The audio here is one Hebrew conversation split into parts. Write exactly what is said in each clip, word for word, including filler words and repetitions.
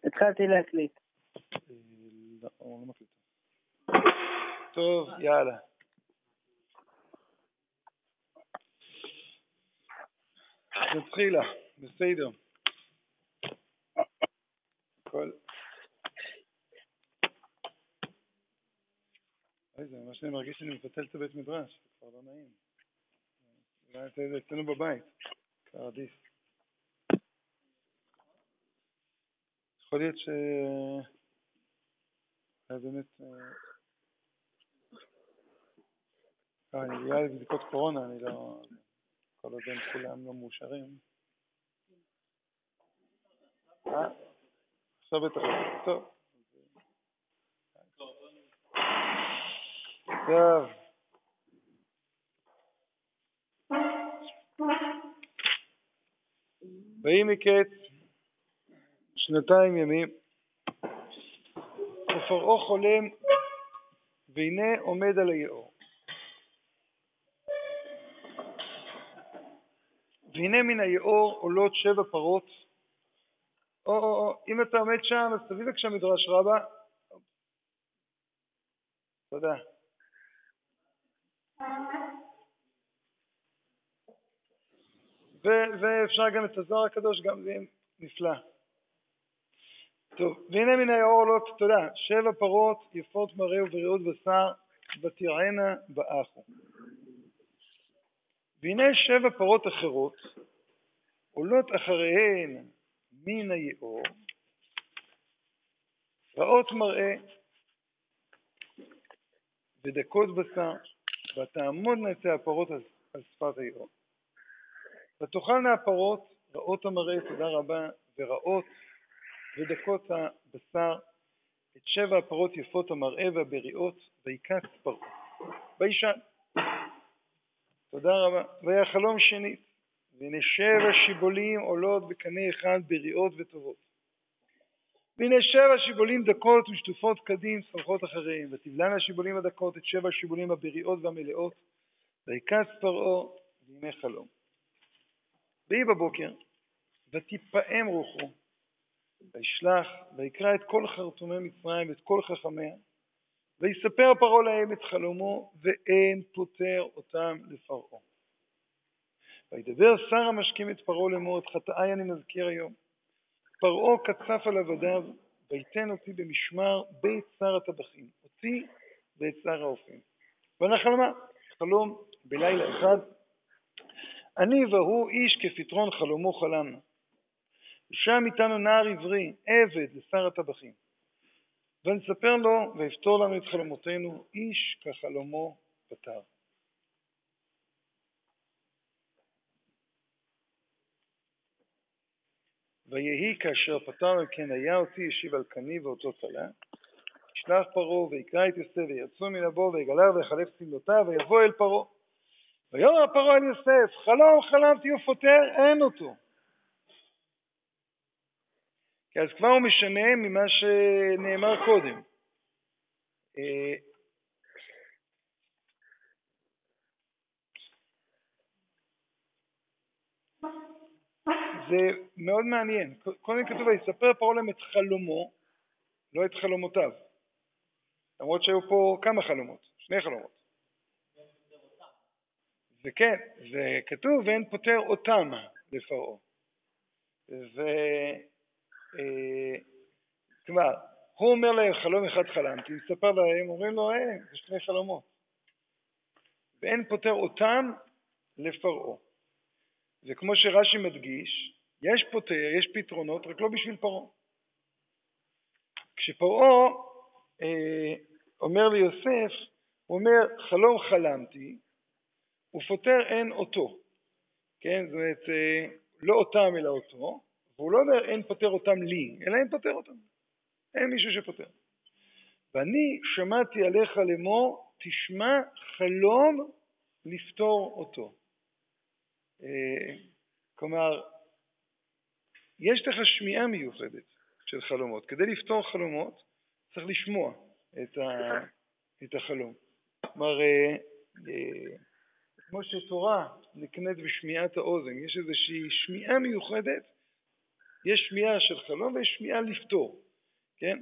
התחלתי להקליט. לא, לא מקליט. טוב, יאללה. נתחילה, בסדר. כל... איזה, ממש אני מרגיש שאני מפתל את הבית מדרש, זה כבר לא נעים. אולי זה אצלנו בבית, כבר עדיף. יכול להיות ש... היה באמת... אה, אני בגלל לבדיקות קורונה, אני לא... כל עוד הם כולם לא מאושרים. אה? עכשיו בטח, טוב. טוב. ויהי מקץ שנתיים ימים, ופרעה חולם, והנה עומד על היאור. והנה מן היאור עולות שבע פרות. או, או, או, אם אתה עומד שם, אז תביא בבקשה מדרש רבה. תודה. ואפשר גם את הזוהר הקדוש, גם זה נפלא. טוב, והנה מן היאור עולות, תודה, שבע פרות יפות מראה ובריאות בשר, ותרענה באחו. והנה שבע פרות אחרות עולות אחריהן מן היאור, רעות מראה ודקות בשר, ותעמודנה אצל הפרות על, על שפת היאור. ותאכלנה הפרות רעות המראה, תודה רבה, ורעות ודקות הבשר, את שבע הפרות יפות המראה והבריאות, ויקץ פרעה וישן. תודה רבה. והיה חלום שנית, והנה שבע שיבולים עולות בקנה אחד בריאות וטובות. והנה שבע שיבולים דקות ושטופות קדים סמכות אחריהם, ותבלענה השיבולים הדקות את שבע השיבולים הבריאות והמלאות, ויקץ פרעה וימי חלום. ויהי בבוקר, ותפעם רוחו, וישלח, ויקרא את כל חרטומי מצרים ואת כל חכמיה, ויספר פרעה להם את חלומו, ואין פותר אותם לפרעה. וידבר שר המשקים את פרעה לאמור, את חטאי אני מזכיר היום. פרעה קצף על עבדיו, ויתן אותי במשמר בית שר הטבחים, אותי ואת שר האופים. ונחלמה, חלום בלילה אחד, אני והוא איש כפתרון חלומו חלמנו. ושם איתנו נער עברי, עבד לשר הטבחים. ונספר לו ויפתור לנו את חלומותינו, איש כחלומו פתר. ויהי כאשר פתר כן היה אותי, ישיב על קני ואותו תלה. ישלח פרעה ויקרא את יוסף ויצאו מן הבור ויגלר ויחלף סמלותיו ויבוא אל פרעה. ויאמר פרעה אל יוסף, חלום חלמתי ופותר, אין אותו. כי אז כבר הוא משנה ממה שנאמר קודם. זה מאוד מעניין. קודם כתוב, ויספר פרעה להם את חלומו, לא את חלומותיו. למרות שהיו פה כמה חלומות, שני חלומות. וכן, זה כתוב, ואין פותר אותם לפרעה. ו... כלומר, הוא אומר להם חלום אחד חלמתי, מספר להם, אומרים לו, אה, זה שני חלומות. ואין פותר אותם לפרעה. זה כמו שרש"י מדגיש, יש פותר, יש פתרונות, רק לא בשביל פרעה. כשפרעה אה, אומר ליוסף, הוא אומר, חלום חלמתי, ופותר אין אותו. כן, זאת אומרת, אה, לא אותם אלא אותו, והוא לא אומר אין פותר אותם לי, אלא אין פותר אותם. אין מישהו שפותר. ואני שמעתי עליך לאמור, תשמע חלום לפתור אותו. אה, כלומר, יש לך שמיעה מיוחדת של חלומות. כדי לפתור חלומות, צריך לשמוע את, ה, את החלום. כלומר, אה, אה, כמו שתורה נקנית בשמיעת האוזן, יש איזושהי שמיעה מיוחדת יש שמיעה של חלום ויש שמיעה לפתור, כן?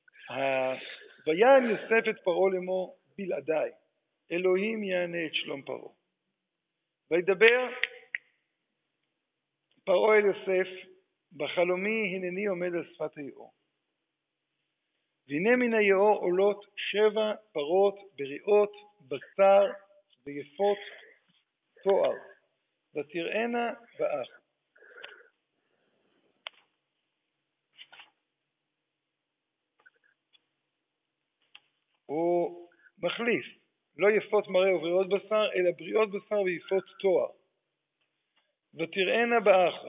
ויען יוסף את פרעה לאמור בלעדיי, אלוהים יענה את שלום פרעה. וידבר פרעה אל יוסף, בחלומי הנני עומד על שפת היאור. והנה מן היאור עולות שבע פרות בריאות, בשר ויפות תואר, ותראינה באח. הוא מחליף, לא יפות מראה ובריאות בשר, אלא בריאות בשר ויפות תואר. ותראינה באחרא.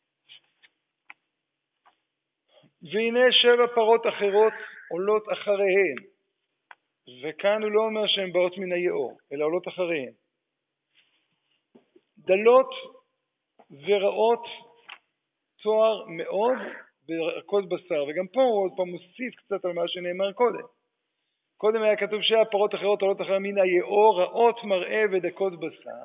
והנה שבע פרות אחרות עולות אחריהן, וכאן הוא לא אומר שהן באות מן היאור, אלא עולות אחריהן. דלות ורעות תואר מאוד ורכות בשר, וגם פה הוא עוד פעם מוסיף קצת על מה שנאמר קודם. קודם היה כתוב שהפרות אחרות עולות אחריהן מן היאור, רעות מראה ודקות בשר,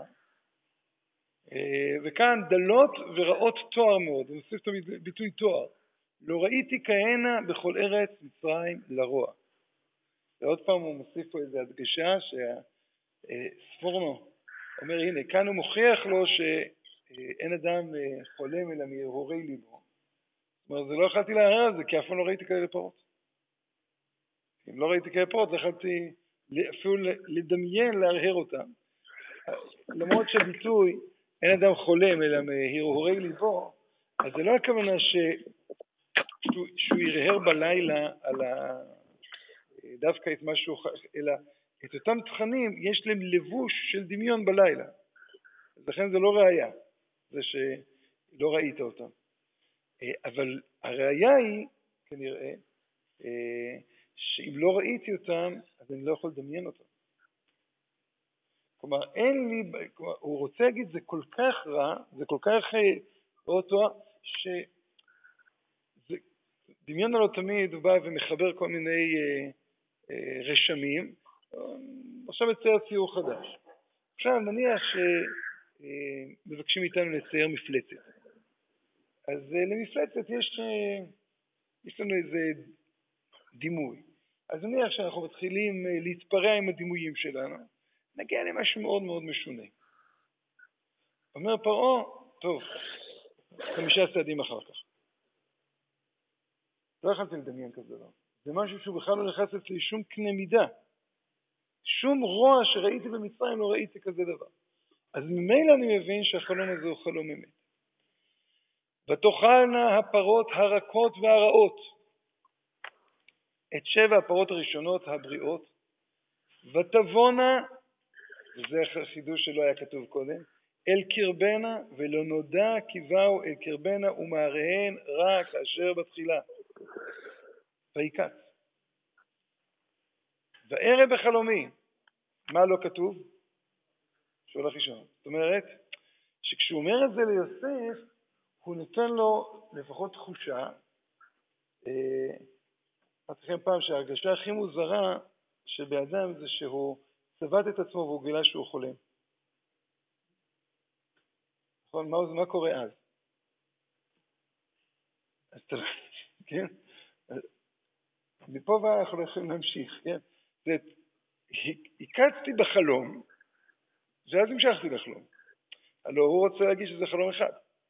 וכאן דלות ורעות תואר מאוד, הוא מוסיף את הביטוי תואר. לא ראיתי כהנה בכל ארץ מצרים לרוע. ועוד פעם הוא מוסיף פה איזו הדגשה שהספורנו אומר, הנה, כאן הוא מוכיח לו שאין אדם חולם אלא מהרהורי ליבו. זאת אומרת, זה לא יכלתי להרהר על זה, כי אף פעם לא ראיתי כאלה פרות. אם לא ראיתי כאלה פרות, לא יכלתי אפילו לדמיין להרהר אותם. למרות שהביטוי אין אדם חולם אלא מהרהורי ליבו, אז זה לא הכוונה ש... שהוא, שהוא ירהר בלילה על ה... דווקא את משהו, אלא את אותם תכנים יש להם לבוש של דמיון בלילה. אז לכן זה לא ראייה, זה שלא ראית אותם. אבל הראייה היא, כנראה, שאם לא ראיתי אותם, אז אני לא יכול לדמיין אותם. כלומר, אין לי, כלומר, הוא רוצה להגיד, זה כל כך רע, זה כל כך אותו, ש... דמיון לא תמיד הוא בא ומחבר כל מיני אה, אה, רשמים. עכשיו מצייר ציור חדש. עכשיו נניח שמבקשים אה, איתנו לצייר מפלצת. אז אה, למפלצת יש, אה, יש לנו איזה דימוי. אז נניח שאנחנו מתחילים אה, להתפרע עם הדימויים שלנו, נגיע למשהו מאוד מאוד משונה. אומר פרעה, טוב, חמישה צעדים אחר כך. לא יכולתי לדמיין כזה דבר. זה משהו שהוא בכלל לא נכנס אצלי שום קנה מידה. שום רוע שראיתי במצרים לא ראיתי כזה דבר. אז ממילא אני מבין שהחלום הזה הוא חלום אמת. ותאכלנה הפרות הרכות והרעות את שבע הפרות הראשונות הבריאות, ותבונה, וזה החידוש שלא היה כתוב קודם, אל קרבנה, ולא נודע כי באו אל קרבנה ומעריהן רק כאשר בתחילה. ויקץ. וערב בחלומי, מה לא כתוב? שהולך לישון. זאת אומרת, שכשהוא אומר את זה ליוסף, הוא נותן לו לפחות תחושה, אמרתי לכם פעם שההרגשה הכי מוזרה שבאדם זה שהוא צבט את עצמו והוא גילה שהוא חולם. נכון? מה, מה קורה אז? אז אתה, כן? מפה ואנחנו אנחנו יכולים להמשיך, כן? זאת, הקצתי בחלום, ואז המשכתי לחלום. הלוא הוא רוצה להגיד שזה חלום אחד.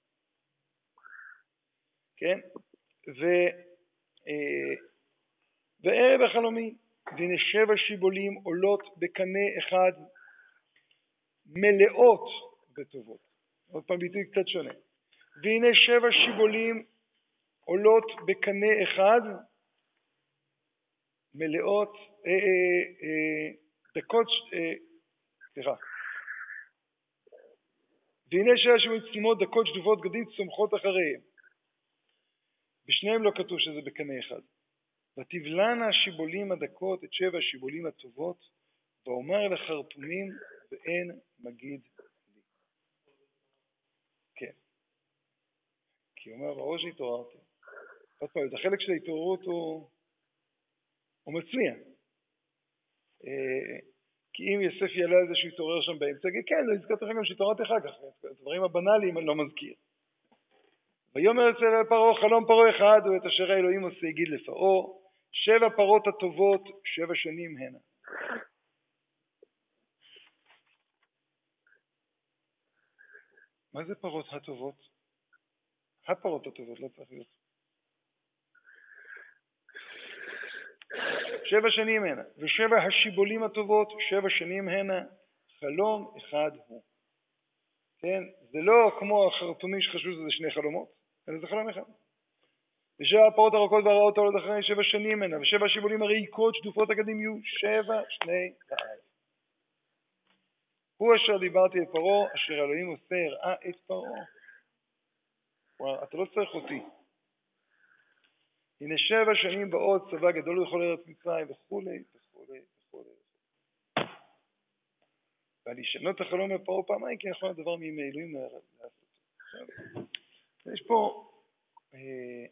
כן? ו... וערב החלומי, והנה שבע שיבולים עולות בקנה אחד, מלאות בטובות. עוד פעם ביטוי קצת שונה. והנה שבע שיבולים עולות בקנה אחד, מלאות, אה, אה, אה, דקות, אה, סליחה. והנה שבע שיבולים צלמות, דקות שדובות גדים צומחות אחריהם. בשניהם לא כתוב שזה בקנה אחד. ותבלענה השיבולים הדקות את שבע השיבולים הטובות, ואומר לחרטומים ואין מגיד לי. כן. כי הוא אומר, בראש שהתעוררתי. עוד פעם, את החלק של ההתעוררות הוא, הוא מצמיע. אה, כי אם יוסף יעלה על זה שהוא יתעורר שם באמצע, כן, לא הזכרתי לכם גם שהתעוררתי אחר כך. את הדברים הבנאליים אני לא מזכיר. ויאמר אצל פרעה חלום פרעה אחד הוא את אשר האלוהים עושה הגיד לפרעה שבע פרות הטובות שבע שנים הנה. מה זה פרות הטובות? הפרות הטובות, לא צריך להיות. שבע שנים הנה, ושבע השיבולים הטובות, שבע שנים הנה, חלום אחד הוא. כן? זה לא כמו החרטומים שחשבו שזה שני חלומות, אלא זה חלום אחד. ושבע הפרות הרוקות והרעות העולות אחרי שבע שנים הנה, ושבע השיבולים הריקות שדופות הגדים יהיו שבע שני רעב. הוא אשר דיברתי את פרעה, אשר אלוהים עושה הראה את פרעה. כלומר, אתה לא צריך אותי. הנה שבע שנים באות צבא גדול בכל ארץ מצרים וכולי וכולי וכולי. ועל ישנות החלום לפרעה פעמיים כי יכול הדבר מימי אלוהים לעשות. יש פה אה,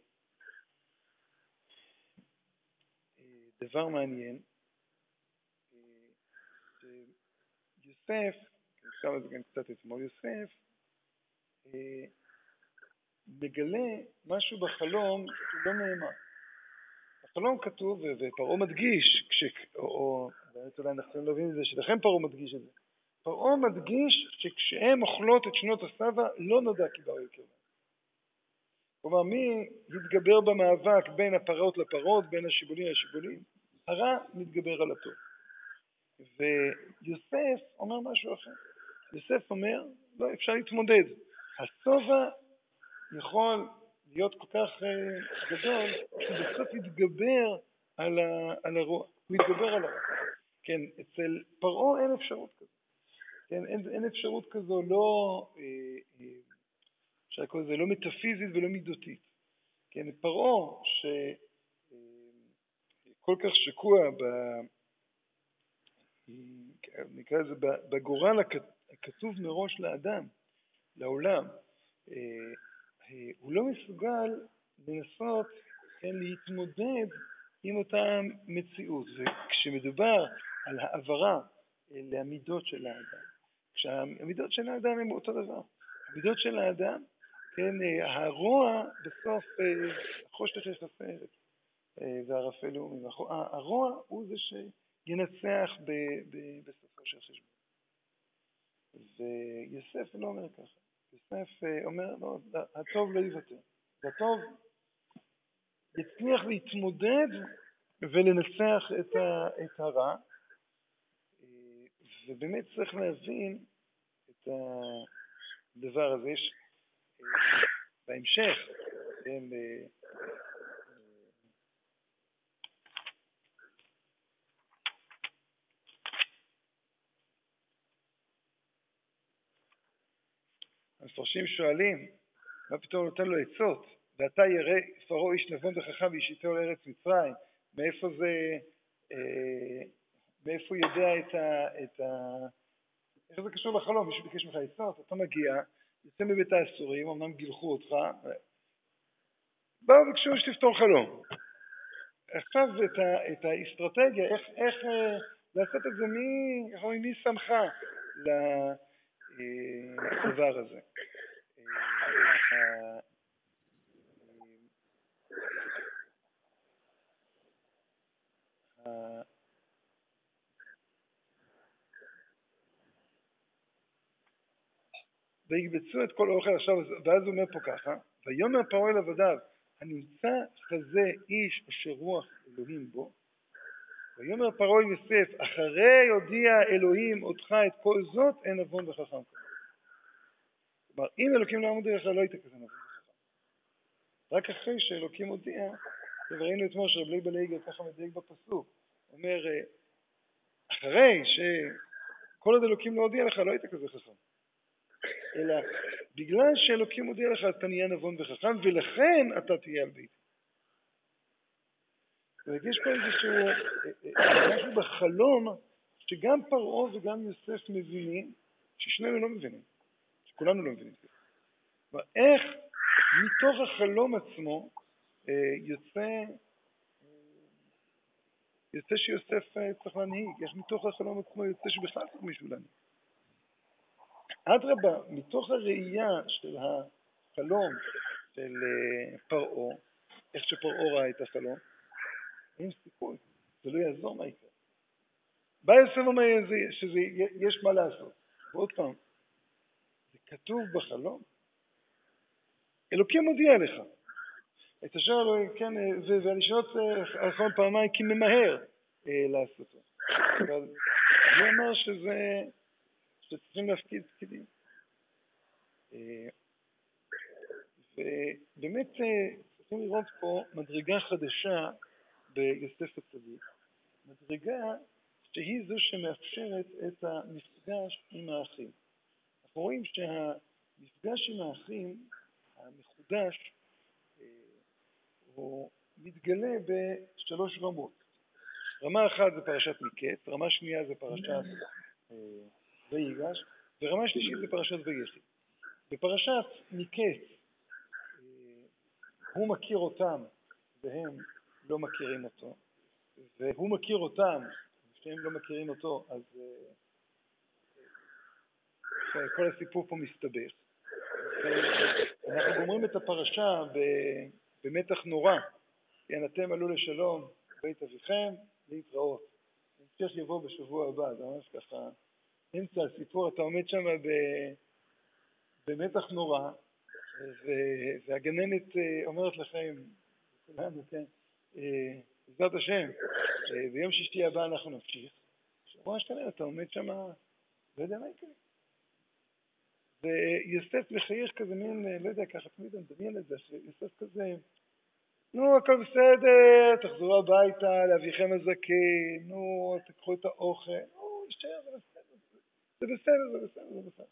אה, דבר מעניין. אה, יוסף, נשאר את זה גם קצת אתמול, יוסף אה, מגלה משהו בחלום שלא נאמר. בחלום כתוב, ופרעה מדגיש, כש, או, או באמת אולי אנחנו נבין את זה, שלכם פרעה מדגיש את זה. פרעה מדגיש שכשהם אוכלות את שנות הסבא, לא נודע כי באו יקרבם. כלומר, מי יתגבר במאבק בין הפרות לפרות, בין השיבולים לשיבולים? הרע מתגבר על הטוב. ויוסף אומר משהו אחר. יוסף אומר, לא, אפשר להתמודד. הסובה יכול להיות כל כך uh, גדול, שבסוף יתגבר על, ה, על הרוע. הוא יתגבר על הרוע. כן, אצל פרעה אין אפשרות כזו. כן, אין, אין אפשרות כזו לא, אה, אה, אפשר לקרוא לזה, לא מטאפיזית ולא מידותית. כן, פרעה שכל כך שקוע ב, נקרא לזה, בגורל הכתוב מראש לאדם, לעולם, אה, אה, הוא לא מסוגל לנסות, כן, להתמודד עם אותה מציאות. וכשמדובר על העברה למידות של האדם, כשהמידות של האדם הם אותו דבר. המידות של האדם, כן, הרוע בסוף, החושך יחסרת והרפא לאומים. הרוע הוא זה שינצח בסופו של חשבון. ויוסף לא אומר ככה. יוסף אומר, לא, הטוב לא יוותר. הטוב יצליח להתמודד ולנסח את, ה, את הרע. ובאמת צריך להבין את הדבר הזה. יש בהמשך, כן, המפרשים שואלים, מה פתאום נותן לו עצות? ואתה ירא פרעה איש נבון וחכם וישיתו לארץ מצרים. מאיפה זה, אה, מאיפה הוא יודע את ה... את ה... איך זה קשור לחלום? מישהו ביקש ממך עצות, אתה מגיע, יוצא מבית האסורים, אמנם גילחו אותך, באו ביקשו שתפתור חלום. עכשיו את, ה, את האסטרטגיה, איך, איך אה, לעשות את זה, מי, איך אומרים, מי שמחה לדבר הזה. אה, אה, ויקבצו את כל האוכל עכשיו, ואז הוא אומר פה ככה, ויאמר פרעה אל עבדיו, הנמצא חזה איש אשר רוח אלוהים בו, ויאמר פרעה אל יוסף, אחרי הודיע אלוהים אותך את כל זאת, אין נבון וחכם. כלומר, אם אלוקים לא עמוד לך, לא היית כזה נבון וחכם. רק אחרי שאלוקים הודיע, וראינו אתמול שרבי בלייגר ככה מדייק בפסוק, אומר, אחרי שכל עוד אלוקים לא הודיע לך, לא היית כזה חכם. אלא בגלל שאלוקים הודיע לך, אתה נהיה נבון וחכם, ולכן אתה תהיה על ביתי. ויש פה איזשהו משהו בחלום, שגם פרעה וגם יוסף מבינים, ששנינו לא מבינים, שכולנו לא מבינים. איך מתוך החלום עצמו יוצא, יוצא שיוסף צריך להנהיג, איך מתוך החלום עצמו יוצא שבכלל צריך מישהו להנהיג. אדרבה, מתוך הראייה של החלום, של פרעה, איך שפרעה ראה את החלום, אין סיכוי, זה לא יעזור מה יקרה. בא יוסף אומר שיש מה לעשות. ועוד פעם, זה כתוב בחלום. אלוקים מודיע לך. את אשר אלוהים, כן, ואני שואל אחרון פעמיים כי ממהר לעשותו. אבל הוא אמר שזה, שצריכים להפקיד פקידים. ובאמת צריכים לראות פה מדרגה חדשה ביוסף הצדיק. מדרגה שהיא זו שמאפשרת את המפגש עם האחים. אנחנו רואים שהמפגש עם האחים המחודש הוא מתגלה בשלוש רמות. רמה אחת זה פרשת מקץ, רמה שנייה זה פרשת ויגש, ורמה שלישית זה פרשת ויחי. בפרשת מקץ הוא מכיר אותם והם לא מכירים אותו, והוא מכיר אותם כשהם לא מכירים אותו, אז כל הסיפור פה מסתבך. אנחנו גומרים את הפרשה במתח נורא. כן, אתם עלו לשלום בית אביכם להתראות. המשך יבוא בשבוע הבא, זה ממש ככה, אמצע הסיפור, אתה עומד שם במתח נורא, והגננת אומרת לכם, כולנו, כן, בעזרת השם, ביום שישי הבא אנחנו נמשיך. שבוע השתנה, אתה עומד שם, לא יודע מה יקרה. ויוסף מחייך כזה מין, לא יודע, ככה תמיד אני מדמיין את זה, שיוסף כזה, נו, הכל בסדר, תחזרו הביתה, לאביכם הזקן, נו, תקחו את האוכל, נו, יישאר, זה בסדר, זה בסדר, זה בסדר, זה בסדר.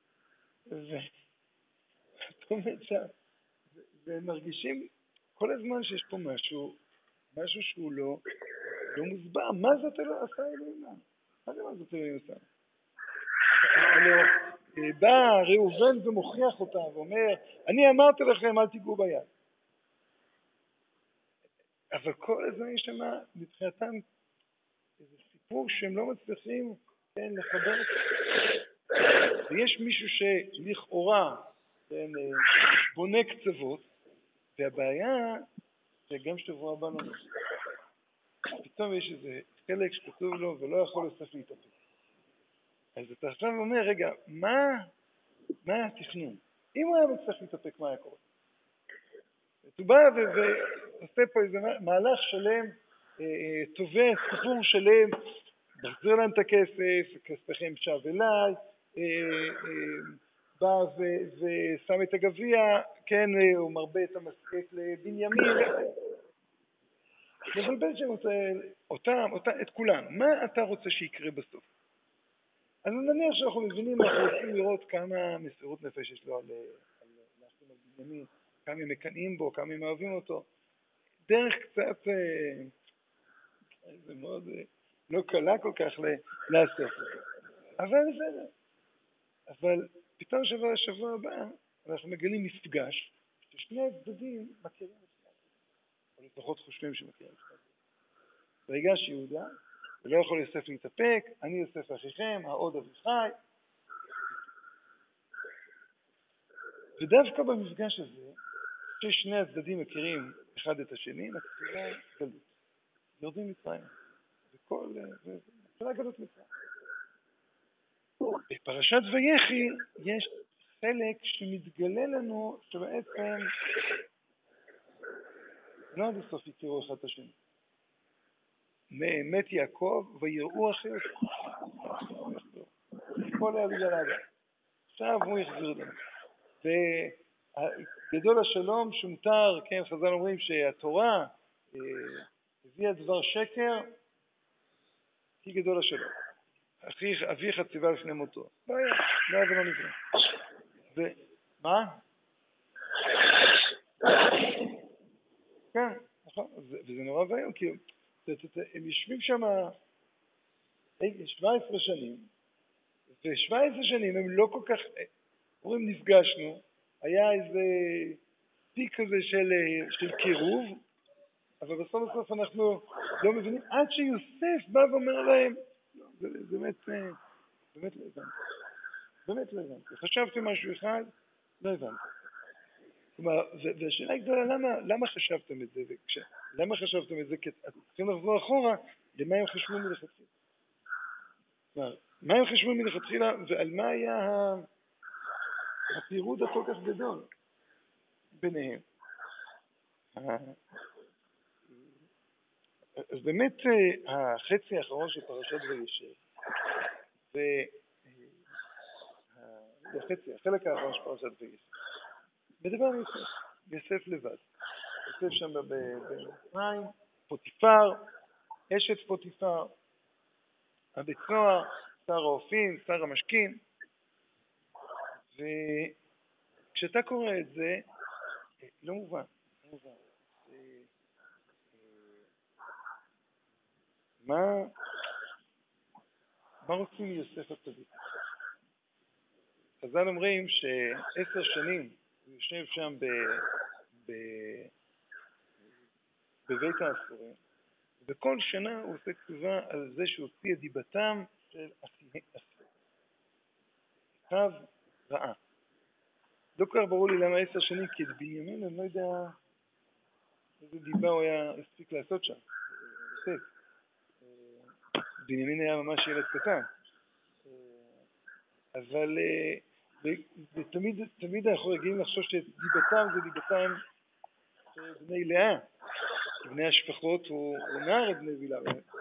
ואת עומד שם, ומרגישים כל הזמן שיש פה משהו, משהו שהוא לא, לא מוסבר. מה זאת לא עשה אלוהים? מה זה מה זאת אלוהים עשה? הלוא בא ראובן ומוכיח אותה ואומר, אני אמרתי לכם אל תיגעו ביד. אבל כל הזמן יש שם מבחינתם איזה סיפור שהם לא מצליחים, כן, לחבר אותו. ויש מישהו שלכאורה, כן, בונה קצוות, והבעיה שגם שבוע הבא לא נושא. פתאום יש איזה חלק שכתוב לו ולא יכול לסף להתאפק. אז אתה עכשיו אומר, רגע, מה, מה התכנון? אם הוא היה מצליח להתאפק, מה היה קורה? הוא בא ועושה פה איזה מהלך שלם, תובע סיפור שלם, מחזיר להם את הכסף, כספכם שב אליי, בא ושם את הגביע, כן, הוא מרבה את המסקט לבנימין, מבלבל שם אותם, אותם, את כולם. מה אתה רוצה שיקרה בסוף? אז נניח שאנחנו מבינים, אנחנו רוצים לראות כמה מסירות נפש יש לו על לאחים על בנימין, כמה הם מקנאים בו, כמה הם אוהבים אותו. דרך קצת, זה מאוד לא קלה כל כך לעשות את זה. אבל בסדר. אבל פתאום שבוע השבוע הבא, אנחנו מגלים מפגש, ששני הצדדים מכירים את זה. או לפחות חושבים שמכירים את זה. ויגש יהודה, ולא יכול יוסף להתאפק, אני יוסף אחיכם, העוד אביחי. ודווקא במפגש הזה, ששני הצדדים מכירים אחד את השני, מתחילה גלות. יורדים מצרים. וכל, ומתחילה גלות מצרים. בפרשת ויחי יש חלק שמתגלה לנו שבעצם לא עד הסוף יכירו אחד את השני. מת יעקב ויראו אחרי כל היה בגלל אבא. עכשיו הוא יחזיר לנו. וגדול השלום שמותר, כן, חז"ל אומרים שהתורה אה, הביאה דבר שקר, כי גדול השלום. אביך ציווה לפני מותו. לא היה, לא היה ולא נברא. ומה? כן, נכון, וזה נורא ואיום, כי הם יושבים שם שבע עשרה שנים, ו-שבע עשרה שנים הם לא כל כך, אומרים נפגשנו, היה איזה פיק כזה של, של קירוב, אבל בסוף בסוף אנחנו לא מבינים, עד שיוסף בא ואומר להם, לא, זה, זה באמת, באמת לא הבנתי, באמת לא הבנתי, חשבתי משהו אחד, לא הבנתי. כלומר, והשאלה היא גדולה, למה, למה חשבתם את זה? וכש, למה חשבתם את זה? כי אתם צריכים לחזור אחורה, למה הם חשבו מלכתחילה? כלומר, מה הם חשבו מלכתחילה, ועל מה היה הפירוד הכל כך גדול ביניהם? אז באמת החצי האחרון של פרשת וישב, והחצי, החלק האחרון של פרשת וישב, מדבר על יוסף, יוסף לבד. יוסף שם במצרים, פוטיפר, אשת פוטיפר, הבית סוהר, שר האופים, שר המשקים. וכשאתה קורא את זה, לא מובן, לא מובן. מה, מה רוצים מיוסף הצדיק? חז"ל אומרים שעשר שנים הוא יושב שם ב, ב, בבית האסורים, וכל שנה הוא עושה כתובה על זה שהוציא את דיבתם של אחיו. אחיו רעה. לא כל כך ברור לי למה עשר שנים, כי את בנימין אני לא יודע איזה דיבה הוא היה הספיק לעשות שם. יוסף. בנימין היה ממש ילד קטן. אבל ותמיד, תמיד אנחנו רגילים לחשוב שדיבתם זה דיבתם בני לאה. בני השפחות הוא, הוא נער את בני בילה.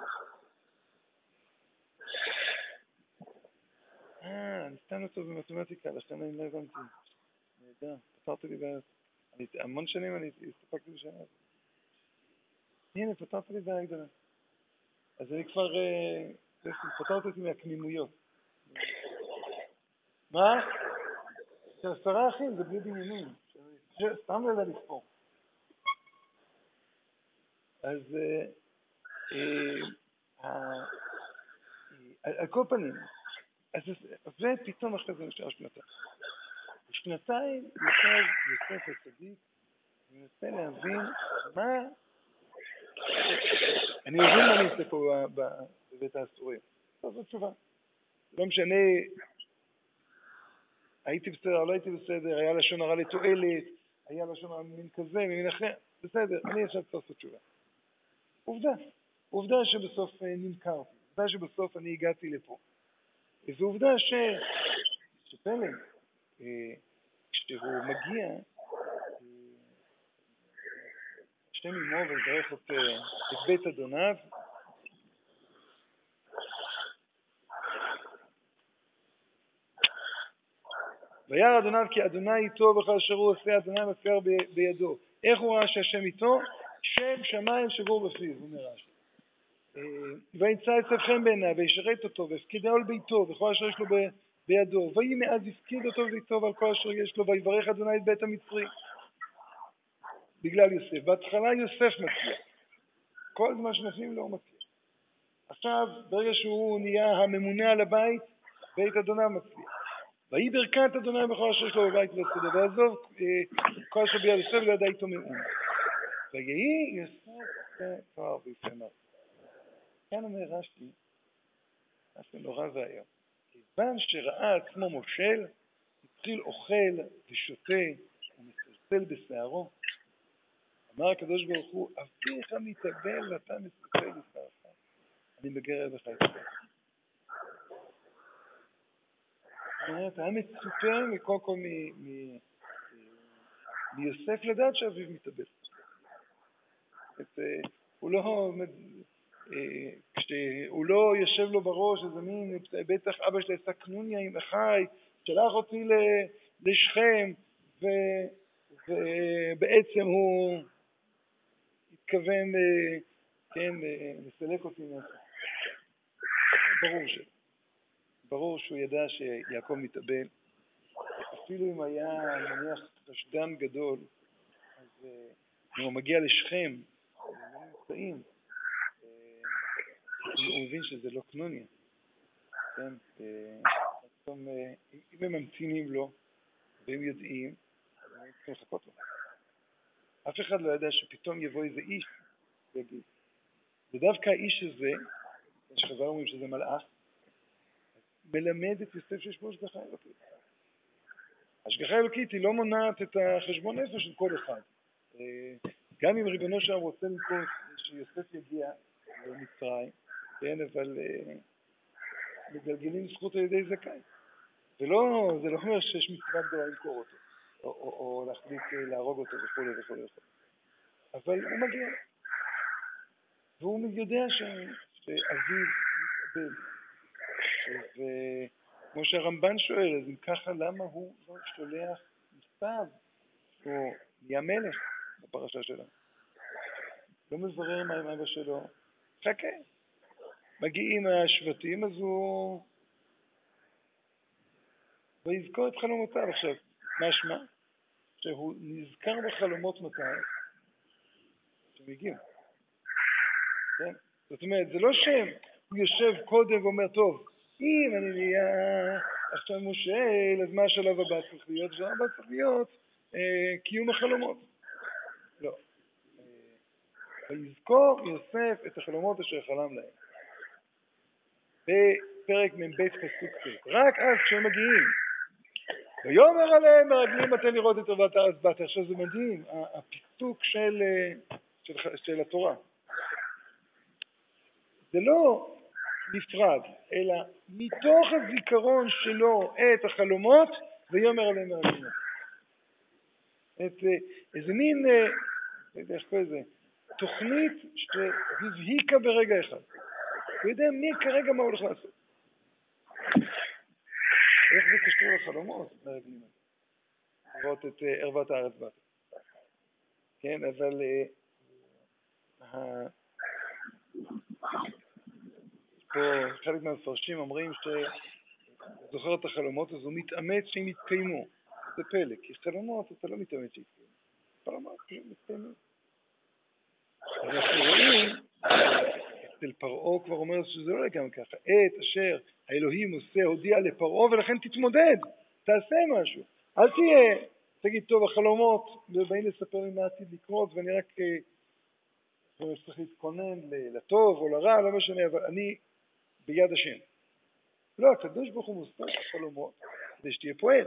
אה, אני סתם לא טוב במתמטיקה, לכן אני לא הבנתי. אני יודע, פתרת לי בעיה. המון שנים אני הסתפקתי בשנה הזאת. הנה, פתרת לי בעיה גדולה. אז אני כבר פתרת אותי מהקמימויות. מה? שעשרה אחים זה בלי בנימין. סתם לא יודע לספור. אז על כל פנים, אז זה פתאום אחרי זה נשאר שנתיים. בשנתיים יושב יוסף הצדיק ומנסה להבין מה, אני מבין מה אני עושה פה בבית האסורים. זו תשובה. לא משנה, הייתי בסדר או לא הייתי בסדר, היה לשון הרע לתועלת, היה לשון הרע ממין כזה, ממין אחר, בסדר, אני עכשיו צריך לעשות תשובה. עובדה, עובדה שבסוף נמכרתי, עובדה שבסוף אני הגעתי לפה. וזו עובדה ש... שפלא, כשהוא מגיע, השם עמו וברך את, את בית אדוניו, וירא אדוניו כי אדוני איתו בכל אשר הוא עושה, אדוני מפר בידו. איך הוא ראה שהשם איתו? שם שמיים שגור בפיו, הוא אומר רש"י. וימצא את חן בעיניו וישרת אותו ויפקיד עול ביתו וכל אשר יש לו בידו, ויהי מאז הפקיד אותו בביתו ועל כל אשר יש לו, ויברך אדוני את בית המצרי. בגלל יוסף. בהתחלה יוסף מצליח. כל זמן שנפנים לו הוא מצליח. עכשיו, ברגע שהוא נהיה הממונה על הבית, בית אדוניו מצליח. ויהי ברכת אדוני בכל אשר יש לו בבית ובשדה, ועזוב כל אשר ביד יוסף לא ידע איתו מאום. ויהי יוסף תואר ויפה מאוד. כאן אומר רש"י, רש"י נורא והיום. כיוון שראה עצמו מושל, התחיל אוכל ושותה ומסלסל בשערו. אמר הקדוש ברוך הוא, אביך מתאבל ואתה מסלסל בשערך. אני מגרד לך את זה. זאת אומרת, היה מצופה מכל כל מיוסף לדעת שאביו מתאבל. הוא לא, כשהוא לא יושב לו בראש, איזה מין, בטח אבא שלי עשה קנוניה עם אחי, שלח אותי לשכם, ובעצם הוא התכוון, כן, לסלק אותי מהסך. ברור שלא. ברור שהוא ידע שיעקב מתאבל. אפילו אם היה נניח חשדן גדול, אז אם הוא מגיע לשכם, נמצאים, הוא מבין שזה לא קנוניה. כן? אם הם ממתינים לו, והם יודעים, אז הם צריכים לחכות לו. אף אחד לא ידע שפתאום יבוא איזה איש ויגיד. ודווקא האיש הזה, שחז"ל אומרים שזה מלאך, מלמד את יוסף שיש בו השגחה אלוקית. ההשגחה האלוקית היא לא מונעת את החשבון נפש של כל אחד. גם אם ריבונו שם רוצה לנקוט שיוסף יגיע למצרים, כן, אבל מגלגלים זכות על ידי זכאי. ולא, זה לא אומר שיש מצווה גדולה למכור אותו, או, או, או להחליט להרוג אותו וכו' וכו' וכו'. אבל הוא מגיע. והוא יודע שאביו מתאבד. וכמו שהרמב"ן שואל, אז אם ככה, למה הוא לא שולח מכתב או נהיה מלך בפרשה שלנו? לא מברר מה עם אבא שלו. חכה. מגיעים השבטים, אז הוא ויזכור את חלומותיו. עכשיו, מה שמה? שהוא נזכר בחלומות מתי? שהם הגיעו. כן? זאת אומרת, זה לא שהוא יושב קודם ואומר, טוב, אם אני נהיה עכשיו מושל, אז מה השלב הבא צריך להיות? השלב הבא צריך להיות אה, קיום החלומות. לא. אה, ויזכור יוסף את החלומות אשר חלם להם. בפרק מ"ב פסוק ט'. רק אז כשהם מגיעים, ויאמר עליהם מרגלים אתם לראות את טובת הארץ בת. עכשיו זה מדהים, הפיסוק של, של, של התורה. זה לא נפרד, אלא מתוך הזיכרון שלו את החלומות, ויאמר עליהם מרגלים. את איזה מין, לא יודע איך קורא לזה, תוכנית שהבהיקה ברגע אחד. הוא יודע מי כרגע מה הוא הולך לעשות. איך זה קשור לחלומות, מרגלים? לראות את ערוות הארץ בת. כן, אבל פה חלק מהמפרשים אומרים שזוכר את החלומות, אז הוא מתאמץ שהם יתקיימו. זה פלא, כי חלומות אתה לא מתאמץ שיתקיימו. חלומות הם מתקיימים. אז אנחנו רואים, אצל פרעה כבר אומר שזה לא לגמרי ככה. את אשר האלוהים עושה, הודיע לפרעה, ולכן תתמודד, תעשה משהו. אל תהיה, תגיד, טוב, החלומות, ובאים לספר לי מה עתיד לקרות, ואני רק צריך להתכונן לטוב או לרע, לא משנה, אבל אני ביד השם. לא, הקדוש ברוך הוא מוסתר את החלומות, כדי שתהיה פועל.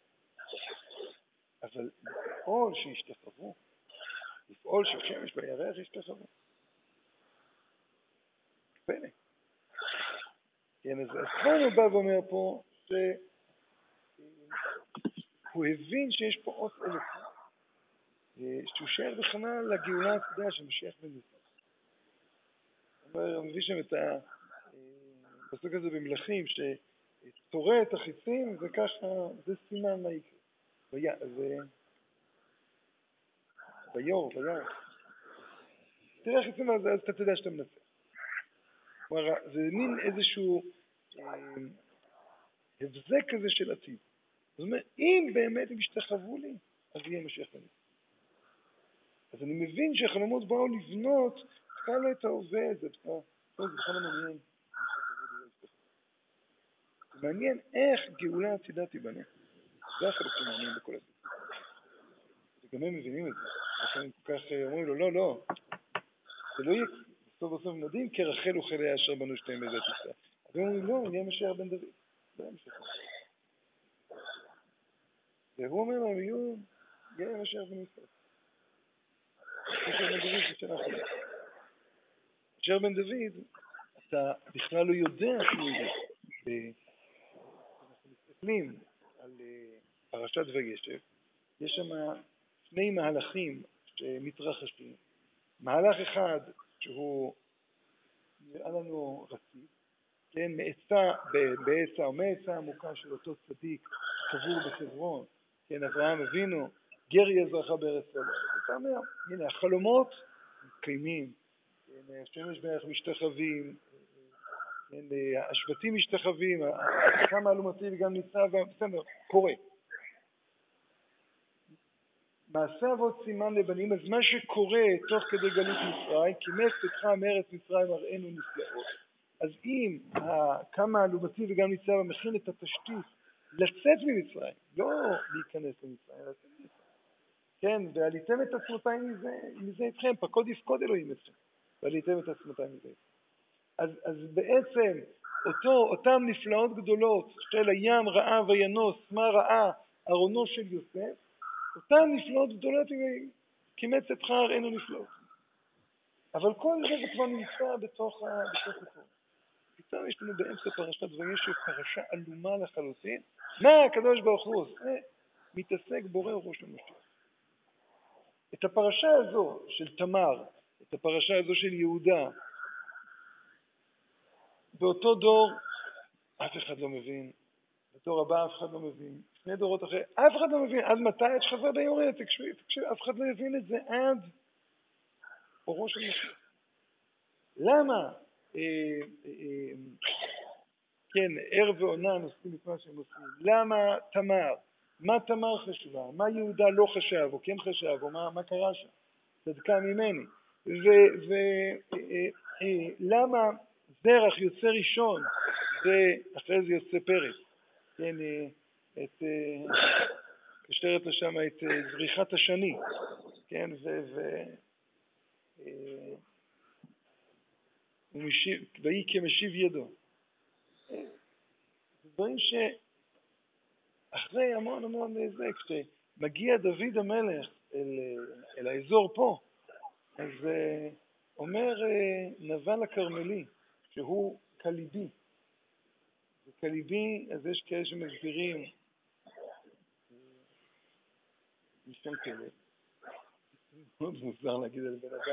אבל לפעול שישתחוו, לפעול ששמש בירח ישתחוו. פלא. כן, אז כבר הוא בא ואומר פה שהוא הבין שיש פה עוד אלוקים, שהוא שייך בכלל לגאולה העתידה של משיח בן דוד. הוא מביא שם את הפסוק הזה במלכים, שתורה את החיצים, וככה זה סימן מה יקרה. ויור, ויור. תראה החיצים הזה, אז אתה תדע שאתה מנצח. כלומר, זה מין איזשהו אה, הבזק כזה של עתיד. זאת אומרת, אם באמת הם ישתחוו לי, אז יהיה משיח בן דוד. אז אני מבין שהחלומות באו לבנות בכלל את ההווה, זה בכלל המעניין. זה מעניין איך גאולה עתידה תיבנה. זה החלק שמעניין בכל הסיפור. וגם הם מבינים את זה. לכן כל כך אומרים לו, לא, לא. זה לא יהיה בסוף בסוף מדהים, כי רחל וחילי אשר בנו שתיים בבית ישראל. אז הם אומרים, לא, יהיה משיח בן דוד. זה יהיה משיח. והוא אומר להם, יהיה משיח בן ישראל. משיח בן דוד זה שנה אחת. משיח בן דוד, אתה בכלל לא יודע שהוא יהיה. אנחנו מסתכלים על פרשת וישב, יש שם שני מהלכים שמתרחשים. מהלך אחד שהוא נראה לנו רציף, כן, מעצה, בעצה או מעצה עמוקה של אותו צדיק קבור בחברון, כן, אברהם אבינו, גר יהיה זרעך בארץ לא. אתה אומר, הנה, החלומות מתקיימים, כן, השמש בערך משתחווים, כן, השבטים משתחווים, כמה אלומתי וגם ניצב, בסדר, קורה. מעשה אבות סימן לבנים, אז מה שקורה תוך כדי גלות מצרים, כימס פתחה מארץ מצרים הראינו נפלאות. אז אם כמה אלומתי וגם ניצב מכין את התשתית לצאת ממצרים, לא להיכנס למצרים, לצאת ממצרים. כן, ועליתם את עצמותיים מזה, מזה איתכם, פקוד יפקוד אלוהים אתכם, ועליתם את עצמותיים מזה איתכם. אז, אז בעצם אותו, אותם נפלאות גדולות של הים רעה וינוס, מה רעה, ארונו של יוסף, אותן נפלאות גדולות כמצאת חר אינו נפלאות. אבל כל זה זה כבר נמצא בתוך הכל. פתאום יש לנו באמצע פרשת וישב פרשה עלומה לחלוטין. מה הקדוש ברוך הוא עושה? מתעסק בורא ראש המשיח. את הפרשה הזו של תמר, את הפרשה הזו של יהודה, באותו דור אף אחד לא מבין, בדור הבא אף אחד לא מבין, שני דורות אחרי אף אחד לא מבין, עד מתי את שחזר ביורד, תקשיב, תקשיב, אף אחד לא יבין את זה עד אורו של משיח. למה? אה, אה, כן, ער ועונה נושאים את מה שהם עושים. למה תמר? מה תמר חשובה? מה יהודה לא חשב או כן חשב או מה, מה קרה שם? צדקה ממני. ולמה זרח יוצא ראשון ואחרי זה יוצא פרץ? כן, את קשתרת לשם את זריחת השני, כן, ו... ו ומשיב, והיא כמשיב ידו. זה דברים שאחרי המון המון זה, כשמגיע דוד המלך אל, אל האזור פה, אז אומר נבל הכרמלי, שהוא קליבי. וקליבי, אז יש כאלה שמסבירים משם כלב. מאוד מוזר להגיד על בן אדם.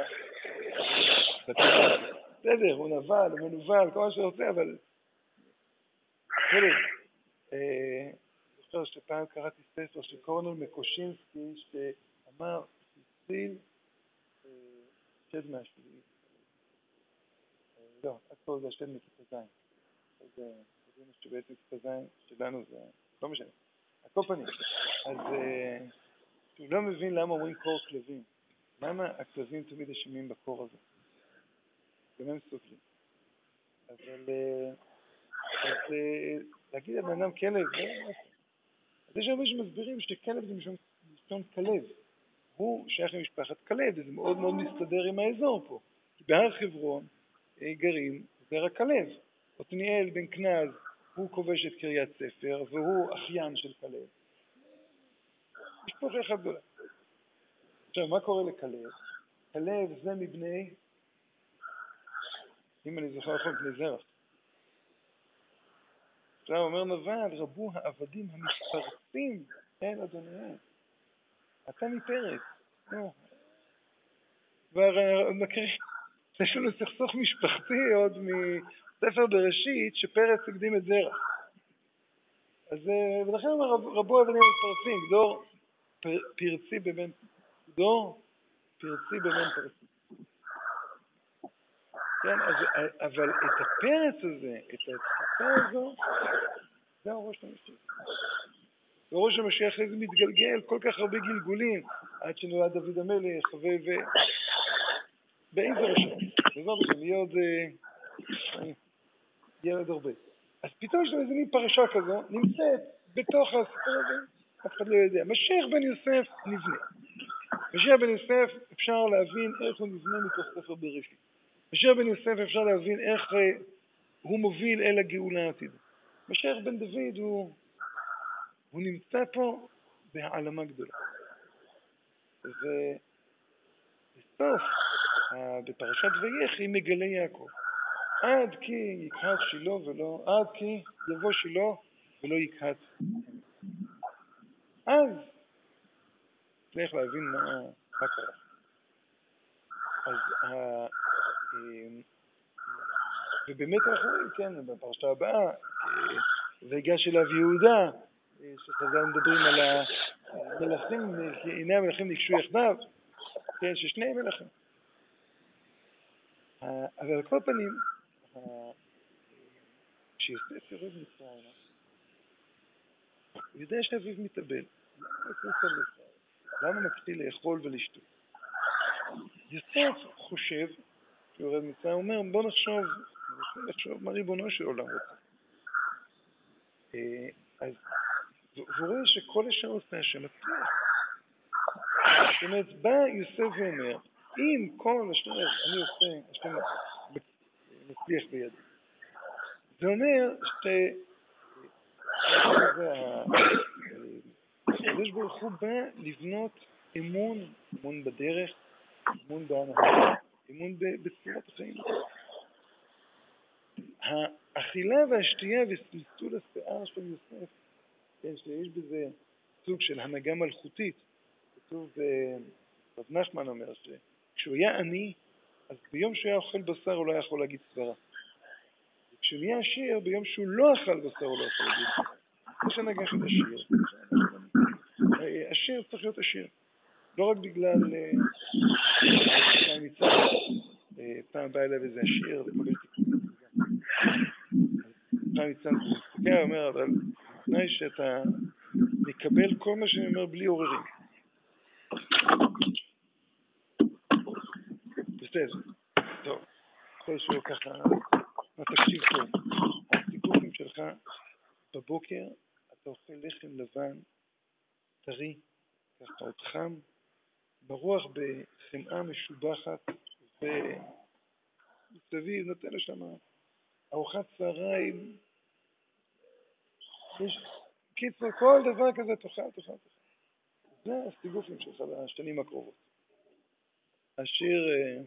בסדר, הוא נבל, הוא מנובל, כל מה שרוצה, אבל... כלב. אני זוכר שפעם קראתי ספר של קורנל מקושינסקי, שאמר, סיציל שד מהשביעית. לא, עד פה זה השד מכיתה זין. זה יודעים שבעצם מכיתה זין שלנו זה... לא משנה. הכל פנים. אז הוא לא מבין למה אומרים קור כלבים. למה הכלבים תמיד אשמים בקור הזה? גם הם סובלים. אבל... אז להגיד לבן אדם כלב, אז יש הרבה שמסבירים שכלב זה משום כלב. הוא שייך למשפחת כלב, וזה מאוד מאוד מסתדר עם האזור פה. בהר חברון גרים זרע כלב. עתניאל בן כנז הוא כובש את קריית ספר, והוא אחיין של כלב. יש פה אחד גדולה. עכשיו, מה קורה לכלב? כלב זה מבני, אם אני זוכר נכון, בני זרח. עכשיו אומר נבל, רבו העבדים המתפרצים אל אדוניהם. אתה מפרץ. נו. כבר מקריא, יש לנו סכסוך משפחתי עוד מספר בראשית שפרץ הקדים את זרח. אז ולכן אומר רבו העבדים המתפרצים, דור פרצי בבן, דור פרצי בבן פרצי. כן, אז, אבל את הפרץ הזה, את התפיסה הזו, זה הראש המשיח. וראש המשיח אחרי זה מתגלגל כל כך הרבה גלגולים, עד שנולד דוד המלך, ו... ו... באיזה ראשון. וזאת בשם, יהיה עוד... יהיה עוד הרבה. אז פתאום יש לנו איזה מין פרשה כזו, נמצאת בתוך הסיפור הזה, אף אחד לא יודע. משיח בן יוסף נבנה. משיח בן יוסף אפשר להבין איך הוא נבנה מתוך ספר בראשית. משיח בן יוסף אפשר להבין איך הוא מוביל אל הגאולה העתידית. משיח בן דוד הוא, הוא נמצא פה בהעלמה גדולה. ובסוף, בפרשת ויחי מגלה יעקב. עד כי יקהת שילה ולא, עד כי יבוא שילה ולא יקהת. אז צריך להבין מה, מה קרה. אז ה... ובאמת אנחנו רואים, כן, בפרשתה הבאה, ויגש אליו יהודה, שחז"ל מדברים על המלכים, כי הנה המלכים ניגשו יחדיו, כן, ששני מלכים. אבל על כל פנים, כשיוסף יורד מצרים, הוא יודע שאביו מתאבל. למה מקטיא לאכול ולשתות? יוסף חושב, כשיורד מצרים, הוא אומר, בוא נחשוב, נחשוב מה ריבונו של עולם רוצה. אז הוא רואה שכל אשר עושה השם מצליח. זאת אומרת, בא יוסף ואומר, אם כל אשר אני עושה, השם מצליח בידי. זה אומר ש... הוא בא לבנות אמון, אמון בדרך, אמון בהנהגה, אמון בצורת החיים. האכילה והשתייה וסלסול השיער של יוסף, כן, שיש בזה סוג של הנהגה מלכותית. כתוב, רב נחמן אומר שכשהוא היה עני, אז ביום שהוא היה אוכל בשר הוא לא יכול להגיד סברה. וכשהוא נהיה עשיר, ביום שהוא לא אכל בשר הוא לא יכול להגיד סברה. יש הנהגה של עשיר. עשיר צריך להיות עשיר. לא רק בגלל מצד, פעם בא אליו איזה עשיר, לקבל תיקון. פעם מצד, הוא מסתכל, אומר, אבל תנאי שאתה מקבל כל מה שאני אומר בלי עוררים. בסדר. טוב. יכול שהוא ככה, מה תקשיב טוב. הסיפורים שלך, בבוקר אתה אוכל לחם לבן, טרי, ככה עוד חם, ברוח בחמאה משובחת, ומסביב נותן לו שם ארוחת צהריים, יש קיצור, כל דבר כזה תאכל, תאכל, תאכל. זה הסיגופים שלך בשנים הקרובות. השיר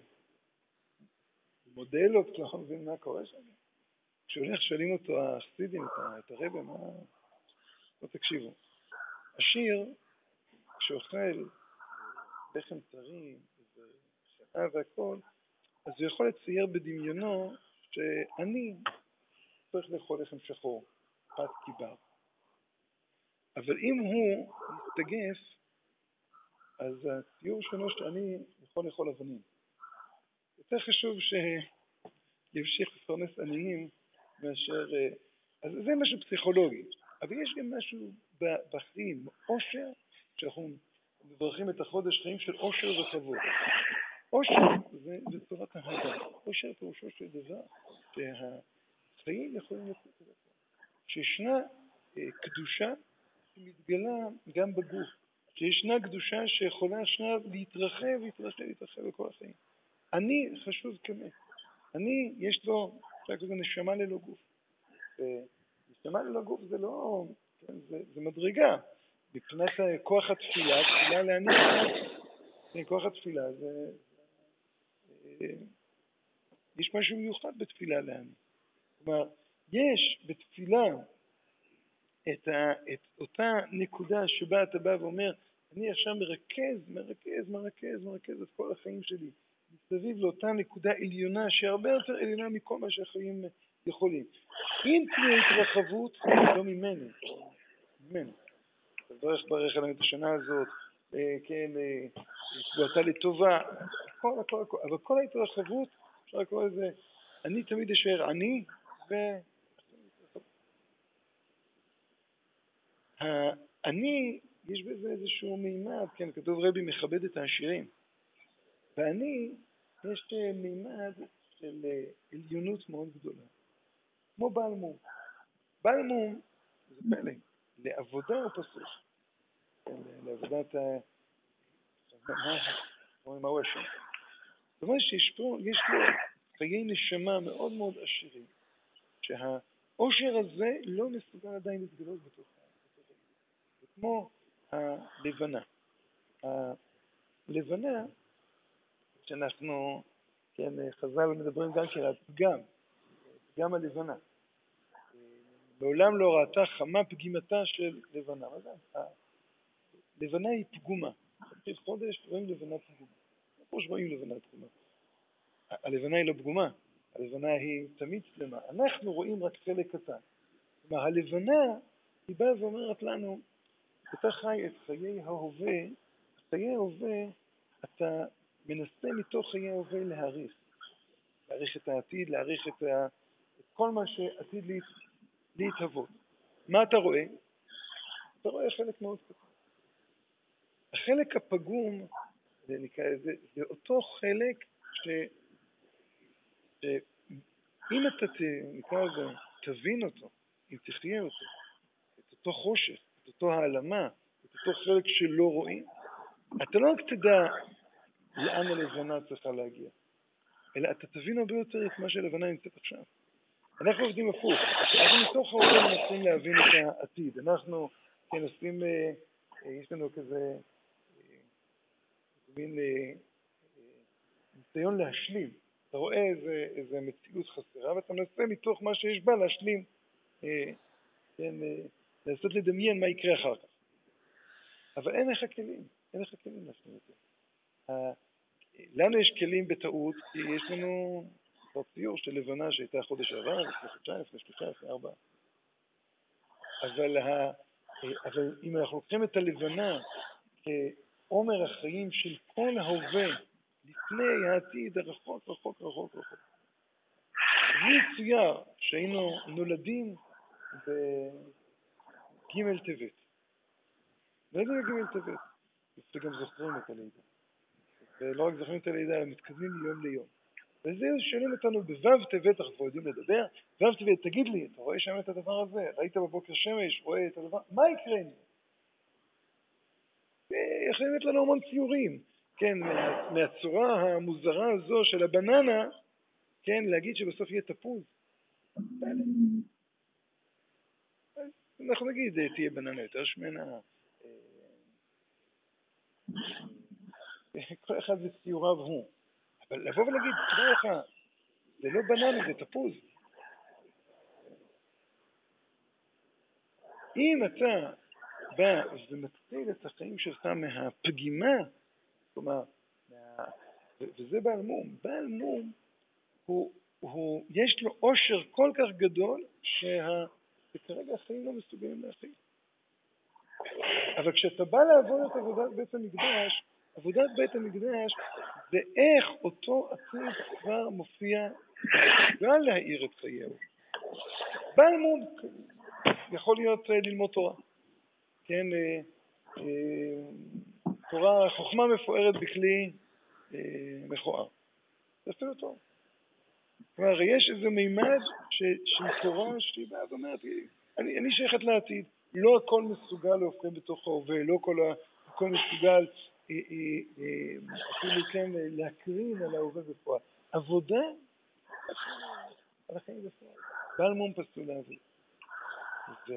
מודה לו, אתה לא מבין מה קורה שם. כשהולך שואלים אותו החסידים, את הרבא, מה... לא תקשיבו. השיר, כשאוכל לחם טרי וחמאה והכל, אז הוא יכול לצייר בדמיונו שאני צריך לאכול לחם שחור, פת קיבר. אבל אם הוא מסתגף, אז הציור שלו שאני יכול לאכול אבנים. יותר חשוב שימשיך לפרנס עניים מאשר... אז זה משהו פסיכולוגי. אבל יש גם משהו בחיים, אושר, שאנחנו מברכים את החודש חיים של אושר וכבוד. אושר זה, זה צורת ההגה. אושר פירושו של דבר שהחיים יכולים לצאת את זה. שישנה אה, קדושה שמתגלה גם בגוף. שישנה קדושה שיכולה עכשיו להתרחב, להתרחב, להתרחב בכל החיים. אני חשוב כמת. אני, יש לו, אפשר כזה נשמה ללא גוף. נשמה ללא גוף זה לא, כן, זה, זה מדרגה. מבחינת כוח התפילה, תפילה להניח, כן, כוח התפילה זה, יש משהו מיוחד בתפילה להניח. כלומר, יש בתפילה את, ה, את אותה נקודה שבה אתה בא ואומר, אני עכשיו מרכז, מרכז, מרכז, מרכז את כל החיים שלי, מסביב לאותה נקודה עליונה, שהרבה יותר עליונה מכל מה שהחיים יכולים. אם תהיה התרחבות, לא ממני, ממני. תברך ברך עלינו את השנה הזאת, כן, תבואתה לטובה, הכל, הכל, הכל. אבל כל ההתרחבות, אפשר לקרוא לזה, אני תמיד אשאר אני, ו... אני, יש בזה איזשהו מימד, כן, כתוב רבי מכבד את העשירים. ואני, יש מימד של עליונות מאוד גדולה. כמו בעל מום. בעל מום, זה פלא, לעבודה הוא פסוק. לעבודת ה... מה הוא השם? זאת אומרת שיש פה, יש לו חיי נשמה מאוד מאוד עשירים, שהעושר הזה לא מסוגל עדיין להתגלות בתוך ה... זה כמו הלבנה. הלבנה, שאנחנו, כן, חז"ל מדברים גם כן על פגם, פגם הלבנה. בעולם לא ראתה חמה פגימתה של לבנה. מה זה? לבנה היא פגומה. אחרי חודש רואים לבנה פגומה. כמו שרואים לבנה פגומה. הלבנה היא לא פגומה. הלבנה היא תמיד שלמה. אנחנו רואים רק חלק קטן. כלומר, הלבנה היא באה ואומרת לנו, אתה חי את חיי ההווה, חיי ההווה, אתה מנסה מתוך חיי ההווה להעריך. להעריך את העתיד, להעריך את, ה... את כל מה שעתיד להת... להתהוות. מה אתה רואה? אתה רואה חלק מאוד קטן. החלק הפגום, זה, נקרא, זה, זה אותו חלק ש... שאם אתה ת... נקרא לזה, תבין אותו, אם תחיה אותו, את אותו חושך, את אותו העלמה, את אותו חלק שלא רואים, אתה לא רק תדע לאן הלבנה צריכה להגיע, אלא אתה תבין הרבה יותר את מה שהלבנה נמצאת עכשיו. אנחנו עובדים הפוך, אנחנו מתוך העולם מנסים להבין את העתיד, אנחנו כן עושים יש לנו כזה מין ניסיון להשלים. אתה רואה איזה, איזה מציאות חסרה, ואתה מנסה מתוך מה שיש בה להשלים, כן, לעשות לדמיין מה יקרה אחר כך. אבל אין לך כלים, אין לך כלים להשלים את זה. לנו יש כלים בטעות, כי יש לנו ציור של לבנה שהייתה חודש עבר, לפני חודשיים, לפני שלושה, לפני ארבעה. אבל, ה... אבל אם אנחנו לוקחים את הלבנה כעומר החיים של כל ההווה, לפני העתיד הרחוק, רחוק, רחוק, רחוק. מי צויר שהיינו נולדים בג' טבת. נולדים בג' טבת. וגם זוכרים את הלידה. ולא רק זוכרים את הלידה, אלא מתקדמים מיום ליום. וזה שואלים אותנו בו' טבת, אנחנו יודעים לדבר, ו' טבת, תגיד לי, אתה רואה שם את הדבר הזה? ראית בבוקר שמש, רואה את הדבר? מה יקרה עם זה? יכולים להיות לנו המון ציורים, כן, מה, מהצורה המוזרה הזו של הבננה, כן, להגיד שבסוף יהיה תפוז. אנחנו נגיד, תהיה בננה יותר שמנה, כל אחד בציוריו הוא. אבל לבוא ולהגיד, תראה לך, זה לא בננה, זה תפוז. אם אתה בא ומתחיל את החיים שלך מהפגימה, כלומר, מה... וזה בעל מום, בעל מום הוא, הוא, יש לו עושר כל כך גדול שה... שכרגע החיים לא מסוגלים להכיל. אבל כשאתה בא לעבוד את עבודת בית המקדש, עבודת בית המקדש זה איך אותו עתיד כבר מופיע מסוגל להאיר את חייהו. בעל מום יכול להיות ללמוד תורה. כן, תורה, חוכמה מפוארת בכלי מכוער. זה אפילו טוב. כלומר, יש איזה מימד של תורה שהיא באה ואומרת, אני, אני שייכת לעתיד. לא הכל מסוגל להופכים בתוך ההווה, לא כל הכל מסוגל אפילו כן להקרין על ההווה בפועל. עבודה על החיים בפועל. בעל מום פסול לעבוד. ו...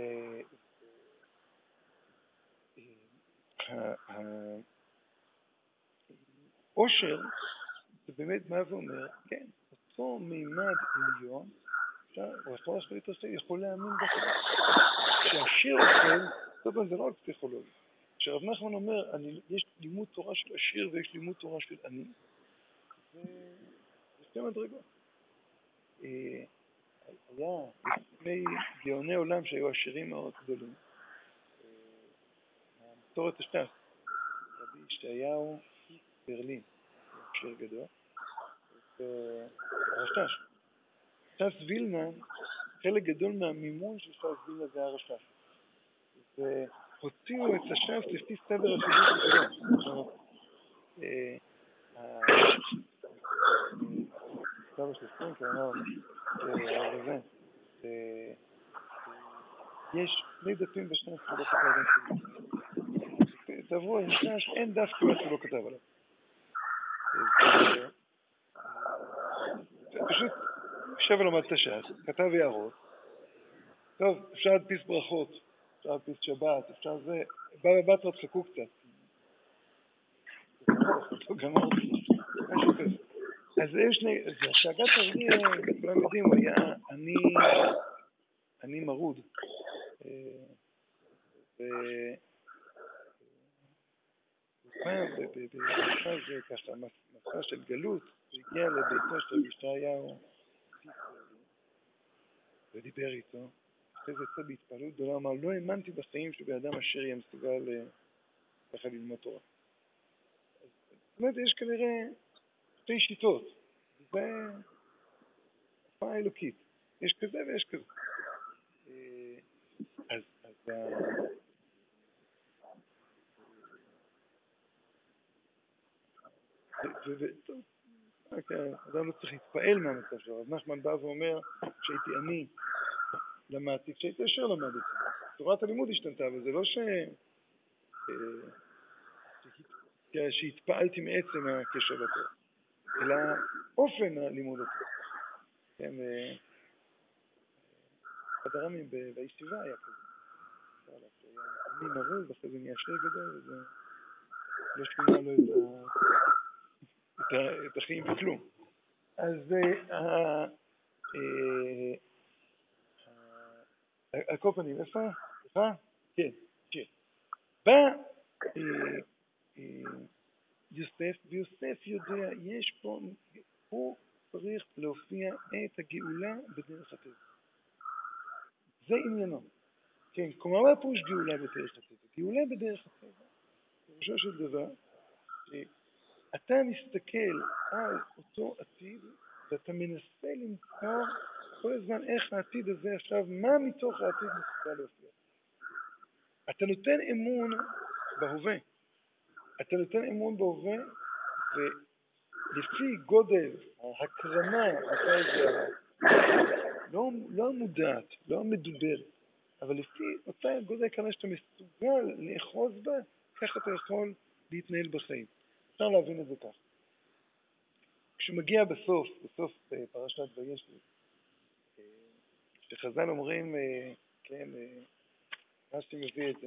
העושר זה באמת מה ואומר, כן, אותו מימד עליון, הוא יכול לעשות להתרסק, יכול להאמין בכלל. כשהשיר אוכל, טוב, זה לא רק פסיכולוגי. כשרב נחמן אומר, אני, יש לימוד תורה של עשיר ויש לימוד תורה של עני, זה שתי מדרגות. היה לפני גאוני עולם שהיו עשירים מאוד גדולים, המסורת השטח, רבי ישעיהו ברלין, עשיר גדול, והרשש. ש"ס וילנה, חלק גדול מהמימון של ש"ס וילנה זה הרשש. והוציאו את הש"ס לפי סדר החידוש שלו. סבא של פרנקל אמר, הרב הזה, יש שני דפים בשני ספרות הקרדן שלי. תעברו, אין דף כמעט שלא כתב עליו. פשוט יושב ולומד את הש"ס, כתב הערות, טוב, אפשר להדפיס ברכות, אפשר להדפיס שבת, אפשר זה, בא בבת עוד חכו קצת. לא גמרתי, משהו כזה. אז יש שני, שהגת הרגיל, כולם יודעים, הוא היה אני, אני מרוד. ובפעם זה ככה, מסע של גלות, הוא הגיע לביתו של ישעיהו ודיבר איתו. אחרי זה יצא בהתפעלות גדולה, אמר, לא האמנתי בחיים שבאדם אשר יהיה מסוגל ככה ללמוד תורה. זאת אומרת, יש כנראה שתי שיטות. זה הופעה אלוקית. יש כזה ויש כזה. אז, אז וטוב, אדם לא צריך להתפעל מהמצב שלו. אז נחמן בא ואומר שהייתי אני למדתי, כשהייתי ישר למדתי. תורת הלימוד השתנתה, אבל זה לא ש... שהתפעלתי מעצם הקשר לתורה, אלא אופן הלימוד התורה. כן, אחד הרמים בישיבה היה כזה. אני מרוז, אחרי זה נהיה שיר גדול, וזה לא שמינה לו את, ה... את, ה... את החיים בכלום. אז על כל פנים, איפה? איפה? כן, כן. בא יוסף, ויוסף יודע, יש פה, הוא צריך להופיע את הגאולה בדרך הטבע. זה עניינו. כן, כלומר, מה פירוש גאולה בדרך הטבע? גאולה בדרך הטבע, פירושו של דבר, אתה מסתכל על אותו עתיד, ואתה מנסה למצוא כל הזמן איך העתיד הזה עכשיו, מה מתוך העתיד מסוגל להופיע. אתה נותן אמון בהווה. אתה נותן אמון בהווה, ולפי גודל הקרמה, לא, לא המודעת, לא המדוברת, אבל לפי אותה גודל הקרמה שאתה מסוגל לאחוז בה, כך אתה יכול להתנהל בחיים. אפשר להבין את זה כך. כשהוא מגיע בסוף, בסוף פרשת וישב, שחז"ל אומרים, כן, רש"י מביא את זה,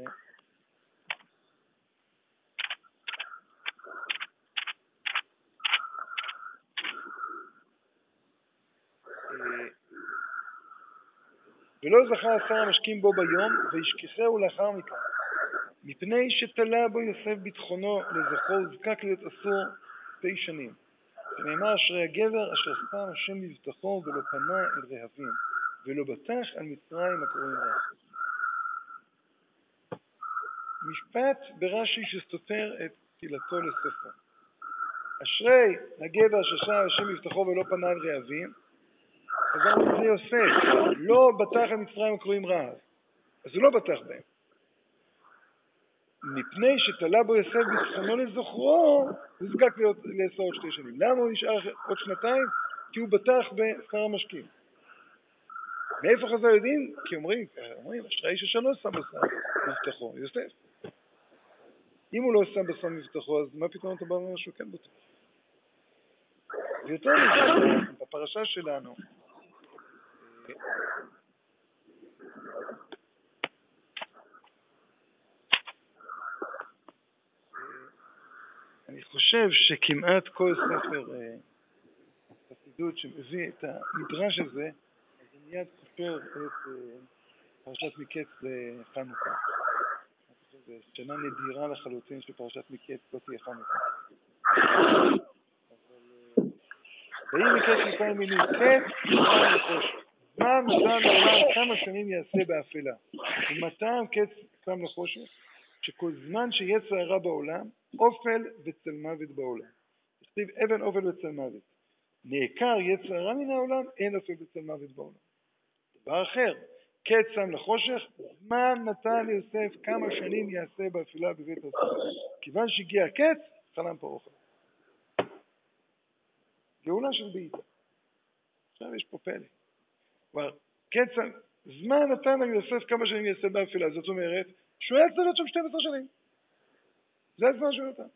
ולא זכה השר המשקים בו ביום, וישכחהו לאחר מכן, מפני שתלה בו יוסף ביטחונו לזכו, וזקק להיות אסור שתי שנים. שנאמר אשרי הגבר אשר שם השם מבטחו ולא פנה אל רהבים, ולא בטח על מצרים הקוראים רע. משפט ברש"י שסותר את תפילתו לסופו. אשרי הגבר אשר שם השם מבטחו ולא פנה אל רהבים, חזרנו את זה יוסף, לא בטח על מצרים הקוראים רע. אז הוא לא בטח בהם. מפני שתלה בו יוסף ביטחונו לזכרו, הוא זקק לעשר עוד שתי שנים. למה הוא נשאר עוד שנתיים? כי הוא בטח בשכר המשקים. מאיפה חז"ל יודעים? כי אומרים, אומרים, אשרי האיש אשר לא שם בשר מבטחו, יוסף. אם הוא לא שם בשר מבטחו, אז מה פתאום אתה בא ואומר שהוא כן בטח? ויותר מזה, בפרשה שלנו, אני חושב שכמעט כל ספר חסידות שמביא את המדרש הזה, אז הוא מיד סופר את פרשת מקץ לחנוכה. זו שנה נדירה לחלוטין שפרשת מקץ לא תהיה חנוכה. ויהי מקץ מכל מיני, קץ זמן לחושך. זמן נתן לעולם כמה שנים יעשה באפלה. ומתם קץ קם לחושך, שכל זמן שיצר הרע בעולם, אופל וצל מוות בעולם. תכתיב אבן אופל וצל מוות. נעקר יצר הרע מן העולם, אין אופל וצל מוות בעולם. דבר אחר, קץ שם לחושך, זמן נתן ליוסף כמה שנים יעשה באפלה בבית הסוהר. כיוון שהגיע הקץ, חלם פרעה חלום. גאולה של בעיטה. עכשיו יש פה פלא. כבר, קץ, זמן נתן ליוסף כמה שנים יעשה באפלה, זאת אומרת, שהוא היה צריך להיות שם שתים עשרה שנים. זה הזמן שהוא נתן.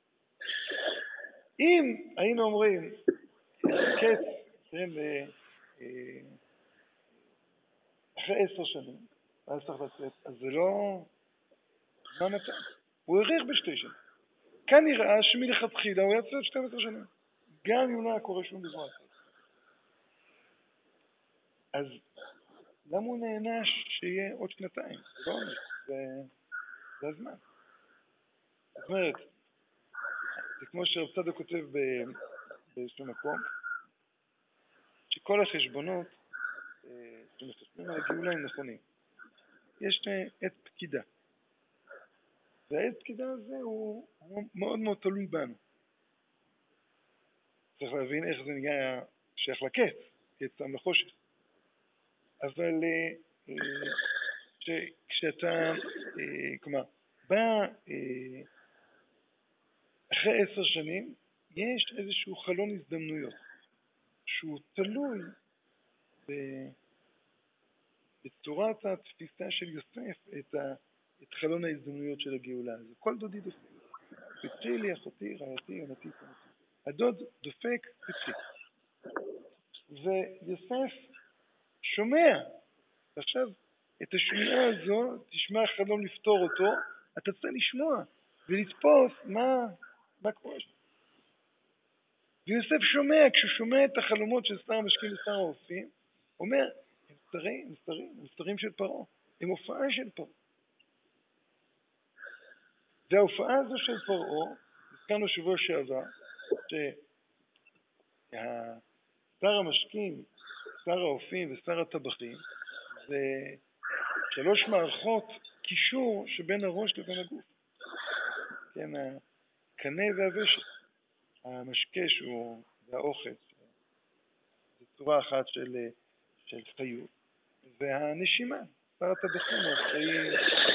אם היינו אומרים, קץ, כן, אחרי עשר שנים, אז צריך לצאת, אז זה לא זמן נתן. הוא העריך בשתי שנים. כאן נראה שמלכתחילה הוא היה צריך להיות שתים עשרה שנים. גם אם לא היה קורה שום בזמן. אז למה הוא נענש שיהיה עוד שנתיים? זה לא עונש, זה, זה הזמן. זאת אומרת, זה כמו שרב צדוק כותב באיזשהו מקום, שכל החשבונות שמחשבים על הגאולה הם נכונים. יש עת פקידה. והעת פקידה הזה הוא, הוא מאוד מאוד תלוי בנו. צריך להבין איך זה נהיה שייך לקץ, קץ שם לחושך. אבל כשאתה, כלומר, בא אחרי עשר שנים, יש איזשהו חלון הזדמנויות, שהוא תלוי בצורת התפיסה של יוסף את, ה, את חלון ההזדמנויות של הגאולה. זה כל דודי דופק. פתחי לי, אחותי, רעייתי, יונתי, תמותי. הדוד דופק פתחי. ויוסף שומע. ועכשיו, את השמיעה הזו, תשמע החלום לפתור אותו, אתה צריך לשמוע ולתפוס מה, מה קורה שם. ויוסף שומע, כשהוא שומע את החלומות של שר המשקים ושר האופים, אומר, הם סתרים, הם סתרים, הם סתרים של פרעה, הם הופעה של פרעה. וההופעה הזו של פרעה, הזכרנו שבוע שעבר, ששר המשקים, שר האופים ושר הטבחים, זה שלוש מערכות קישור שבין הראש לבין הגוף. כן, הקנה והוושט. המשקה שהוא, זה האוכל, זו צורה אחת של, של חיות. והנשימה, שר הטבחים, הוא אחראי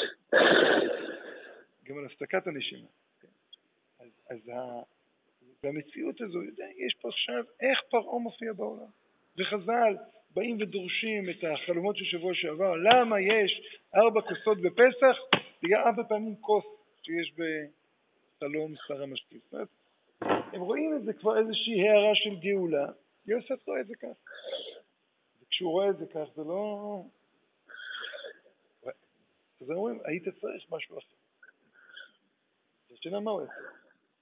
גם על הפסקת הנשימה. אז, אז ה... והמציאות הזו, יש פה עכשיו איך פרעה מופיע בעולם. וחז"ל באים ודורשים את החלומות של שבוע שעבר, למה יש ארבע כוסות בפסח? בגלל ארבע פעמים כוס שיש בחלום שר המשקים. זאת אומרת, הם רואים את זה כבר איזושהי הערה של גאולה, יוסף רואה את זה כך. וכשהוא רואה את זה כך, זה לא... אז הם אומרים, היית צריך משהו אחר. זה שאלה מה הוא יעשה?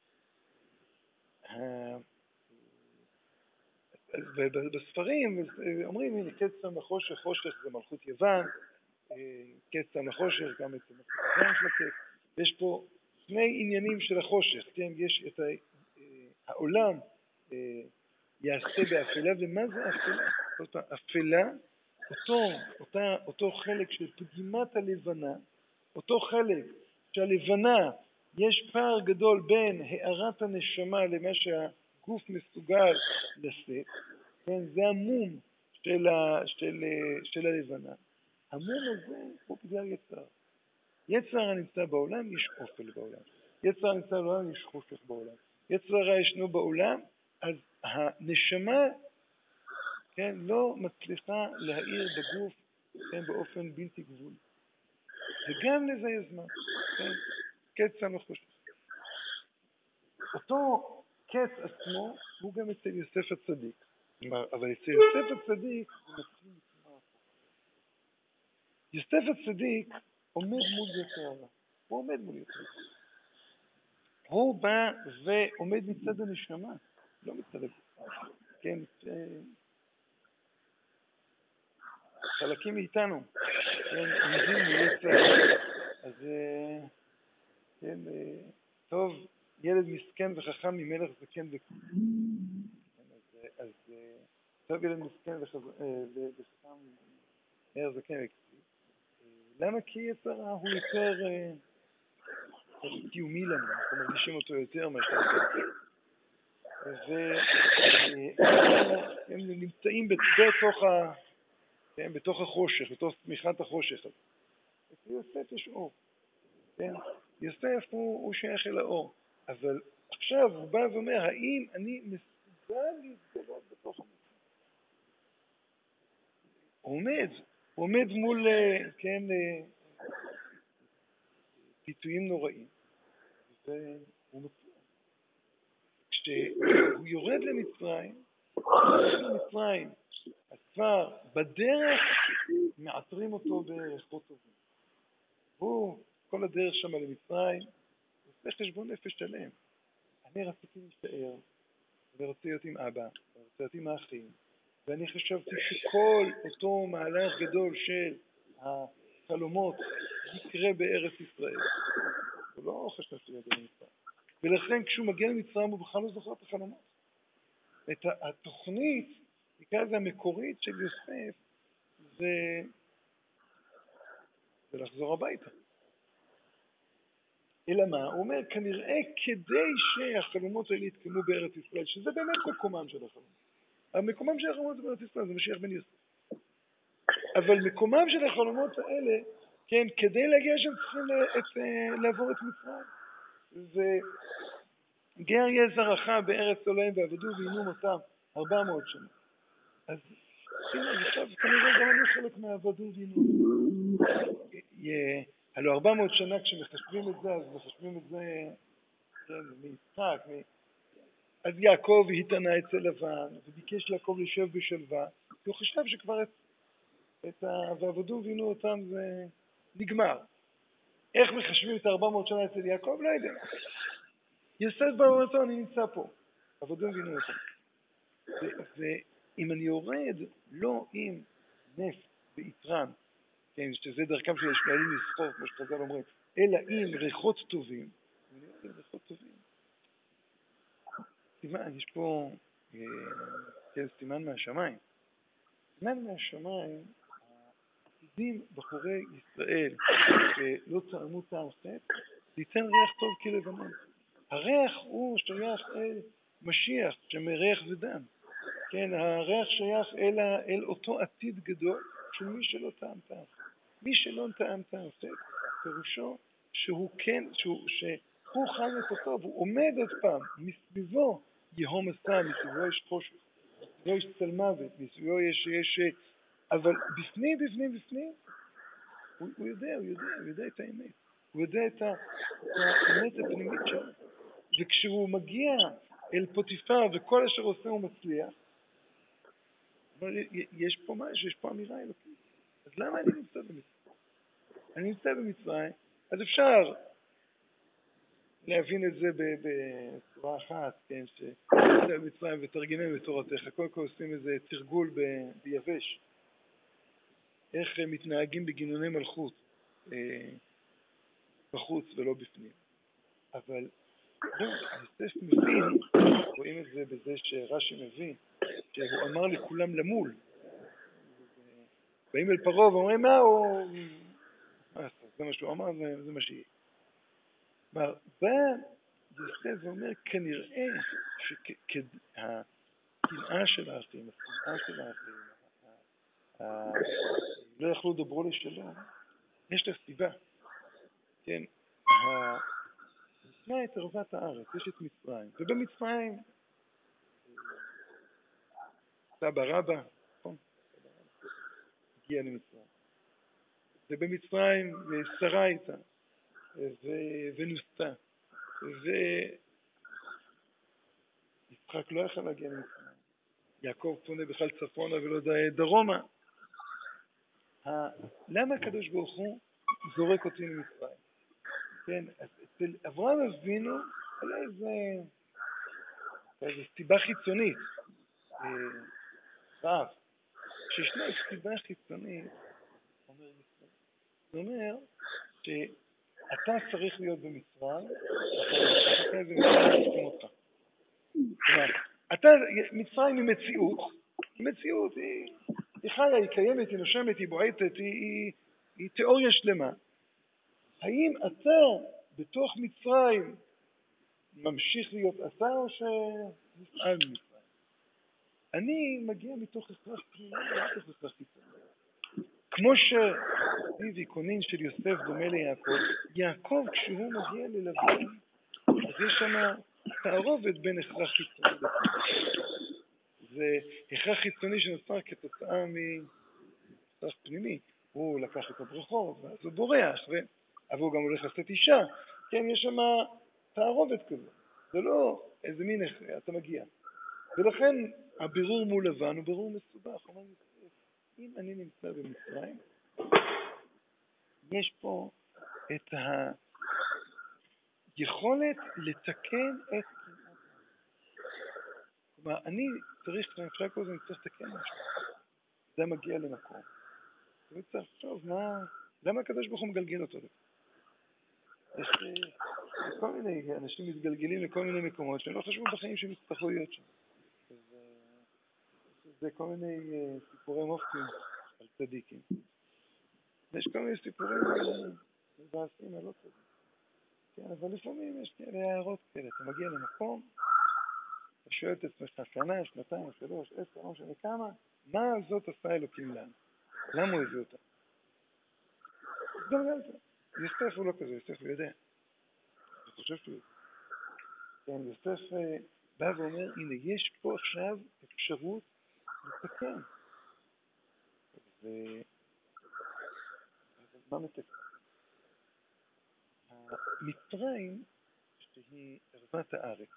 ובספרים אומרים, הנה, קץ המחושך, חושך זה מלכות יוון, קץ המחושך, גם את מלכות יוון של הקץ. יש פה שני עניינים של החושך, כן? יש את העולם יעשה באפלה, ומה זה אפלה? זאת אומרת, אפלה, אותו, אותה, אותו חלק של פגימת הלבנה, אותו חלק שהלבנה, יש פער גדול בין הערת הנשמה למה שהגוף מסוגל לשאת, כן? זה המום של, ה, של, של הלבנה. המום הזה הוא בגלל יצר. יצר נמצא בעולם, יש אופל בעולם. יצר נמצא בעולם, יש חושך בעולם. יצר ישנו בעולם, אז הנשמה, כן, לא מצליחה להאיר בגוף, כן, באופן בלתי גבול. וגם לזה יש זמן, כן, קץ המחושך. אותו קץ עצמו הוא גם אצל יוסף הצדיק. אבל אצל יוסף הצדיק הוא מתחיל לתמוע פה. יוסף הצדיק עומד מול יצר הרע. הוא עומד מול יצר הרע. הוא בא ועומד מצד הנשמה, לא מצד הגוף. כן, חלקים מאיתנו, כן, עומדים מיצר. אז כן, טוב, ילד מסכן וחכם ממלך זקן וקטן. אז, אז טוב ילד מסכן וחכם ממלך זקן וקטן. למה? כי יצר הוא יותר קיומי לנו, אנחנו מרגישים אותו יותר מאשר יותר. והם נמצאים בתוך ה... כן, בתוך החושך, בתוך צמיחת החושך הזה. אצל יוסף יש אור. כן? יוסף הוא, הוא שייך אל האור. אבל עכשיו הוא בא ואומר, האם אני מסוגל להתגלות בתוך המציאות? הוא עומד, הוא עומד מול, כן, פיתויים נוראים. והוא מצליח. כשהוא יורד למצרים, למצרים, אז כבר בדרך מעטרים אותו בריחות טובים. הוא, כל הדרך שם למצרים, עושה חשבון נפש שלם. אני רציתי להישאר, אני רוצה להיות עם אבא, אני רוצה להיות עם האחים, ואני חשבתי שכל אותו מהלך גדול של החלומות יקרה בארץ ישראל. הוא לא חשב להיות במצרים. ולכן כשהוא מגיע למצרים הוא בכלל לא זוכר את החלומות. את התוכנית, נקרא לזה המקורית של יוסף, זה, זה לחזור הביתה. אלא מה? הוא אומר, כנראה כדי שהחלומות האלה יתקמו בארץ ישראל, שזה באמת מקומם של החלומות. המקומם של החלומות בארץ ישראל זה משיח בן יוסף. אבל מקומם של החלומות האלה, כן, כדי להגיע שם צריכים את, לעבור את מצרים. וגר יהיה זרעך בארץ עולם ועבדו ועינו אותם ארבע מאות שנה. אז הנה, עכשיו כנראה גם אני חלק מהעבדו ועינו. הלוא ארבע מאות שנה כשמחשבים את זה, אז מחשבים את זה, כן, מיצחק, מ... אז יעקב התענה אצל לבן, וביקש לעקב לשב בשלווה, הוא חשב שכבר את ה... ועבדו וינו אותם זה נגמר. איך מחשבים את ארבע מאות שנה אצל יעקב? לא יודע. יוסף באומרתו, אני נמצא פה. עבדו וינו אותם. ואם אני יורד לא עם נפט ויתרן, כן, שזה דרכם של הישמעאלים לסחור, כמו שחז"ל אומרים, אלא עם ריחות טובים, אני יורד עם ריחות טובים. סימן, יש פה, אה, כן, סימן מהשמיים. סימן מהשמיים, עתידים בחורי ישראל שלא צרמו טעם חטא, זה ייתן ריח טוב כלבנון. הריח הוא שייך אל משיח, שמריח ודם. כן, הריח שייך אל, אל אותו עתיד גדול של מי שלא טעם טעם. מי שלא טעם טעם חטא, פירושו שהוא כן, שהוא, שהוא חי את הטוב, הוא עומד עוד פעם, מסביבו יהום מסע, מסביבו יש חושך, מסביבו יש צל מוות, מסביבו יש, יש, אבל בפנים, בפנים, בפנים, הוא, הוא יודע, הוא יודע, הוא יודע את האמת. הוא יודע את, ה, את האמת הפנימית שלו. וכשהוא מגיע אל פוטיפר וכל אשר עושה הוא מצליח, יש פה משהו, יש פה אמירה אלוקית. אז למה אני נמצא במצרים? אני נמצא במצרים, אז אפשר להבין את זה בצורה אחת, כן, שנמצא במצרים ותרגמם בתורתך. קודם כל עושים איזה תרגול ביבש. איך מתנהגים בגינוני מלכות בחוץ ולא בפנים. אבל לא, יוסף מבין, רואים את זה בזה שרש"י מבין, שהוא אמר לכולם למול. באים אל פרעה ואומרים, מה הוא... זה מה שהוא אמר, זה, זה מה שיהיה. כלומר, בא יוסף ואומר, כנראה שהקנאה של האחים, הקנאה של האחים, לא יכלו לדברו לשלום, יש לה סיבה. כן, נשמע את ערוות הארץ, יש את מצרים, ובמצרים סבא רבא, נכון? הגיע למצרים. ובמצרים שרה איתה, ונוסתה, ויצחק לא יכול להגיע למצרים. יעקב פונה בכלל צפונה ולא דרומה. למה הקדוש ברוך הוא זורק אותי למצרים? כן, אצל אברהם אבינו היה איזה, איזה סיבה חיצונית, רב. כשישנה סיבה חיצונית, אומר ישראל, זה אומר שאתה צריך להיות במצרים, אתה זה מצרים שתים אותך. כלומר, אתה, מצרים היא מציאות, מציאות היא, היא חיה, היא קיימת, היא נושמת, היא בועטת, היא, היא, היא תיאוריה שלמה. האם אתה בתוך מצרים ממשיך להיות אתה או שנפעל ממצרים? אני מגיע מתוך הכרח פנימי, לא מתוך הכרח חיצוני. כמו שדיבי קונין של יוסף דומה ליעקב, יעקב כשהוא מגיע ללבן, אז יש שם תערובת בין הכרח חיצוני לפנימי. זה הכרח חיצוני שנוצר כתוצאה מהכרח פנימי. הוא לקח את הברכות, ואז הוא בורח, ו... אבל הוא גם הולך לעשות אישה. כן, יש שם תערובת כזו. זה לא איזה מין הכרח, אתה מגיע. ולכן הבירור מול לבן הוא בירור מסובך. אומר יוסף, אם אני נמצא במצרים, יש פה את היכולת לתקן את קנאת. כלומר, אני צריך, אפשר כל זה, אני צריך לתקן משהו. זה מגיע למקום. אני צריך לחשוב, מה, למה הקדוש ברוך הוא מגלגל אותו? יש כל מיני אנשים מתגלגלים לכל מיני מקומות שהם לא חשבו בחיים שהם יצטרכו להיות שם. זה כל מיני סיפורי מופתים על צדיקים. יש כל מיני סיפורים מבאסים על לא צדיקים. כן, אבל לפעמים יש כאלה הערות כאלה. אתה מגיע למקום, אתה שואל את עצמך שנה, שנתיים, שלוש, עשר, לא משנה כמה, מה זאת עשה אלוקים לנו? למה הוא הביא אותה? גלגלת. יוסף הוא לא כזה, יוסף הוא יודע. אני חושב שהוא יודע. כן, יוסף בא ואומר, הנה, יש פה עכשיו אפשרות לתקן. ו... אבל מה מתקן? המצרים, שהיא ערוות הארץ,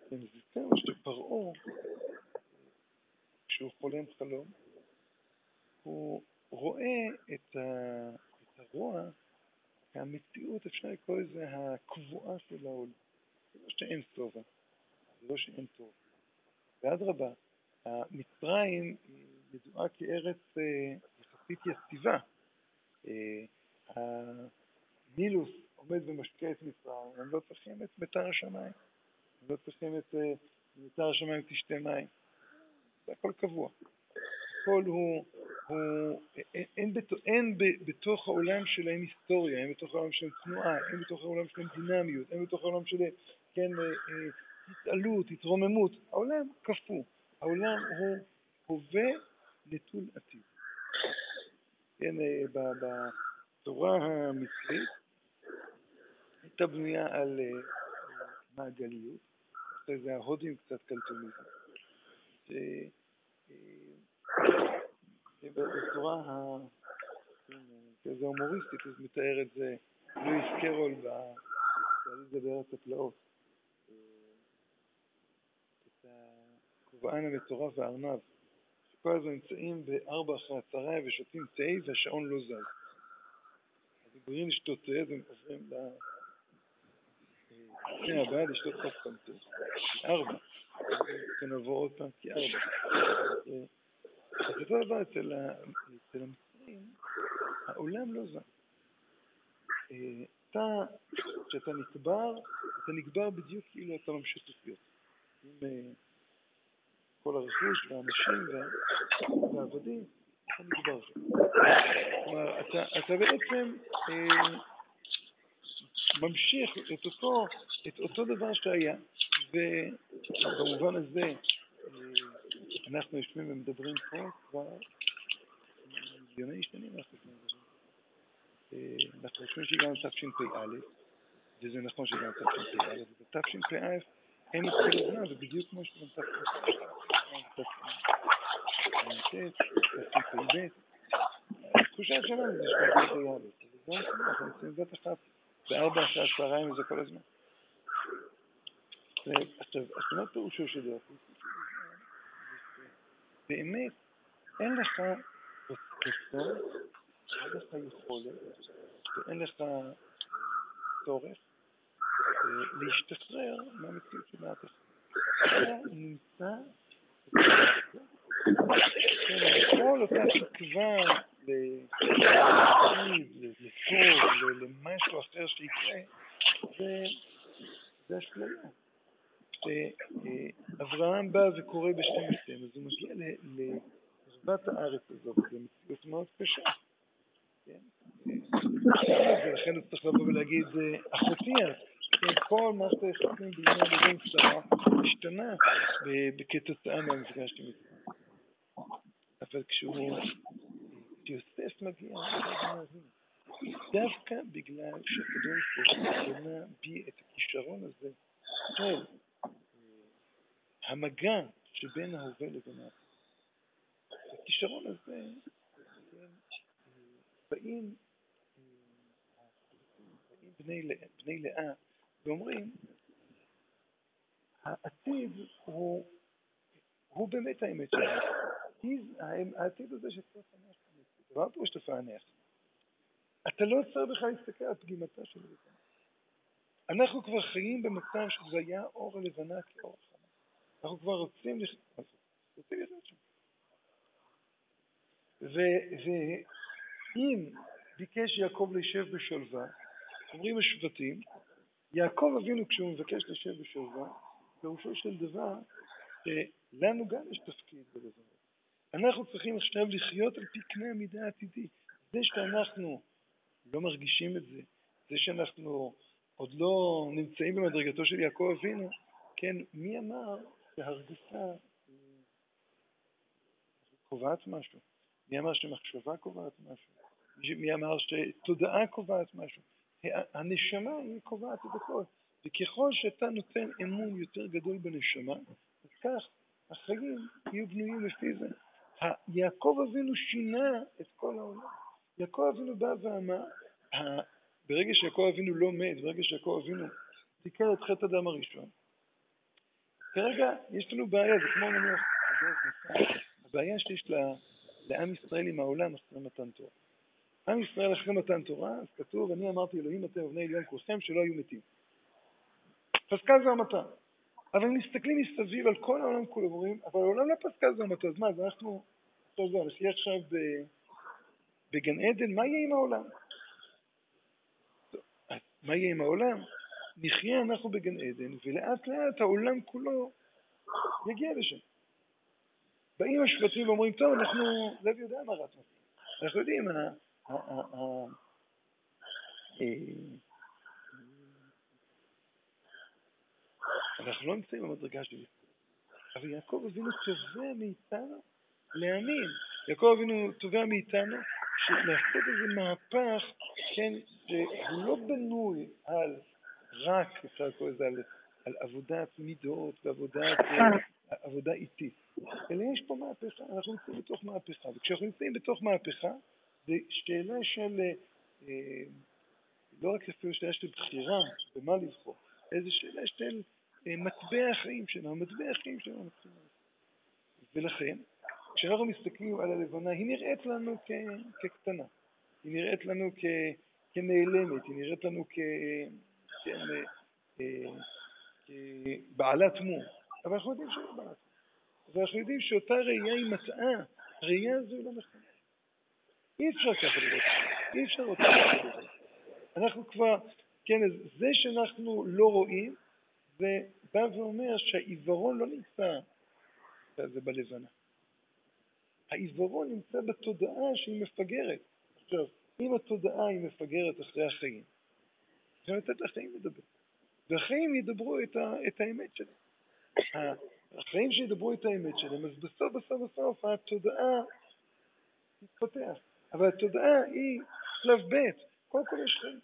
ונזכר שפרעה, כשהוא חולם חלום, הוא רואה את, ה, את הרוע, המציאות, אפשר לקרוא לזה הקבועה של העולם. זה לא שאין סובה, זה לא שאין טוב. ואדרבה, המצרים ידועה כארץ יחסית יציבה. הנילוס עומד ומשקה את מצרים, הם לא צריכים את ביתר השמיים, הם לא צריכים את ביתר השמיים תשתה מים. זה הכל קבוע. הכל הוא, הוא אין, אין, אין בתוך העולם שלהם היסטוריה, אין בתוך העולם שלהם תנועה, אין בתוך העולם שלהם דינמיות, אין בתוך העולם שלהם, כן, התעלות, התרוממות. העולם קפוא. העולם הוא הווה נטול עתיד. כן, בתורה המצרית הייתה בנויה על מעגליות, אחרי זה ההודים קצת קלטו מזה. בצורה כזה הומוריסטית, אז מתאר את זה לואיס קרול בעליזה בארץ הפלאות. את הכובען המטורף והארנב, שכל הזמן נמצאים בארבע אחרי הצהריים ושותים תה והשעון לא זז. אז הם באים לשתות תה, אז הם עוברים לפני הבאה לשתות עוד פעם תה. ארבע. ונבוא עוד פעם כי ארבע. אז זה לא דבר אצל המצרים, העולם לא זז. אתה, כשאתה נקבר, אתה נקבר בדיוק כאילו אתה ממשיך לחיות. עם כל הרכוש והאנשים והעבדים, אתה נקבר שם. כלומר, אתה, אתה בעצם אה, ממשיך את אותו, את אותו דבר שהיה, ובמובן הזה אה, אנחנו יושבים ומדברים פה כבר מיליוני שנים אנחנו יושבים ומדברים. אה, אנחנו חושבים שגם תשפ"א, וזה נכון שגם תשפ"א, ובתשפ"א אין את כל הזמן, זה בדיוק כמו שגם תשפ"א. תשפ"ב, התחושה שלנו זה שתשפ"א, אנחנו נמצאים בת אחת בארבע אחרי הצהריים וזה כל הזמן. עכשיו, מה פירושו של דבר? באמת אין לך רצון, אין לך יכולת ואין לך צורך להשתחרר מהמציאות שמעתך. אתה נמצא כל אותה תקווה לעתיד, לטוב, למשהו אחר שיקרה, זה אשליה. כשאברהם בא וקורא בשם השם, אז הוא מגיע לרבת הארץ הזאת, זו מציאות מאוד קשה. ולכן הוא צריך לבוא ולהגיד, אחותי את, כל מערכת היחסים בינו לבין שרה השתנה כתוצאה מהמפגש עם מצרים. אבל כשהוא, כשיוסף מגיע, דווקא בגלל שהקדוש ברוך הוא בנה בי את הכישרון הזה של המגע שבין ההווה לבין העתיד. הכישרון הזה, באים בני, בני לאה ואומרים, העתיד הוא, הוא באמת האמת שלנו. העתיד הזה שצריך לפענח. דבר פה יש לפענח. אתה לא צריך בכלל להסתכל על פגימתה של הלבנה. אנחנו כבר חיים במצב שזה היה אור הלבנה כאור החמה. אנחנו כבר רוצים לחיות. רוצים לחיות שם. ואם ביקש יעקב להישב בשלווה, אומרים השבטים, יעקב אבינו כשהוא מבקש להישב בשלווה, פירושו של דבר שלנו גם יש תפקיד בלבנה. אנחנו צריכים עכשיו לחיות על פי קנה המידה העתידי. זה שאנחנו לא מרגישים את זה, זה שאנחנו עוד לא נמצאים במדרגתו של יעקב אבינו, כן, מי אמר שהרגשה קובעת משהו? מי אמר שמחשבה קובעת משהו? מי אמר שתודעה קובעת משהו? הנשמה היא קובעת את הכל. וככל שאתה נותן אמון יותר גדול בנשמה, אז כך החיים יהיו בנויים לפי זה. יעקב אבינו שינה את כל העולם. יעקב אבינו בא ואמר, ברגע שיעקב אבינו לא מת, ברגע שיעקב אבינו תיקר את חטא אדם הראשון, כרגע יש לנו בעיה, זה כמו נניח, הבעיה שיש לה לעם ישראל עם העולם אחרי מתן תורה. עם ישראל אחרי מתן תורה, אז כתוב, אני אמרתי אלוהים אתם ובני עליון כולכם שלא היו מתים. פסקה זו המתה. אבל הם מסתכלים מסביב על כל העולם כולו, אומרים, אבל העולם לא פסקה זו המתה, אז מה, אז אנחנו, עכשיו זה, נחיה עכשיו בגן עדן, מה יהיה עם העולם? אז מה יהיה עם העולם? נחיה אנחנו בגן עדן, ולאט לאט העולם כולו יגיע לשם. באים השבטים ואומרים, טוב, אנחנו, לב יודע מה רצנו. אנחנו יודעים, אנחנו לא נמצאים במדרגה שלי. אבל יעקב אבינו תובע מאיתנו להאמין. יעקב אבינו תובע מאיתנו לעשות איזה מהפך, כן, שהוא לא בנוי על רק, אפשר לקרוא לזה, על, על עבודת מידות ועבודת עבודה איטית. אלא יש פה מהפכה, אנחנו נמצאים בתוך מהפכה. וכשאנחנו נמצאים בתוך מהפכה, זה שאלה של, אה, לא רק אפילו שאלה של בחירה, במה לבחור, איזה שאלה של אה, מטבע החיים שלנו, מטבע החיים שלנו מתחילים. ולכן, כשאנחנו מסתכלים על הלבנה, היא נראית לנו כ- כקטנה, היא נראית לנו כ- כנעלמת, היא נראית לנו כ... כן, אה, כבעלת מום. אבל אנחנו יודעים שהיא בעלת מום. ואנחנו יודעים שאותה ראייה היא מטעה, הראייה הזו היא לא נכונה. אי אפשר ככה לראות, אי אפשר אותה ככה לראות. אנחנו כבר, כן, זה שאנחנו לא רואים, זה בא ואומר שהעיוורון לא נמצא זה בלבנה. העיוורון נמצא בתודעה שהיא מפגרת. עכשיו, אם התודעה היא מפגרת אחרי החיים, אפשר לתת לחיים לדבר. והחיים ידברו את, ה, את האמת שלהם. החיים שידברו את האמת שלהם, אז בסוף, בסוף, בסוף, התודעה תתפתח. אבל התודעה היא שלב ב', קודם כל יש חיים.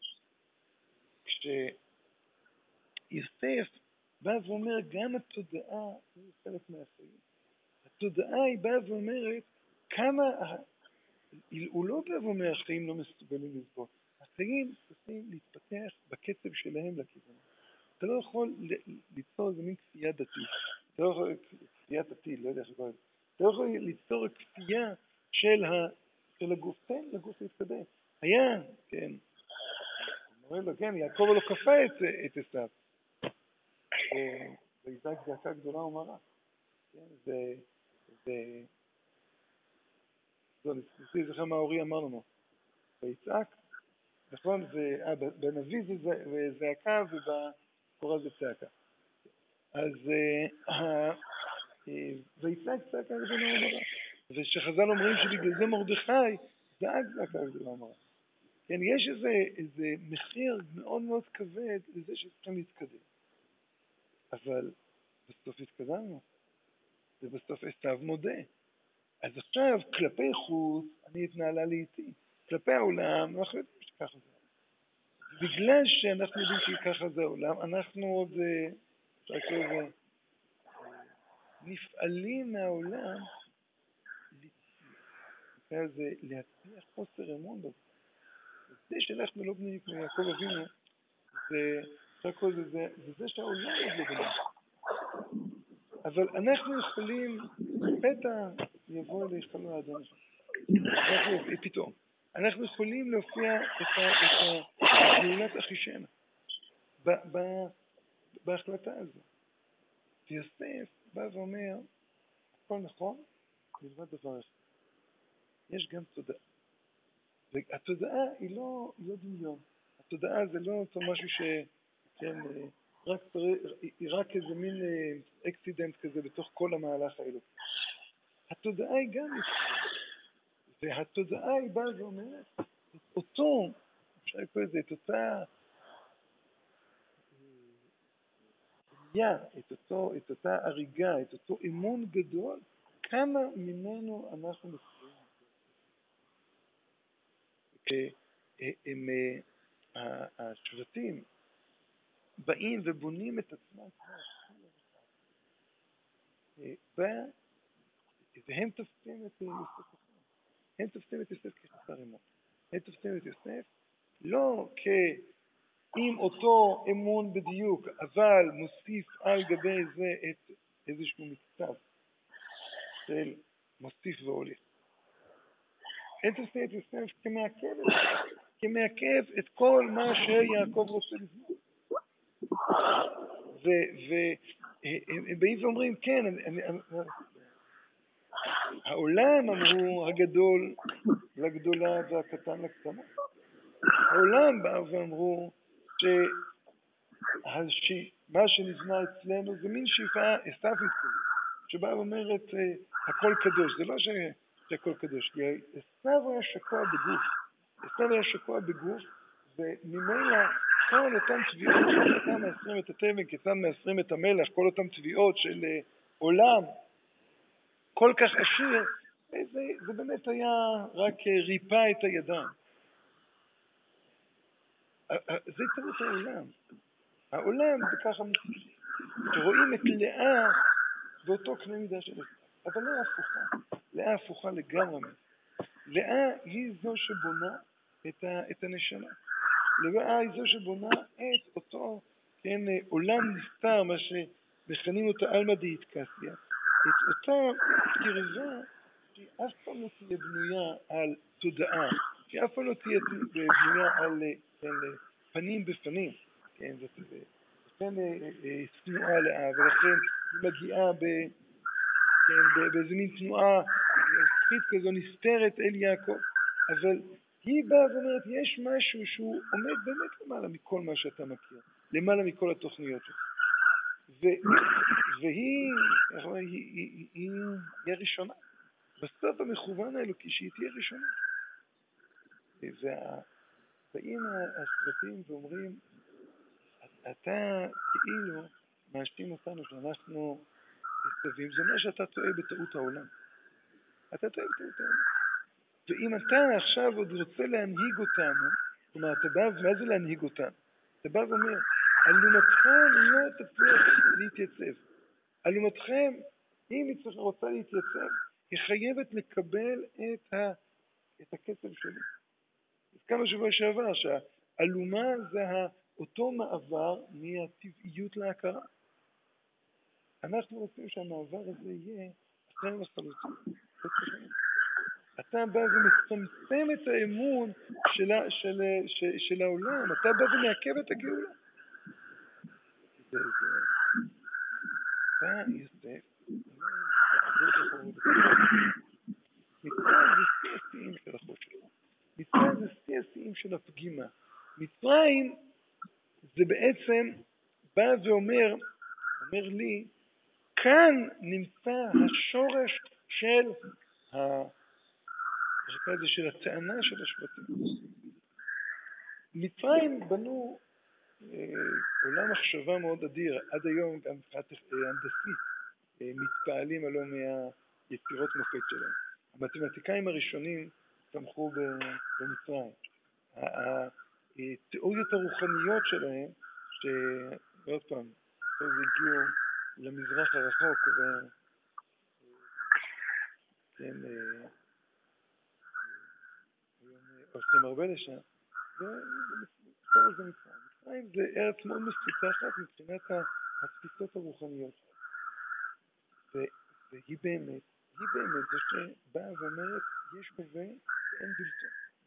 כשיוסף בא ואומר, גם התודעה היא חלק מהחיים. התודעה היא באה ואומרת, כמה, הוא לא בא ואומר, החיים לא מסוגלים לסבול. החיים צריכים להתפתח בקצב שלהם לכיוון. אתה לא יכול ליצור איזה מין כפייה דתית. אתה לא יכול, כפייה דתית, לא יודע איך לקרוא את זה. אתה לא יכול ליצור כפייה של, ה, של הגוף. כן, לגוף להתקדם. היה, כן. אומר לו, כן, יעקב לא כפה את, את עשיו. ויזעק זעקה גדולה ומרה. כן, זה, זה, זו, ניסיתי זכר מה אורי אמר לנו. ויצעק, נכון, בנביא זה זעקה ובקורא זה צעקה. אז ויצעק צעקה גדולה ומרה. ושחז"ל אומרים שבגלל זה מרדכי זעק זעקה גדולה ומרה. כן, יש איזה, איזה מחיר מאוד מאוד כבד לזה שצריכים להתקדם. אבל בסוף התקדמנו. ובסוף עשיו מודה. אז עכשיו, כלפי חוץ, אני התנהלה לאיתי. כלפי העולם, אנחנו יודעים שככה זה. בגלל שאנחנו יודעים שככה זה העולם, אנחנו עוד, אפשר לקרוא לזה, נפעלים מהעולם זה להצליח חוסר אמון בזה. זה שאנחנו לא בניים כמו יעקב אבינו, זה, אפשר לקרוא לזה, זה, זה זה שהעולם עוד לא בניים. אבל אנחנו יכולים, פתע יבוא להיכלו האדון שם. אנחנו, פתאום. אנחנו יכולים להופיע את הגאולת אחישנה בהחלטה הזו. ויוסף בא ואומר, הכל נכון, מלבד דבר אחד. יש גם תודעה. והתודעה היא לא, היא לא דמיון. התודעה זה לא אותו משהו ש... כן, רק, היא רק איזה מין אקסידנט כזה בתוך כל המהלך האלוקי. התודעה היא גם נפלאה. והתודעה היא באה ואומרת, את אותו, אפשר לקרוא את זה, את אותה בנייה, את, אותו, את אותה הריגה, את אותו אמון גדול, כמה ממנו אנחנו מסתכלים. הם, השבטים באים ובונים את עצמם והם תופסים את יוסף אחר. הם תופסים את יוסף כחסר אמון. הם תופסים את יוסף לא עם אותו אמון בדיוק, אבל מוסיף על גבי זה את איזשהו מקצב של מוסיף והוליך. אין תעשה את יוסף כמעכב, כמעכב את כל מה שיעקב רוצה לבנות. והם באים ואומרים, כן, אני, אני, העולם אמרו הגדול לגדולה והקטן לקטנה. העולם באו ואמרו שמה שנבנה אצלנו זה מין שאיפה אסתפית כזאת, שבאה ואומרת הכל קדוש. זה לא שהכל קדוש, כי אסתיו היה שקוע בגוף. אסתיו היה שקוע בגוף, וממילא כל אותם תביעות שכיצד מאסרים את התבן, כיצד מאסרים את המלח, כל אותם תביעות של עולם כל כך עשיר, זה, זה באמת היה רק ריפה את הידיים. זה טעות העולם. העולם בככה מציג, שרואים את לאה באותו קנה מידה של אסתיו, אבל לאה הפוכה, לאה הפוכה לגמרי. לאה היא זו שבונה את, ה, את הנשמה. לאה היא זו שבונה את אותו, כן, עולם נסתר, מה שמכנים אותה אלמא דאיטקסיה, את אותה קרבה שהיא אף פעם לא תהיה בנויה על תודעה, שהיא אף פעם לא תהיה בנויה על, כן, פנים בפנים, כן, זאת כן, תנועה לאה, ולכן היא מגיעה ב, כן, באיזה מין תנועה הופכית כזו נסתרת אל יעקב, אבל היא באה ואומרת, יש משהו שהוא עומד באמת למעלה מכל מה שאתה מכיר, למעלה מכל התוכניות שלך. והיא, איך אומר, היא, היא, היא, היא, היא הראשונה. בסוף המכוון האלוקי שהיא תהיה ראשונה. ובאים השבטים ואומרים, אתה כאילו מאשים אותנו שאנחנו עשבים, זה אומר שאתה טועה בטעות העולם. אתה טועה בטעות העולם. ואם אתה עכשיו עוד רוצה להנהיג אותנו, כלומר, אתה בא, מה זה להנהיג אותנו? אתה בא ואומר, אלומתכם לא תצליח להתייצב. אלומתכם, אם היא צריכה רוצה להתייצב, היא חייבת לקבל את, ה, את הקצב שלי. אז כמה שבוע שעבר, שהאלומה זה אותו מעבר מהטבעיות להכרה. אנחנו רוצים שהמעבר הזה יהיה אחרי לחלוטין. אתה בא ומצמצם את האמון של, של, של, של העולם, אתה בא ומעכב את הגאולה. זה, זה, אתה יוסף, מצרים זה שיא השיאים של החושך. מצרים זה שיא השיאים של הפגימה. מצרים זה בעצם בא ואומר, אומר לי, כאן נמצא השורש של ה... זה של הטענה של השבטים. מצרים בנו אה, עולם מחשבה מאוד אדיר, עד היום גם מבחינת הנדסית, אה, מתפעלים עלו מהיצירות מופת שלהם. המתמטיקאים הראשונים צמחו במצרים. התיאוריות הרוחניות שלהם, שעוד פעם, אז הגיעו למזרח הרחוק, ו... כן, עושים הרבה לשם, זה מצרים. מצרים זה ארץ מאוד מפותחת מבחינת התפיסות הרוחניות. והיא באמת, היא באמת זה שבאה ואומרת, יש בזה ואין בלתו.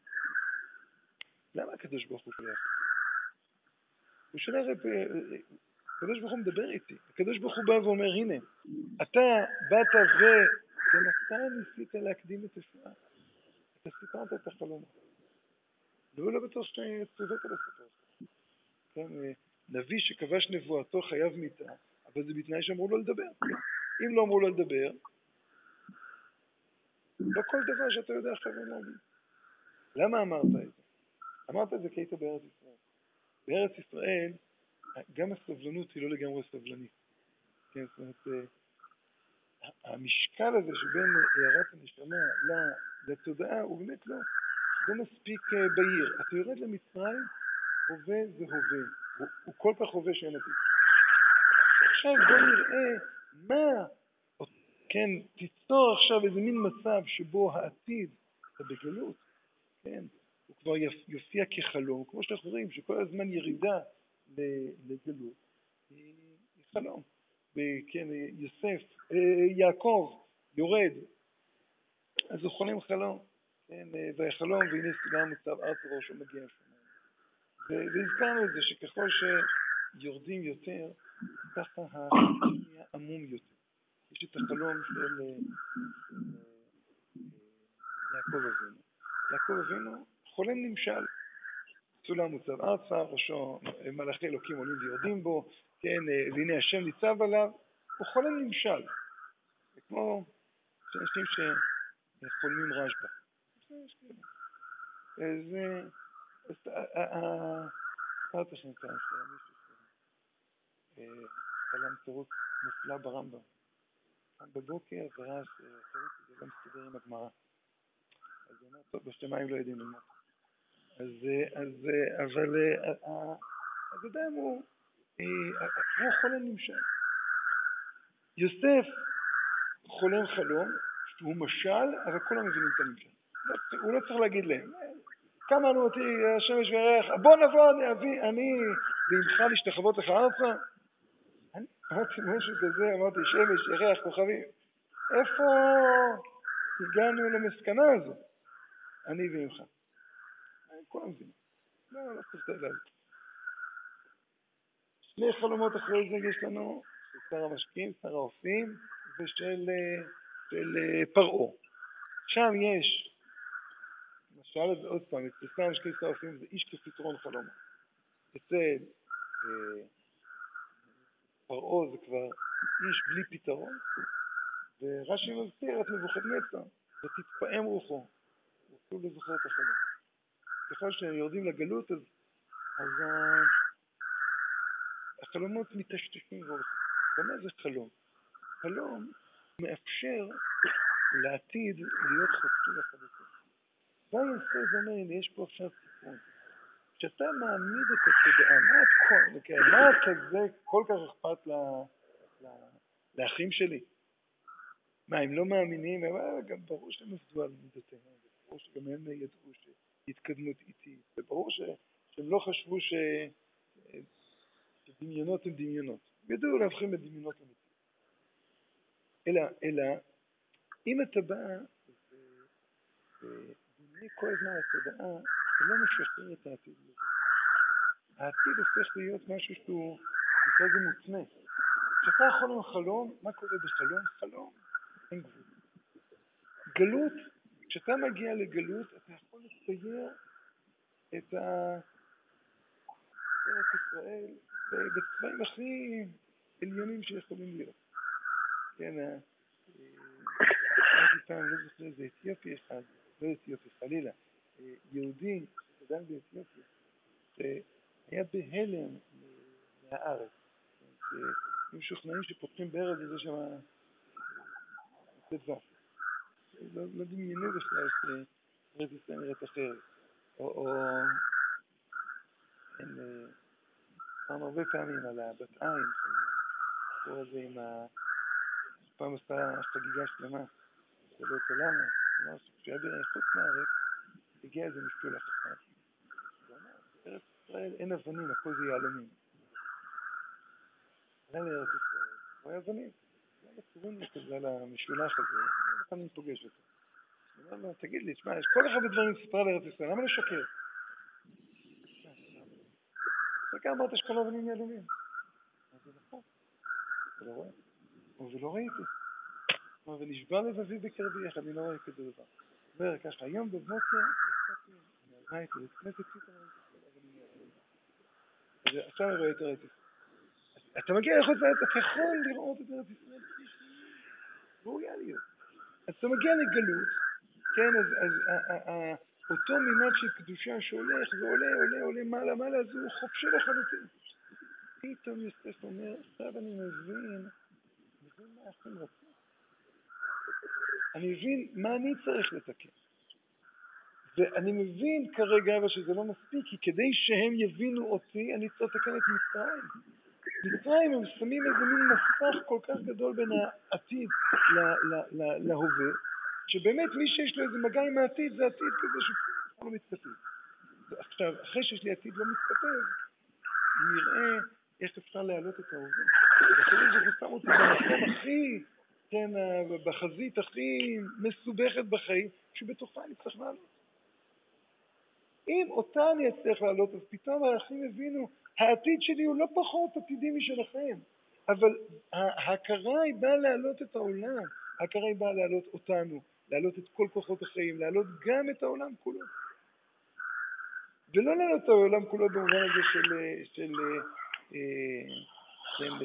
למה הקדוש ברוך הוא שולח אותי? הוא שולח, הקדוש ברוך הוא מדבר איתי. הקדוש ברוך הוא בא ואומר, הנה, אתה באת ומתי ניסית להקדים את השעה? אתה סיפרת את החלום. והוא לא בטוח שצוות על הספר. כן, נביא שכבש נבואתו חייב מיתה, אבל זה בתנאי שאמרו לו לדבר. אם לא אמרו לו לדבר, לא כל דבר שאתה יודע חייבים להגיד. למה אמרת את זה? אמרת את זה כי היית בארץ ישראל. בארץ ישראל, גם הסבלנות היא לא לגמרי סבלנית. כן, זאת אומרת, המשקל הזה שבין הערת הנשמה לתודעה הוא באמת לא, לא מספיק בהיר. אתה יורד למצרים, הווה זה הווה. הוא, הוא כל כך הווה שאין עתיד. עכשיו בוא נראה מה, כן, תיצור עכשיו איזה מין מצב שבו העתיד, אתה בגלות, כן, הוא כבר יופיע כחלום, כמו שאנחנו רואים שכל הזמן ירידה לגלות היא חלום. כן, יוסף, יעקב יורד, אז הוא חולם חלום, כן, והחלום, והנה סולם מוצב ארצה ראשו מגיע השמיים. והזכרנו את זה שככל שיורדים יותר, ככה החלום נהיה עמום יותר. יש את החלום של יעקב אבינו. יעקב אבינו חולם נמשל. סולם מוצב ארצה, ראשו מלאכי אלוקים עולים ויורדים בו, כן, והנה השם ניצב עליו, הוא חולם נמשל. זה כמו אנשים שחולמים רשב"א. אז אמרתי לכם פעם שהיה מישהו חלם תירוץ מופלא ברמב"ם. קם בבוקר וראה שהתירוץ הזה לא מסתדר עם הגמרא. אז הוא אומר, טוב, בשמיים לא יודעים ללמוד. אז, אז, אבל, אז אדם הוא, הוא חולם נמשל. יוסף חולם חלום, שהוא משל, אבל כולם מבינים את הנמשל. הוא לא צריך להגיד להם, כמה ענו אותי השמש וירח, בוא נבוא, אני אביא, אני ועמך להשתחוות לך ארצה. אני אמרתי משהו כזה, אמרתי שמש, ירח, כוכבים. איפה הגענו למסקנה הזו? אני ועמך. כולם מבינים. לא, לא צריך להגיד. שני חלומות אחרי זה יש לנו, של שר המשקים, שר האופים, ושל של פרעה. שם יש, למשל, עוד פעם, אצל שר המשקים, שר האופים, זה איש כפתרון חלומות. אצל אה, פרעה זה כבר איש בלי פתרון, ורש"י מזכיר את נבוכדנצר, ותתפעם רוחו, וכתוב לזוכר את החלום. ככל שיורדים לגלות, אז, אז החלומות מתשתשים והולכים. ומה זה חלום? חלום מאפשר לעתיד להיות חופשי לחלוטין. והיסוד אומר, הנה יש פה עכשיו סיפור. כשאתה מעמיד את התודעה, מה, כל, מה כזה כל כך אכפת לה, לה, לאחים שלי? מה, הם לא מאמינים? אבל גם ברור שהם עבדו על מידותיהם, ברור שגם הם ידעו שהתקדמות איטית, וברור ש, שהם לא חשבו ש, שדמיונות הם דמיונות. הם ידעו להבחין בדמיונות אמיתיות. אלא, אלא, אם אתה בא ובונה כל הזמן התודעה, אתה לא משחרר את העתיד לזה. העתיד הופך להיות משהו שהוא נקרא זה מותנה. כשאתה יכול עם חלום, מה קורה בחלום? חלום, אין גבול. גלות, כשאתה מגיע לגלות, אתה יכול לצייר את ארץ ישראל בצבעים הכי עליונים שיכולים להיות. כן, אמרתי פעם, לא זוכר, זה אתיופי אחד, לא אתיופי, חלילה, יהודי שגדל באתיופיה, שהיה בהלם מהארץ, שהיו משוכנעים שפותחים בארץ וזה שם דבש. לא, לא דמיינו בכלל שארץ ישראל נראית אחרת. או, או אין, אמרנו הרבה פעמים על הבת עין, הסיפור הזה עם ה... פעם עשתה חגיגה שלמה, שאלו אותו למה, אמר שכשהיה בחוץ לארץ, הגיע איזה משולח אחד. הוא אמר, בארץ ישראל אין אבנים, הכל זה יעלומים. עלה לארץ ישראל, הוא היה אבנים. הוא היה קוראים לו כזה על המשולח הזה, אני בכלל אני פוגש אותו. הוא אומר לו, תגיד לי, תשמע, יש כל כך הרבה דברים שספרה לארץ ישראל, למה לשקר? וכך אמרת שכל האבנים יעלומים. אז זה נכון, אתה לא רואה? אבל לא ראיתי. ונשבע לבבי בקרבי, איך אני לא רואה כזה דבר. אומר ככה, היום בבוקר יצאתי מהבית לבית כנסת, פתאום ראיתי כל האבנים יעלומים. עכשיו אני רואה את ארץ ישראל. אתה מגיע לחוץ לארץ, אתה יכול לראות את ארץ ישראל כפי שהיא ראויה להיות. אז אתה מגיע לגלות, כן, אז, אז ה, ה, ה, אותו מימד של קדושה שהולך ועולה, עולה, עולה, מעלה, מעלה, אז הוא חופשי לחלוטין. פתאום יוסף אומר, עכשיו אני מבין, מבין מה אחים רצים. אני מבין מה אני צריך לתקן. ואני מבין כרגע אבל שזה לא מספיק, כי כדי שהם יבינו אותי, אני צריך לתקן את מצרים. מצרים הם שמים איזה מין מסך כל כך גדול בין העתיד להווה, שבאמת מי שיש לו איזה מגע עם העתיד, זה עתיד כזה שהוא לא מתכתב. עכשיו, אחרי שיש לי עתיד לא מתכתב, נראה איך אפשר להעלות את ההווה. ואחרי זה הוא שם אותי במקום הכי, כן, בחזית הכי מסובכת בחיים, שבתוכה אני צריך לעלות. אם אותה אני אצטרך לעלות, אז פתאום האחים הבינו, העתיד שלי הוא לא פחות עתידי משלכם, אבל ההכרה היא באה להעלות את העולם, ההכרה היא באה להעלות אותנו, להעלות את כל כוחות החיים, להעלות גם את העולם כולו. ולא להעלות את העולם כולו במובן הזה של, של, של, של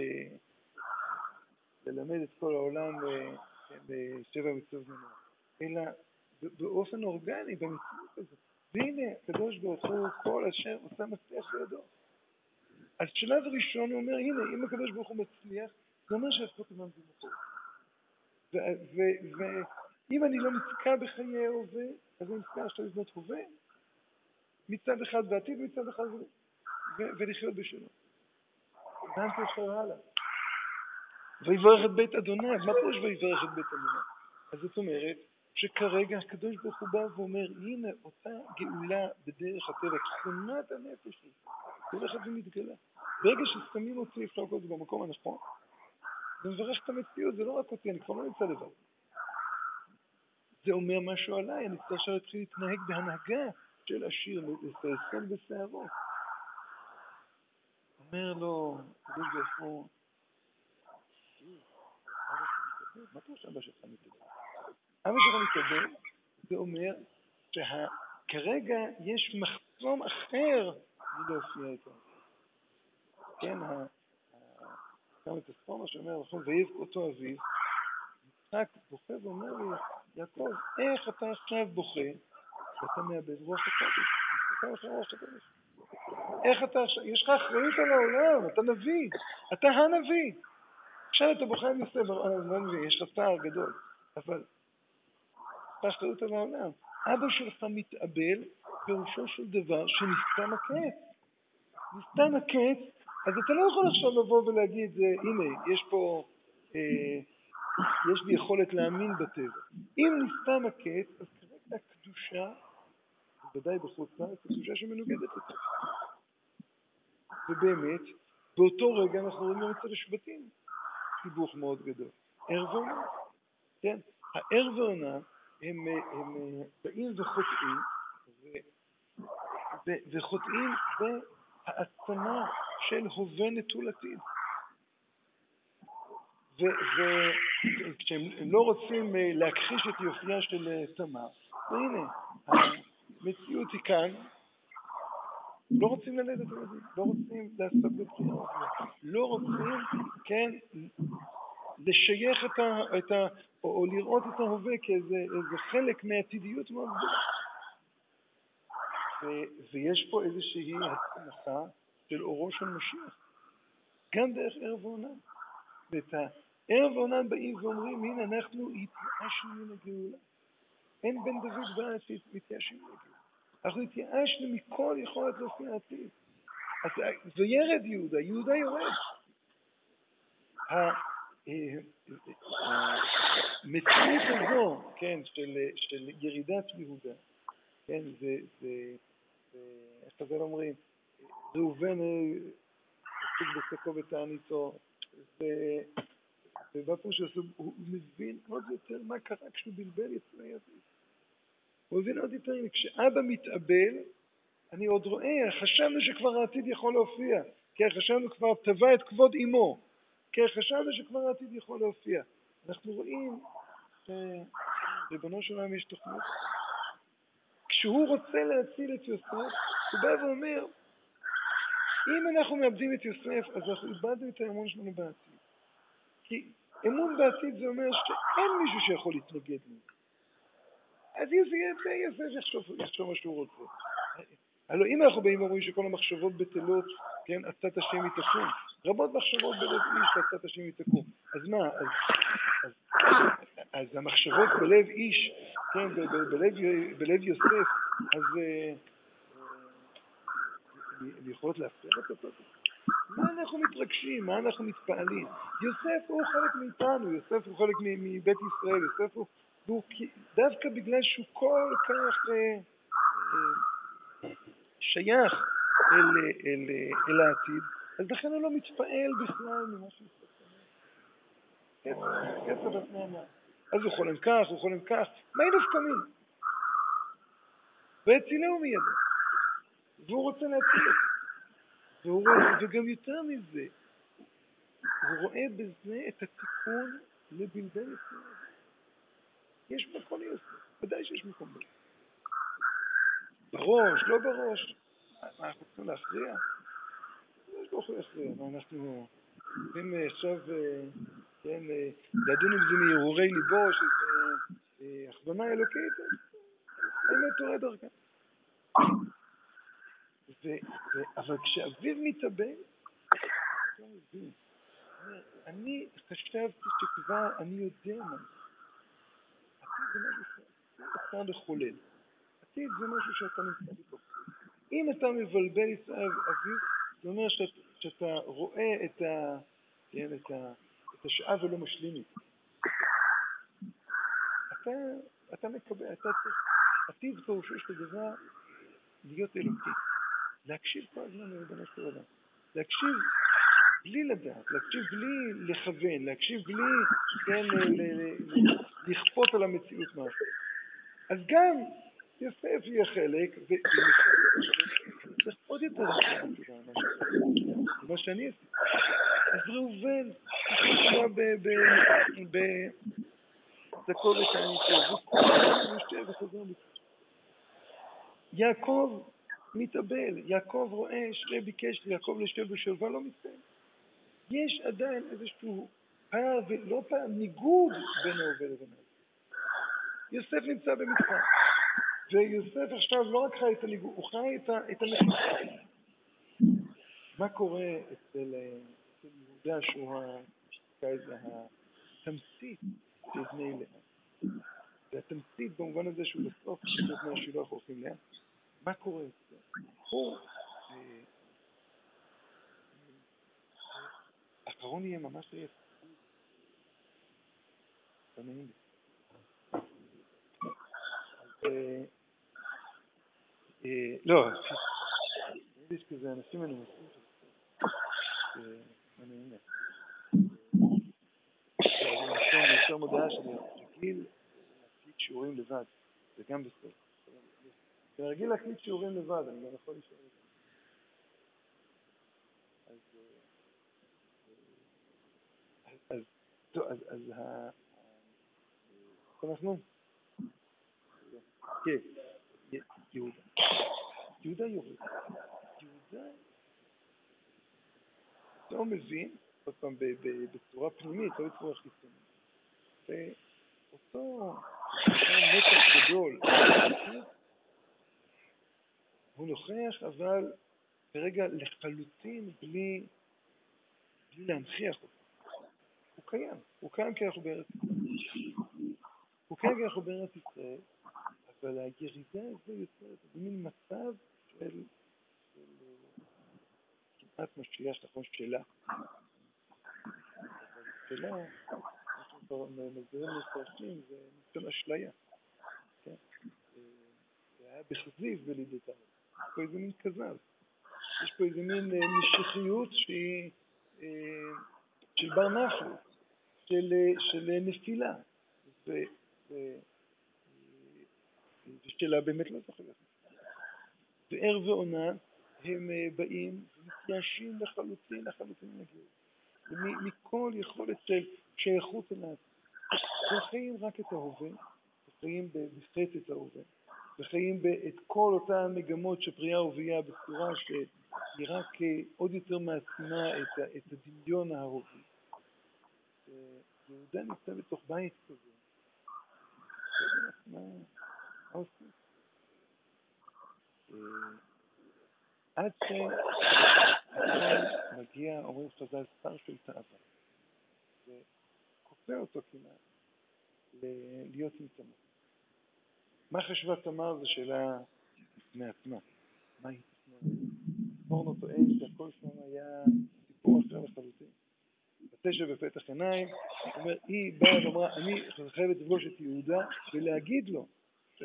ללמד את כל העולם בשבע מצוות מנועה, אלא באופן אורגני, במציאות הזאת. והנה, הקדוש ברוך הוא כל אשר עושה מצליח בידו. אז שלב ראשון הוא אומר, הנה, אם הקדוש ברוך הוא מצליח, זה אומר שהזכות אינם במקור. ואם אני לא נתקע בחיי ההווה, אז אני נתקע עכשיו לבנות הווה, מצד אחד ועתיד, מצד אחד ולחיות בשלום. ואנתי אפשר הלאה. ויברך את בית אדוני. מה פירוש ויברך את בית אדוני? אז זאת אומרת שכרגע הקדוש ברוך הוא בא ואומר, הנה אותה גאולה בדרך הטבע, תכונת הנפש היא, הולכת ומתגלה. ברגע ששמים אותי אפשר לקרוא את זה במקום הנכון, זה מברך את המציאות, זה לא רק אותי, אני כבר לא נמצא לבד. זה אומר משהו עליי, אני צריך להתחיל להתנהג בהנהגה של עשיר, לסלסל בשערו. אומר לו, הקדוש ברוך הוא, מה אתה חושב אבא שלך מתאבד? אבא שלך מתאבד, זה אומר שכרגע יש מחסום אחר מלהופיע איתו. כן, גם את הספורמה שאומר, ויבך אותו אביו, יצחק בוכה ואומר לי, יעקב, איך אתה עכשיו בוכה, ואתה מאבד רוח הקודש, מסתכל לך רוח הקודש. איך אתה עכשיו, יש לך אחריות על העולם, אתה נביא, אתה הנביא. עכשיו אתה בוכה עם יוסף, יש לך צער גדול, אבל אתה אחריות על העולם. אבא שלך מתאבל, פירושו של דבר שנסתם הקץ. נסתם הקץ, אז אתה לא יכול עכשיו לבוא ולהגיד, הנה, יש פה, אה, יש לי יכולת להאמין בטבע. אם נסתם הקץ, אז כרגע הקדושה, בוודאי בחוץ לארץ, הקדושה שמנוגדת לטבע. ובאמת, באותו רגע אנחנו רואים גם אצל השבטים, חיבוך מאוד גדול. ער ועונה, כן? הער ועונה הם, הם באים וחוטאים, ו, ו, וחוטאים בהעצמה של הווה נטול עתיד. וכשהם לא רוצים להכחיש את יופייה של תמר, והנה, המציאות היא כאן, לא רוצים ללדת ילדים, לא רוצים לעסוק בבחירה, לא רוצים, כן, לשייך את ה, את ה, או, או לראות את ההווה כאיזה איזה חלק מהעתידיות מאוד גדולה. ויש פה איזושהי הצמחה של אורו של משיח, גם דרך ער ועונה. ואת הער ועונה באים ואומרים, הנה אנחנו התייאשנו מן הגאולה. אין בן דוד ועד שהתייאשנו מן הגאולה. אנחנו התייאשנו מכל יכולת להופיע עתיד. אז זה ירד יהודה, יהודה יורד. המציאות הזו, כן, של, של ירידת יהודה, כן, זה, זה, זה איך כזה אומרים, ראובן עסוק בשקו ותעניתו, ובפור שעשו, הוא מבין עוד יותר מה קרה כשהוא בלבל יצא ידיד. הוא מבין עוד יותר, כשאבא מתאבל, אני עוד רואה, חשבנו שכבר העתיד יכול להופיע, כי חשבנו כבר טבע את כבוד אמו, כי חשבנו שכבר העתיד יכול להופיע. אנחנו רואים שבבנו שלנו יש תוכנית. כשהוא רוצה להציל את יוסף, הוא בא ואומר, אם אנחנו מאבדים את יוסף, אז אנחנו איבדנו את האמון שלנו בעתיד. כי אמון בעתיד זה אומר שאין מישהו שיכול להתנגד לנו. אז יוסף יחשוב, יחשוב מה שהוא רוצה. הלוא אם אנחנו באים ואומרים שכל המחשבות בטלות, כן, עצת השם היא תקום. רבות מחשבות בלב איש ועצת השם היא תקום. אז מה? אז, אז, אז המחשבות בלב איש, כן, בלב, בלב יוסף, אז הן יכולות להפר את אותו. מה אנחנו מתרגשים? מה אנחנו מתפעלים? יוסף הוא חלק מאיתנו, יוסף הוא חלק מבית ישראל, יוסף הוא, הוא דווקא בגלל שהוא כל כך אה, אה, שייך אל, אל, אל העתיד, אז לכן הוא לא מתפעל בכלל ממה שמסתכל. כסף עצמם. אז הוא חולם כך, הוא חולם כך, מה היא נפקמים? והצילהו מידו. והוא רוצה להציל אותו. וגם יותר מזה, הוא רואה בזה את התיקון לבלבל ישראל. יש מקום יוסף, ודאי שיש מקום בזה. בראש, לא בראש. מה, אנחנו צריכים להכריע? יש לא יכולים להכריע. מה, אנחנו צריכים עכשיו, כן, לדון עם זה מהרהורי ליבו, שזה הכוונה אלוקית, האמת תורה דרכה. אבל כשאביו מתאבן, אתה מבין. אני חשבתי שכבר אני יודע מה. עתיד זה משהו שאתה לחולל. עתיד זה משהו שאתה נמצא בתוך. אם אתה מבלבל ישראל אביב, זה אומר שאתה, שאתה רואה את, ה, כן, את, ה, את השעה ולא משלים איתה. אתה, אתה מקבל, אתה צריך, עתיד פירושו של דבר להיות אלוקי. להקשיב כל הזמן לריבונו של עולם. להקשיב בלי לדעת, להקשיב בלי לכוון, להקשיב בלי, כן, ל, ל, ל, לכפות על המציאות משהו. אז גם יוסף יהיה חלק, וצריך עוד יותר מה שאני עשיתי. אז ראובן, בדקות ותעניתו, יעקב מתאבל, יעקב רואה שרי ביקש ליעקב לשב בשלווה, לא מתאבל. יש עדיין איזשהו פער, ולא פער, ניגוד בין ראובן לבין יעקב. יוסף נמצא במצרים, ויוסף עכשיו לא רק חי את הניגוד, הוא חי את המחיצה. מה קורה אצל יהודה שהוא התמצית של בני לאה? והתמצית במובן הזה שהוא בסוף של בני השילוח הולכים לאה. מה קורה אצלו? הוא האחרון יהיה ממש יהיה תנאים. לא, יש כזה אנשים מנומסים שמנועים להם. אני יוצר מודעה שלי, רגיל להקליט שיעורים לבד, זה גם בסדר. אני רגיל להקליט שיעורים לבד, אני גם יכול להישאר לבד. אז, טוב, אז, אז, אנחנו? כן, יהודה. יהודה יורד. יהודה לא מבין, עוד פעם, בצורה פנימית, לא בצורה חיצונית. ואותו מתח גדול, הוא נוכח, אבל ברגע לחלוטין בלי, בלי להנכיח אותו. הוא קיים, הוא קיים כי אנחנו בארץ ישראל. הוא קיים כי אנחנו בארץ ישראל, אבל הירידה הזו יוצרת במין מצב של, של כמעט משיח, נכון, שאלה. אבל שאלה, אנחנו מזהים לפרשים, זה ניסיון אשליה. כן? זה היה בכזיב בלידותיו. יש פה איזה מין כזב. יש פה איזה מין משיחיות שהיא של בר נחל, של, של נפילה. ו, ו, ושאלה באמת לא זוכרת. וער ועונה הם באים ומתייאשים לחלוטין, לחלוטין לגיור. ומכל יכולת של שייכות אליו. וחיים רק את ההווה, וחיים בפרט את ההווה, וחיים את כל אותן מגמות שפרייה הוויה בצורה שהיא רק עוד יותר מעצימה את, את הדמיון ההווה. יהודה נמצא בתוך בית כזה. מה עושים? עד שהכל מגיע, אומרים חז"ל, שר של תאווה. וכופה אותו כמעט להיות עם תמר. מה חשבה תמר? זו שאלה בפני עצמה. מה היא תשמע? פורנו טוען שהכל שם היה סיפור אחר לחלוטין. בתשע בפתח עיניים, זאת אומרת, היא באה ואמרה, אני חייבת לפגוש את יהודה ולהגיד לו ש...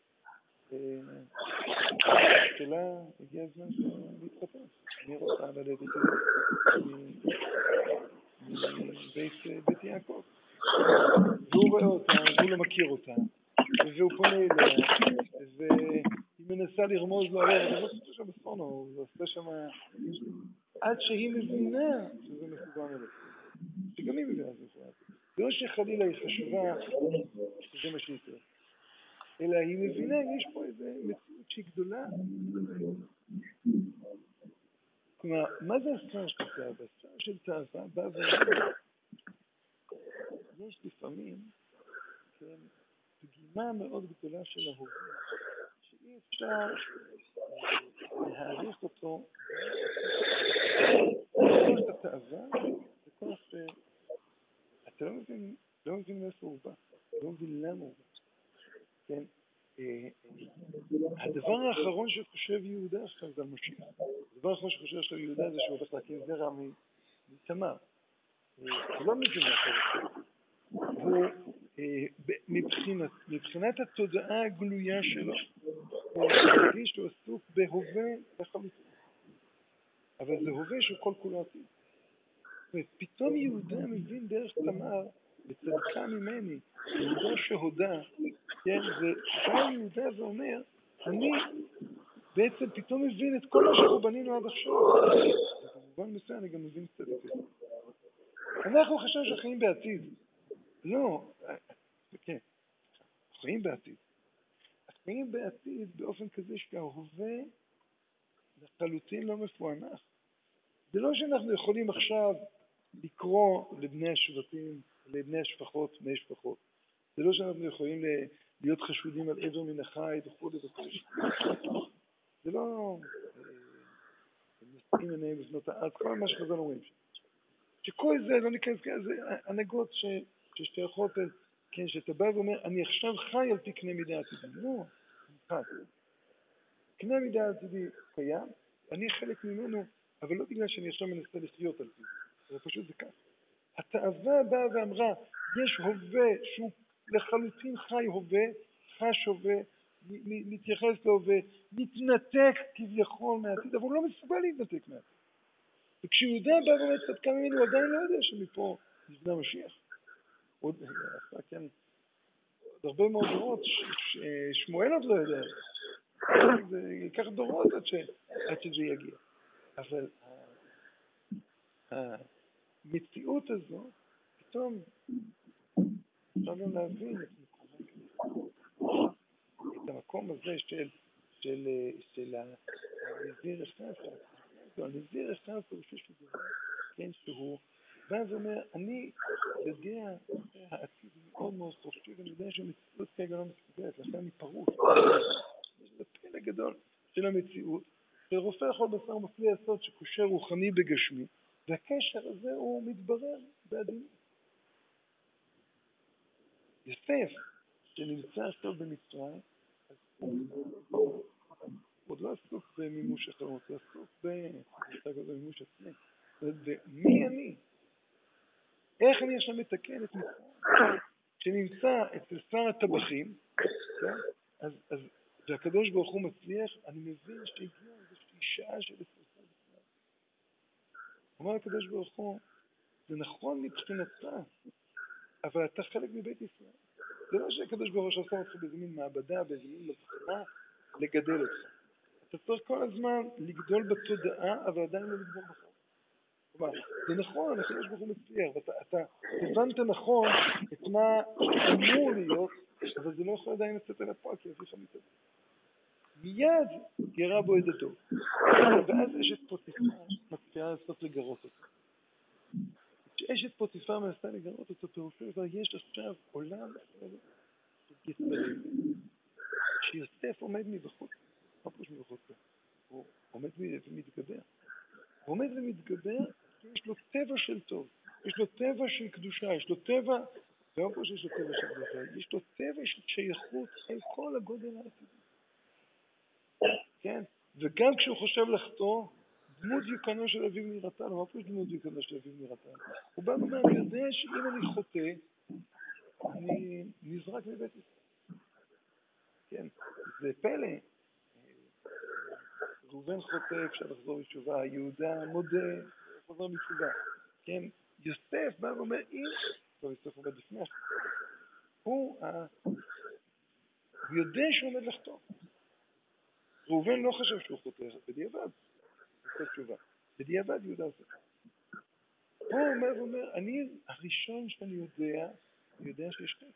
שאלה הגיע הזמן להתחתן. אני רוצה ללדת את יהודה. מבית בית יעקב. והוא רואה אותה, והוא לא מכיר אותה, והוא פונה אליה, והיא מנסה לרמוז לו עליו, אבל לא עושה שם בספורנו, הוא עושה שם, עד שהיא מבינה שזה מכוון אליה. שגם היא מבינה שזה מכוון. זה לא שחלילה היא חשובה שזה מה שהיא תראה. אלא היא מבינה, יש פה איזו מציאות שהיא גדולה. כלומר, מה זה הסתר של תאווה? הסתר של תאווה בא ואומר, יש לפעמים, כן, פגימה מאוד גדולה של ההווה, שאי אפשר להעריך אותו, כוח התאווה, זה כוח שאתה לא מבין, לא מבין מאיפה הוא בא, לא מבין למה הוא בא. כן, הדבר האחרון שחושב יהודה עכשיו זה על משיח. הדבר האחרון שחושב עכשיו יהודה זה שהוא הולך להקים זרע מתמר. הוא לא מבין מאחור. הוא מבחינת, מבחינת התודעה הגלויה שלו, הוא מרגיש שהוא עסוק בהווה לחלוטין. אבל זה הווה שהוא כל כולו עתיד. פתאום יהודה מבין דרך תמר, בצדקה ממני, יהודה שהודה, כן, ובא יהודה ואומר, אני בעצם פתאום מבין את כל מה שאנחנו בנינו עד עכשיו. במובן מסוים אני גם מבין קצת את זה. אנחנו חושבים שחיים בעתיד. לא, כן, חיים בעתיד. חיים בעתיד באופן כזה שההווה לחלוטין לא מפוענח. זה לא שאנחנו יכולים עכשיו לקרוא לבני השבטים, לבני השפחות, בני שפחות. זה לא שאנחנו יכולים להיות חשודים על עבר מן החי וכו' וכו'. זה לא נושאים עיניהם בבנות הארץ, כל מה שחז"ל אומרים. שכל זה, לא ניכנס כאלה, זה הנהגות ששייכות, כן, שאתה בא ואומר, אני עכשיו חי על פי קנה מידה עתידי. לא, אני חי. קנה מידה עתידי קיים, אני חלק ממנו, אבל לא בגלל שאני עכשיו מנסה לחיות על פי. זה פשוט זה כך. התאווה באה ואמרה, יש הווה שהוא לחלוטין חי הווה, חש הווה, מתייחס להווה, מתנתק כביכול מהעתיד, אבל הוא לא מסוגל להתנתק מהעתיד. וכשיהודה בא ואומר צדקה ממנו, הוא עדיין לא יודע שמפה נבנה משיח. עוד, עשה כן, עוד הרבה מאוד דורות, שמואל עוד לא יודע. זה ייקח דורות עד, ש, עד שזה יגיע. אבל המציאות הזו, פתאום אפשר גם להבין את את המקום הזה של, של, של הנזיר אחד, הנזיר אחד פירושו של דבר, כן, שהוא בא ואומר, אני יודע העתיד מאוד מאוד חופשי, ואני יודע שהמציאות כרגע לא מסוגלת, לכן אני פרוץ. יש לזה פלא גדול של המציאות, שרופא יכול בשר מפליא לעשות שקושר רוחני בגשמי, והקשר הזה הוא מתברר בעדינות. יוסף, שנמצא עכשיו במצרים, הוא עוד לא עסוק במימוש החלומות, הוא עסוק במימוש עצמי. ומי אני? איך אני עכשיו מתקן את מצרים? כשנמצא אצל שר הטבחים, אז, אז, והקדוש ברוך הוא מצליח, אני מבין שהגיע איזושהי שעה של הסרסה בכלל. אומר הקדוש ברוך הוא, זה נכון מבחינתך, אבל אתה חלק מבית ישראל. זה לא שהקדוש ברוך הוא שעשה אותך באיזה מין מעבדה, באיזה מין מבחנה, לגדל אותך. אתה צריך כל הזמן לגדול בתודעה, אבל עדיין לא לגדול בחיים. כלומר, זה נכון, הקדוש ברוך הוא מצליח, ואתה אתה הבנת נכון את מה שאמור להיות, אבל זה לא יכול עדיין לצאת אל הפועל, כי אביך מתאבד. מיד ירה בו עדתו. ואז אשת פוטיפר מצליחה לעשות לגרות אותו. כשאשת פוטיפר מנסה לגרות אותו, פירושו יש עכשיו עולם של יצרים, שיוסף עומד מבחוץ. מה פירוש מבחוץ? הוא עומד ומתגבר. הוא עומד ומתגבר, כי יש לו טבע של טוב, יש לו טבע של קדושה, יש לו טבע, לא פה שיש לו טבע של קדושה, יש לו טבע של שייכות אל כל הגודל העתידי. כן? וגם כשהוא חושב לחטוא, דמות דיוקנו של אביו נראתה לו, מה פה יש דמות דיוקנו של אביו נראתה לו? הוא בא ואומר, אני יודע שאם אני חוטא, אני נזרק מבית ישראל. כן, זה פלא. ראובן חוטא, אפשר לחזור בתשובה, יהודה מודה, חוזר בתשובה. כן, יוסף בא ואומר, אם, טוב, יוסף עומד לפני, הוא, ה... הוא יודע שהוא עומד לחתום. ראובן לא חשב שהוא חוטא, בדיעבד, הוא עושה תשובה. בדיעבד יהודה עושה. הוא אומר ואומר, אני הראשון שאני יודע, אני יודע שיש חטא.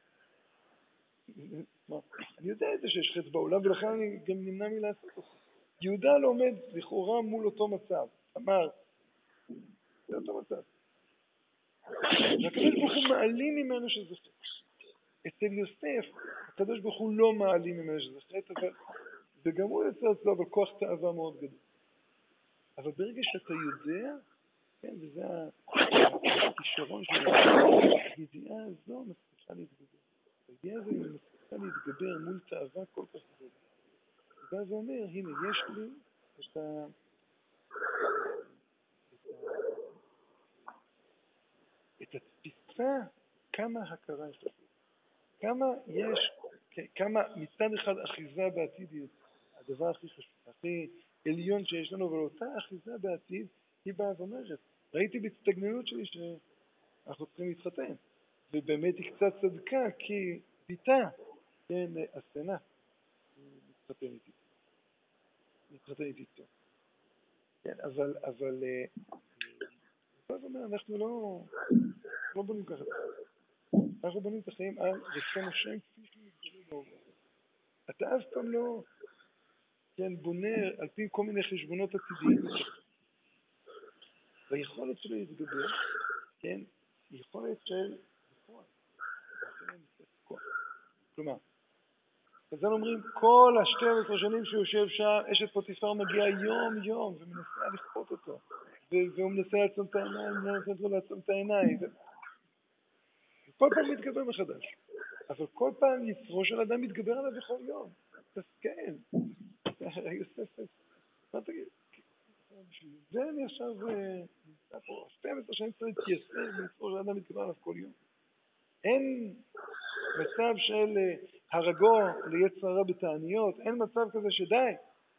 אני יודע את זה שיש חטא בעולם, ולכן אני גם נמנע מלעשות אותו. יהודה לא עומד לכאורה מול אותו מצב. אמר, זה אותו מצב. והקדוש ברוך הוא מעלים ממנו שזה חטא. אצל יוסף, הקדוש ברוך הוא לא מעלים ממנו שזה חטא, אבל וגם הוא יוצא אצלו, אבל כוח תאווה מאוד גדול. אבל ברגע שאתה יודע, כן, וזה הכישרון שלנו, הידיעה הזו מצליחה להתגבר. הידיעה הזו מצליחה להתגבר מול תאווה כל כך גדולה. ואז הוא אומר, הנה, יש לי את ה... את התפיסה כמה הכרה יש לך. כמה יש, כמה מצד אחד אחיזה בעתיד היא הדבר הכי חשוב, הכי עליון שיש לנו, אבל אותה אחיזה בעתיד היא באה ואומרת, ראיתי בהצטגננות שלי שאנחנו צריכים להתחתן, ובאמת היא קצת צדקה, כי ביתה, כן, הסנה, מתחתן איתי. מתחתן איתי טוב. כן, אבל, אבל, זאת אומרת, אנחנו לא, לא בונים ככה. אנחנו בונים את החיים על רצון השם כפי שמתגלה בעולם. אתה אף פעם לא, כן, בונה על פי כל מיני חשבונות עתידיים. והיכולת שלו להתגבר, כן, היא יכולת של כוח. כלומר, חז"ל אומרים, כל ה-שתים עשרה שנים שהוא יושב שם, אשת פוטיפר מגיעה יום יום ומנסה לכפות אותו. והוא מנסה לעצום את העיניים, לא נותנת לו לעצום את העיניים. וכל פעם מתגבר מחדש. אבל כל פעם יצרו של אדם מתגבר עליו בכל יום. תסכן. יוסף, מה תגיד? זה אני עכשיו נמצא פה. שתים עשרה שנים צריך להתייסר ויצרו של אדם מתגבר עליו כל יום. אין מצב של הרגו ליצר הרע בתעניות, אין מצב כזה שדי.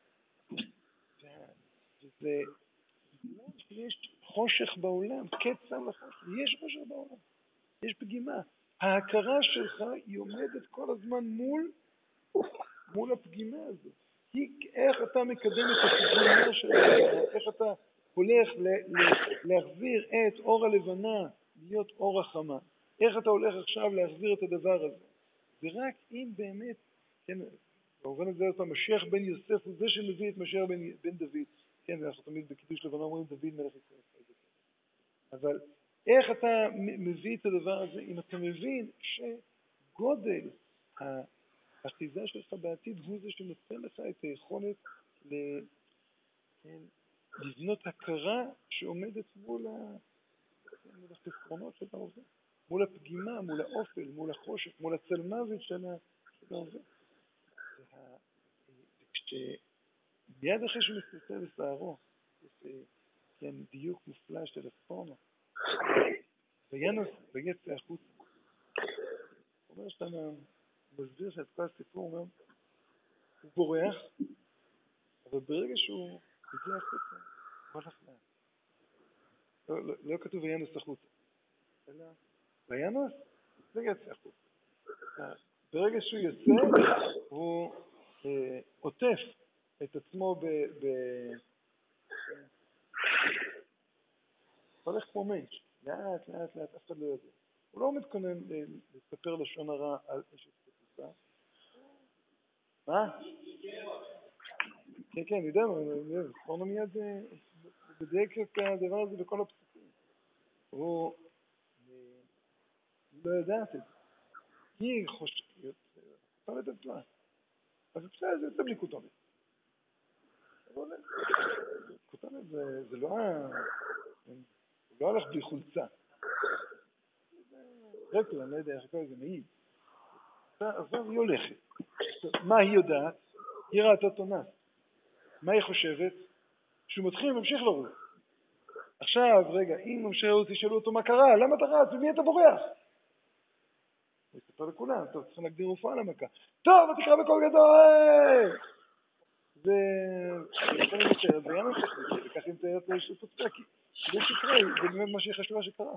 וזה, יש חושך בעולם, קצר לחושך, יש חושך בעולם, יש פגימה. ההכרה שלך היא עומדת כל הזמן מול, מול הפגימה הזאת. היא, איך אתה מקדם את הפגימה שלך, איך אתה הולך ל- ל- להחזיר את אור הלבנה, להיות אור החמה. איך אתה הולך עכשיו להחזיר את הדבר הזה. ורק אם באמת, כן, במובן הזה אותו, משיח בן יוסף הוא זה שמביא את משיח בן, בן דוד. כן, אנחנו תמיד בקידוש לבנה אומרים דוד מלך ישראל. אבל איך אתה מביא את הדבר הזה, אם אתה מבין שגודל האחיזה שלך בעתיד הוא זה שנותן לך את היכולת ל... כן, לבנות הכרה שעומדת מול, ה... כן, מול החסרונות של העובד. מול הפגימה, מול האופל, מול החושך, מול הצלמוות של העובד. ומיד אחרי שהוא מסתכל בשערו, יש כן, דיוק מופלא של הספורמה, וינוס ויצא החוצה. הוא אומר שאתה מסביר שאת כל הסיפור, הוא אומר, הוא בורח, אבל ברגע שהוא הגיע החוצה, הוא הלך לאן. לא, לא, לא כתוב וינוס החוצה, אלא וינוס ויצא החוצה. ברגע שהוא יוצא, הוא אה, עוטף את עצמו ב... ב... הולך כמו מנש, לאט, לאט, לאט, אף אחד לא יודע. הוא לא מתכונן לספר לשון הרע על אשת פוטיפר. מה? כן, כן, אני יודע, ספורנו מיד בדייק את הדבר הזה בכל הפסוקים. הוא לא יודעת את זה. היא חושבת, חושבת את עצמה. אז בסדר, זה יוצא בלי כותונת. כותונת זה לא ה... הוא לא הלך בלי חולצה. רקל, אני לא יודע איך קורא לזה, מעיד. אז היא הולכת. מה היא יודעת? היא ראתה אותו נס. מה היא חושבת? שהוא מתחיל וממשיך לרוץ. עכשיו, רגע, אם ממשיך לרוץ, ישאלו אותו מה קרה, למה אתה רץ? ומי אתה בורח? הוא יספר לכולם, טוב, צריכים להגדיר רופאה למכה. טוב, תקרא בקול גדול! ויכול לתאר, זה היה נמשך לזה, וכך אם תאר את שפוצה, כי זה שקרה, זה באמת מה שהיא חשבה שקרה.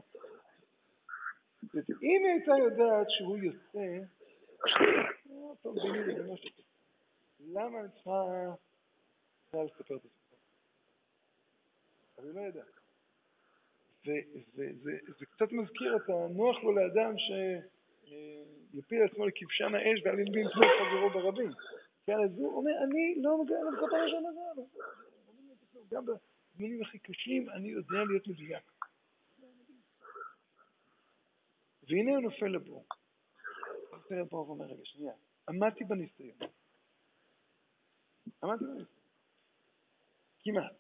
אם היא הייתה יודעת שהוא יוצא, טוב, ביני לבינו שכן. למה אני צריכה לספר את הסיפור? אבל היא לא ידעה. וזה קצת מזכיר את הנוח לו לאדם שיפיל עצמו לכבשן האש ועל ילבין פני חברו ברבים. כן, אז הוא אומר, אני לא מגע, אני מספר לשם הזה. גם בזמנים הכי קשים אני יודע להיות מדויק. והנה הוא נופל לבור. הוא נופל לבור ואומר, רגע, שנייה, עמדתי בניסיון. עמדתי בניסיון. כמעט.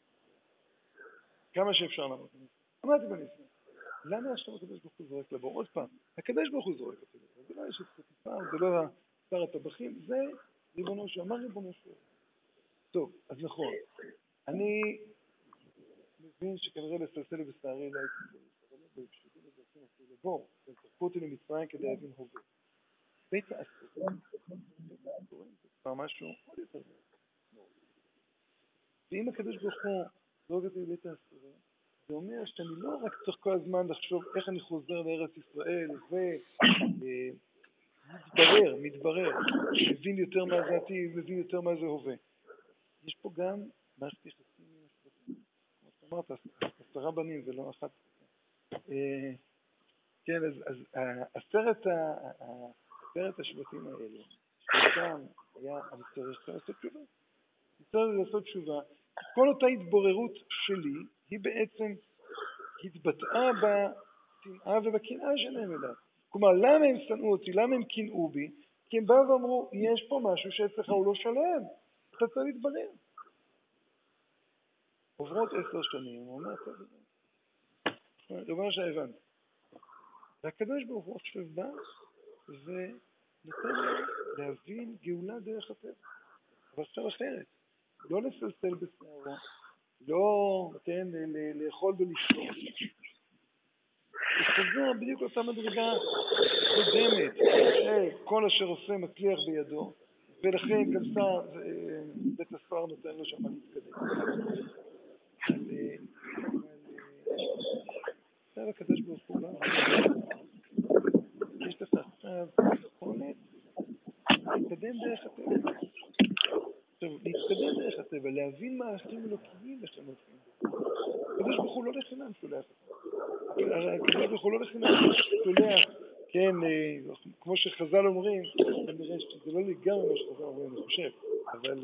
כמה שאפשר לעמוד בניסיון. עמדתי בניסיון. למה עכשיו הקדוש ברוך הוא זורק לבור? עוד פעם, הקדוש ברוך הוא זורק אותו לבור. זה לא יש את חטיפה, זה לא שר הטבחים, זה ריבונו שאמר ריבונו שאומר. טוב, אז נכון. אני מבין שכנראה לסלסל בשערי לא הייתי צריך. אבל בפשוטים לזרקים אותי לבור. הם צרפו אותי למצרים כדי להבין הווה. בית האסורים. בית האסורים זה כבר משהו עוד יותר מאוד. ואם הקדוש ברוך הוא זורק אותי לבית האסורים, זה אומר שאני לא רק צריך כל הזמן לחשוב איך אני חוזר לארץ ישראל ומתברר, מתברר, מבין יותר מה זה עתיד, מבין יותר מה זה הווה. יש פה גם מערכת יחסים עם השבטים. כמו שאמרת, עשרה בנים ולא אחת. כן, אז, אז עשרת, עשרת השבטים האלה, שאותם היה, אני צריך לעשות תשובה. אני צריך לעשות תשובה. כל אותה התבוררות שלי, היא בעצם התבטאה בשנאה ובקנאה שלהם אליו. כלומר, למה הם שנאו אותי? למה הם קנאו בי? כי הם באו ואמרו, יש פה משהו שאצלך הוא לא שלם. אתה צריך להתברר. עוברות עשר שנים, הוא אומר, טוב, ריבונו של הבנת. והקדוש ברוך הוא עכשיו בא ונותן להם להבין גאולה דרך הטבע. אבל עכשיו אחרת. לא לסלסל בשערו, לא, כן, לאכול ולשתות. חוזר בדיוק אותה מדרגה קודמת, שכל אשר עושה מצליח בידו, ולכן גם שר, בית הספר נותן לו שם להתקדם. עכשיו הקדוש ברוך הוא בא, יש לך עכשיו יכולת להתקדם דרך הטבע. עכשיו, להתקדם דרך הטבע, להבין מה הערכים אלוקיים לכם הולכים. הקדוש ברוך הוא לא לחינם שולח אותם. הקדוש ברוך הוא לא לחינם שולח, כן, כמו שחז"ל אומרים, כנראה שזה לא לגמרי מה שחז"ל אומרים, אני חושב, אבל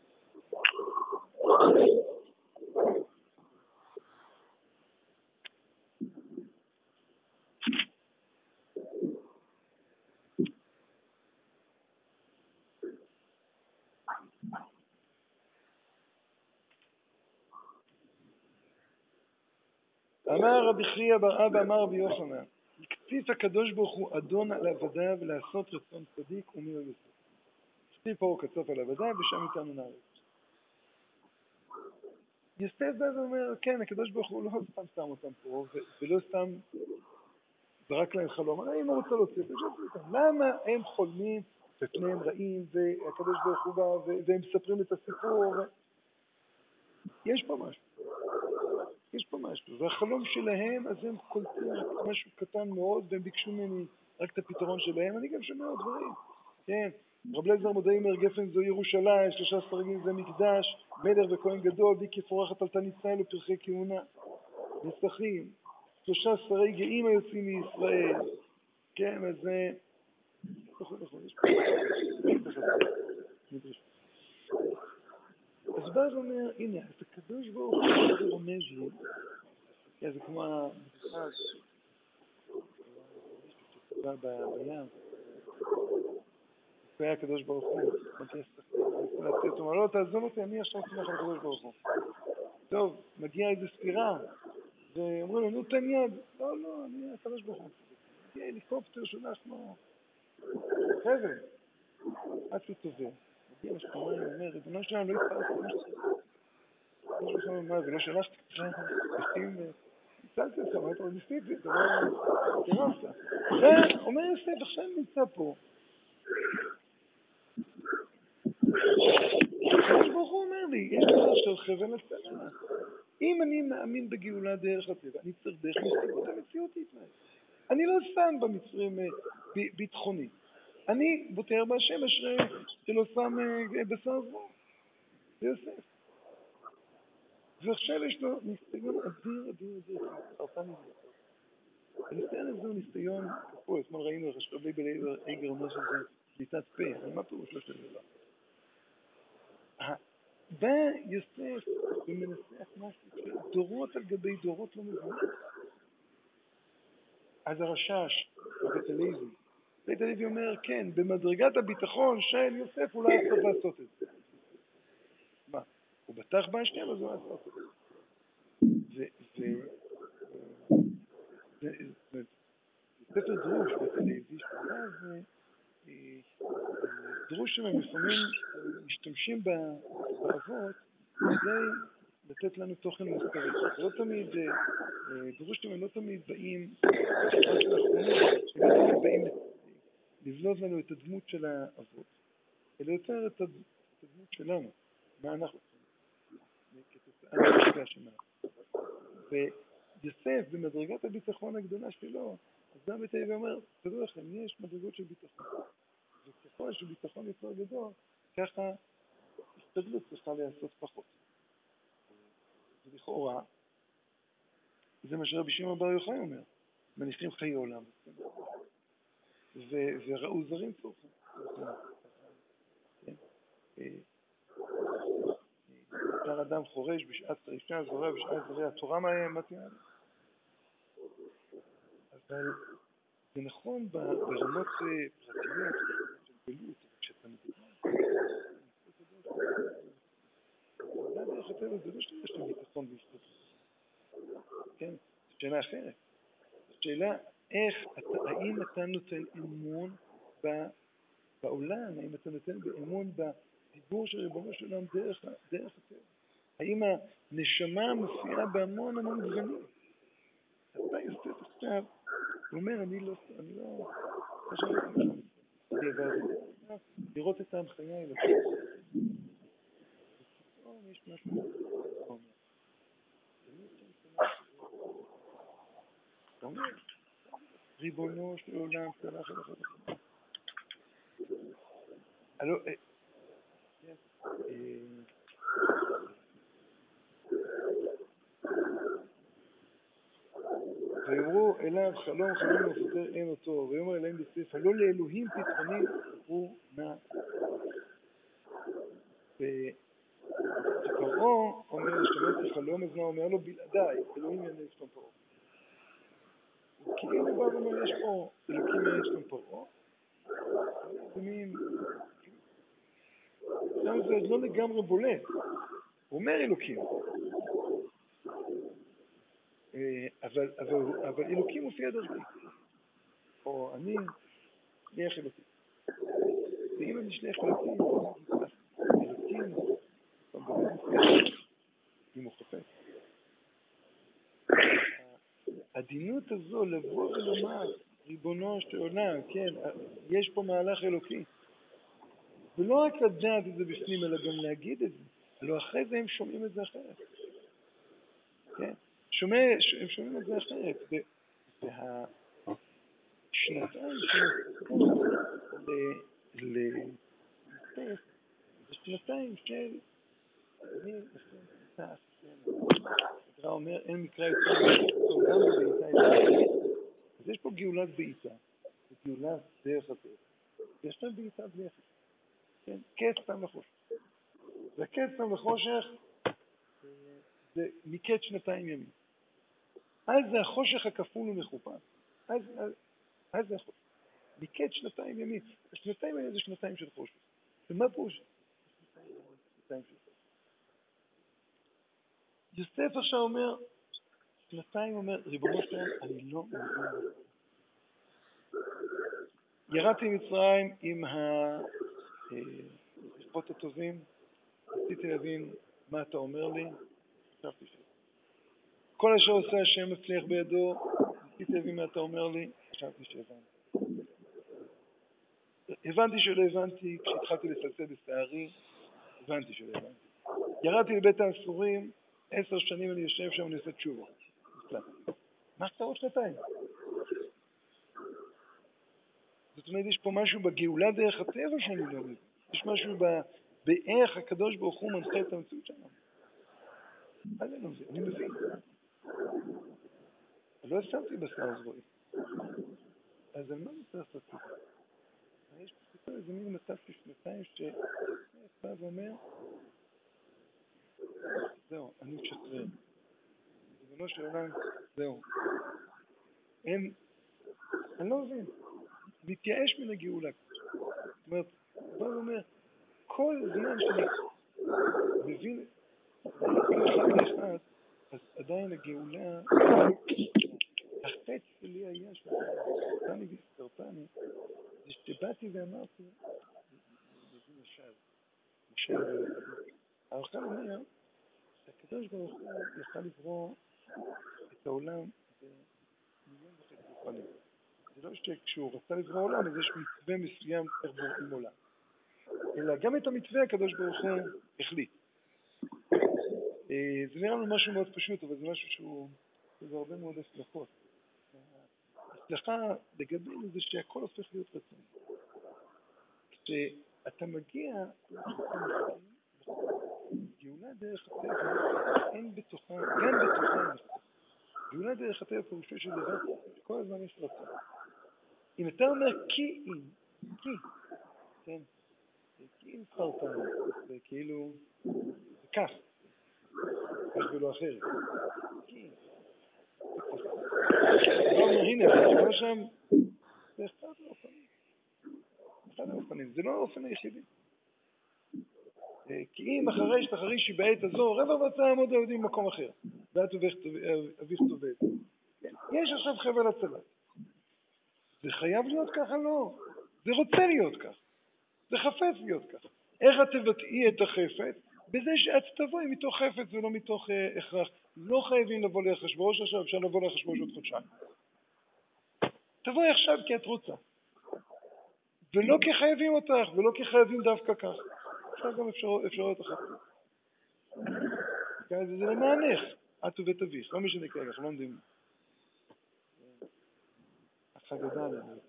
אמר רבי חייא בר אבא אמר רבי יוחנן, הקציף הקדוש ברוך הוא אדון על עבדיו לעשות רצון צדיק ומי הוא יוסף. הקציף פה קצף על עבדיו ושם איתנו נארץ. יוסף בא ואומר, כן, הקדוש ברוך הוא לא סתם שם אותם פה ולא סתם זרק להם חלום. אני אם הוא רוצה להוציא אותם. למה הם חולמים ופניהם רעים והקדוש ברוך הוא בא והם מספרים את הסיפור? יש פה משהו. יש פה משהו, והחלום שלהם, אז הם קולטים רק משהו קטן מאוד, והם ביקשו ממני רק את הפתרון שלהם, אני גם שומע עוד דברים, כן, רב אליעזר מודעי אומר, גפן זו ירושלים, שלושה סרגים זה מקדש, מלך וכהן גדול, בי כפורחת על תן ישראל ופרחי כהונה, נסחים, שלושה שרי גאים היוצאים מישראל, כן, אז זה, נכון, נכון, יש פה, מדרש. אז בא ואומר, הנה, את הקדוש ברוך הוא רומז לי, כן, זה כמו הבדיחה הזאת, שצבע בים, והיה הקדוש ברוך הוא, מגיע ספק, הוא אומר, לא, תעזוב אותי, אני עכשיו שמח על הקדוש ברוך הוא. טוב, מגיעה איזו ספירה, ואומרים לו, נו, תן יד. לא, לא, אני הקדוש ברוך הוא. מגיע הליקופטר שולח לו חבל, עד שהוא טובל. מגיע לשמיים, אומר, ריבונו שלנו, לא התפעלתי כמו שצריך. ריבונו שלנו, מה, ולא שלחתי ככה, נשים, ניצלתי אותך, מה אתה עוד ניסיתי, אתה לא תרמת. אומר יוסף, עכשיו נמצא פה. הקדוש של חבל הצלה. אם אני מאמין בגאולה דרך הטבע, אני צריך דרך מסיבות המציאותית. אני לא שם במצרים ביטחוני. אני בוטר בהשם אשרי שלא שם בשר זמור. זה יוסף. ועכשיו יש לו ניסיון אדיר, אדיר, אדיר, סרטן אדיר. הניסיון הזה הוא ניסיון כפול. אתמול ראינו איך השקרבי בלעבר איגר אומר שזה שליטת פה. אבל מה פירוש לא של דבר? בא יוסף ומנסח משהו שדורות על גבי דורות לא מבינים. אז הרשש, בית הלוי, בית הלוי אומר, כן, במדרגת הביטחון של יוסף הוא לא היה צריך לעשות את זה. מה? הוא בטח בהשם, אז הוא היה צריך לעשות את זה. ו... ספר דרוש, בית הלוי, שמה זה דרוש שהם לפעמים משתמשים באבות כדי לתת לנו תוכן מוסרי. לא תמיד, דרוש שהם לא תמיד באים, הם לא תמיד באים לבנות לנו את הדמות של האבות, אלא יותר את הדמות שלנו, מה אנחנו כתוצאה מהשגה שלנו. ויוסף, במדרגת הביטחון הגדולה שלו, אז גם בית הלוי אומר, תדעו לכם, יש מדרגות של ביטחון. וככל שביטחון יותר גדול, ככה השתדלות צריכה לעשות פחות. ולכאורה, זה מה שרבי שמעון בר יוחאי אומר, מניחים חיי עולם. וראו זרים צורכים. יותר אדם חורש בשעת טרישה, זורע בשעת זרע, התורה מתאימה. אבל זה נכון ברמות פרטיות, של גלות, כשאתה מדבר. זה דרך הטבע, זה לא שיש לו ביטחון והשתתפות. כן, זו שאלה אחרת. זו שאלה איך, האם אתה נותן אמון בעולם, האם אתה נותן אמון בדיבור של ריבונו של עולם דרך הטבע. האם הנשמה מופיעה בהמון המון גוונים. אתה יוסף עכשיו, הוא אומר, אני לא, אני לא, אני עברתי, לראות את ההנחיה האלה. ופתאום יש משהו, אתה אומר, ריבונו של עולם, צלח אליך לכם. הלא, כן, ויאמרו אליו חלום חלום ופותר אין אותו, ויאמר אליהם בסוף, הלא לאלוהים פתרונים הוא נע. ופרעה אומר, שתמד כחלום, אז מה אומר לו? בלעדיי, אלוהים ינהל שתם פרעה. כאילו בא ואומר, יש פה אלוקים ינהל שתם פרעה, זה מין, שם זה לא לגמרי בולט, הוא אומר אלוקים. אבל, אבל, אבל אלוקים מופיע דרכי. או אני שליח אלוקים. ואם אני שליח אלוקים, אלוקים, אם הוא חופש. העדינות הזו לבוא ולומר, ריבונו של עולם, כן, יש פה מהלך אלוקי. ולא רק לדעת את זה בפנים, אלא גם להגיד את זה. לא אחרי זה הם שומעים את זה אחרת. כן? שומע, הם שומעים את זה אחרת. והשנתיים שנתיים לספס, זה שנתיים של אני לכם תעש השם. הקרא אומר, אין מקרא יותר טוב, גם בבעיטה יש. אז יש פה גאולת בעיטה, וגאולת דרך הטבע. ויש כאן בעיטה בלי אחת. כן? קץ פעם לחושך. והקץ פעם לחושך זה מקץ שנתיים ימים. אז זה החושך הכפול ומחופש. אז, אז, אז זה החושך. מקץ שנתיים ימים. השנתיים האלה זה שנתיים של חושך. ומה פירוש? שנתיים של חושך. יוסף עכשיו אומר, שנתיים אומר, ריבונו של עולם, אני לא מבין. ירדתי מצרים עם הכוחות הטובים, רציתי להבין מה אתה אומר לי, חשבתי ש... כל אשר עושה השם מצליח בידו, רציתי להבין מה אתה אומר לי, חשבתי שהבנתי. הבנתי שלא הבנתי, כשהתחלתי לסלסל בשערי, הבנתי שלא הבנתי. ירדתי לבית האסורים, עשר שנים אני יושב שם, אני עושה תשובה. מה שאתה עוד שנתיים? זאת אומרת, יש פה משהו בגאולה דרך הטבע שאני לא מבין. יש משהו באיך הקדוש ברוך הוא מנחה את המציאות שלנו. מה זה לא מבין? אני מבין. לא שמתי בשר זרועי. אז על מה אני צריך לעשות? יש פה איזה מין מצב של שנתיים שבא ואומר, זהו, אני משחרר. בזמנו של עולם, זהו. אין, אני לא מבין. מתייאש מן הגאולה. זאת אומרת, בא ואומר, כל זמן שאני מבין כל אחד ואחד, אז עדיין הגאולה, החטא שלי היה שסרטני וסרטני, זה שבאתי ואמרתי, מבין משל, משל, הרחל אומר, שהקדוש ברוך הוא יכל לברוא את העולם במיליון וחצי אופנים. זה לא שכשהוא רצה לברוא עולם, אז יש מתווה מסוים איך בוראים עולם. אלא גם את המתווה הקדוש ברוך הוא החליט. זה נראה לנו משהו מאוד פשוט, אבל זה משהו שהוא, זה הרבה מאוד הצלחות. הצלחה לגבינו זה שהכל הופך להיות רצון. כשאתה מגיע, גאולה דרך הטבע, אין בתוכה, גם בתוכה נכתוב. גאולה דרך הטבע פירושו של דבר, כל הזמן יש רצון. אם אתה אומר כי אם, כי, כן, כי אם סרטן, זה כאילו, זה כך, יש ולא אחרת. כי, לא אומר, הנה, זה לא שם, זה אחד האופנים. אחד האופנים, זה לא האופן היחידי. כי אם אחרי שתחרישי בעת הזו, רבע מצא עמוד היהודים במקום אחר, ואת אביך תובד. יש עכשיו חבל הצלת. זה חייב להיות ככה? לא. זה רוצה להיות ככה. זה חפץ להיות ככה. איך את תבטאי את החפץ? בזה שאת תבואי מתוך חפץ ולא מתוך אה, הכרח. לא חייבים לבוא לאחשוורוש עכשיו, אפשר לבוא לאחשוורוש עוד חודשיים. תבואי עכשיו כי את רוצה. ולא כי חייבים אותך, ולא כי חייבים דווקא כך. אפשר גם אפשר, אפשרויות אחת. זה, זה למענך, את ובית אביך. לא משנה כרגע, אנחנו לא עומדים. החגדה עלינו. אבל...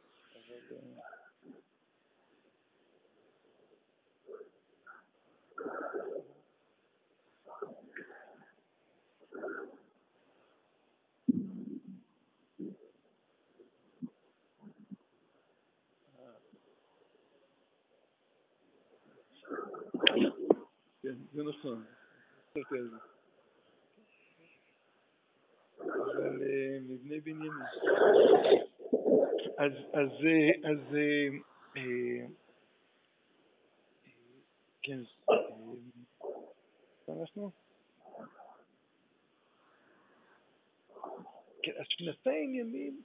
כן, זה נכון. חשבתי על זה. אבל מבני בנימין. אז, אז, אז, כן, אנחנו? כן, אז שנתיים ימים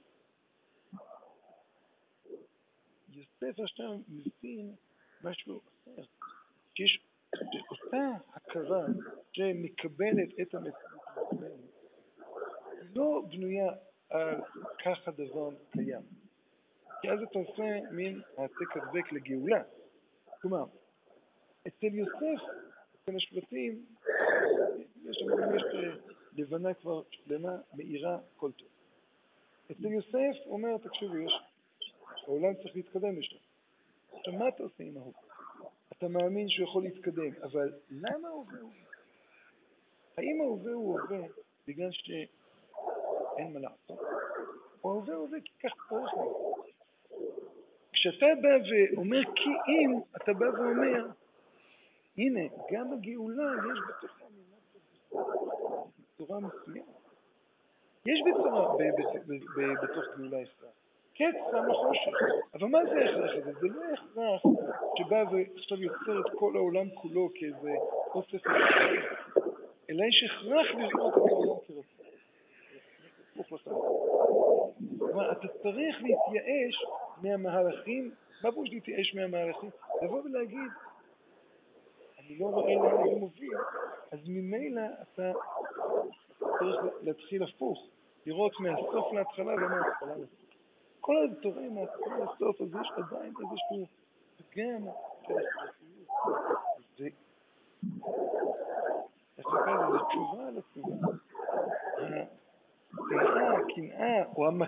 יוסף עכשיו מבין משהו אחר. שיש אותה הכרה שמקבלת את המציאות, היא לא בנויה על כך הדבר קיים. כי אז אתה עושה מין העתק הדבק לגאולה. כלומר, אצל יוסף, אצל השבטים, יש שם יש לבנה כבר שלמה, מאירה, כל טוב. אצל יוסף אומר, תקשיבו, יש, העולם צריך להתקדם לשם. עכשיו, מה אתה עושה עם ההוא? אתה מאמין שהוא יכול להתקדם, אבל למה ההווה הוא? האם ההווה הוא הווה בגלל שאין מה לעשות? או ההווה הוא הווה כי כך צריך להיות? כשאתה בא ואומר כי אם, אתה בא ואומר, הנה, גם בגאולה יש בתוכה בצורה מסוימת. יש בצורה בתוך גאולה הכרח. קץ שם לחושך. אבל מה זה הכרח הזה? זה לא הכרח שבא ועכשיו יוצר את כל העולם כולו כאיזה אוסף הכרח. אלא יש הכרח לראות את העולם כרצון. הפוך לך. כלומר, אתה צריך להתייאש מהמהלכים. מה בוש להתייאש מהמהלכים? לבוא ולהגיד, אני לא רואה לאן זה מוביל, אז ממילא אתה צריך להתחיל הפוך, לראות מהסוף להתחלה ולא מההתחלה לסוף. כל הדברים מההתחלה לסוף, אז יש עדיין איזשהו פגם של החלטיות. השנאה, או המ...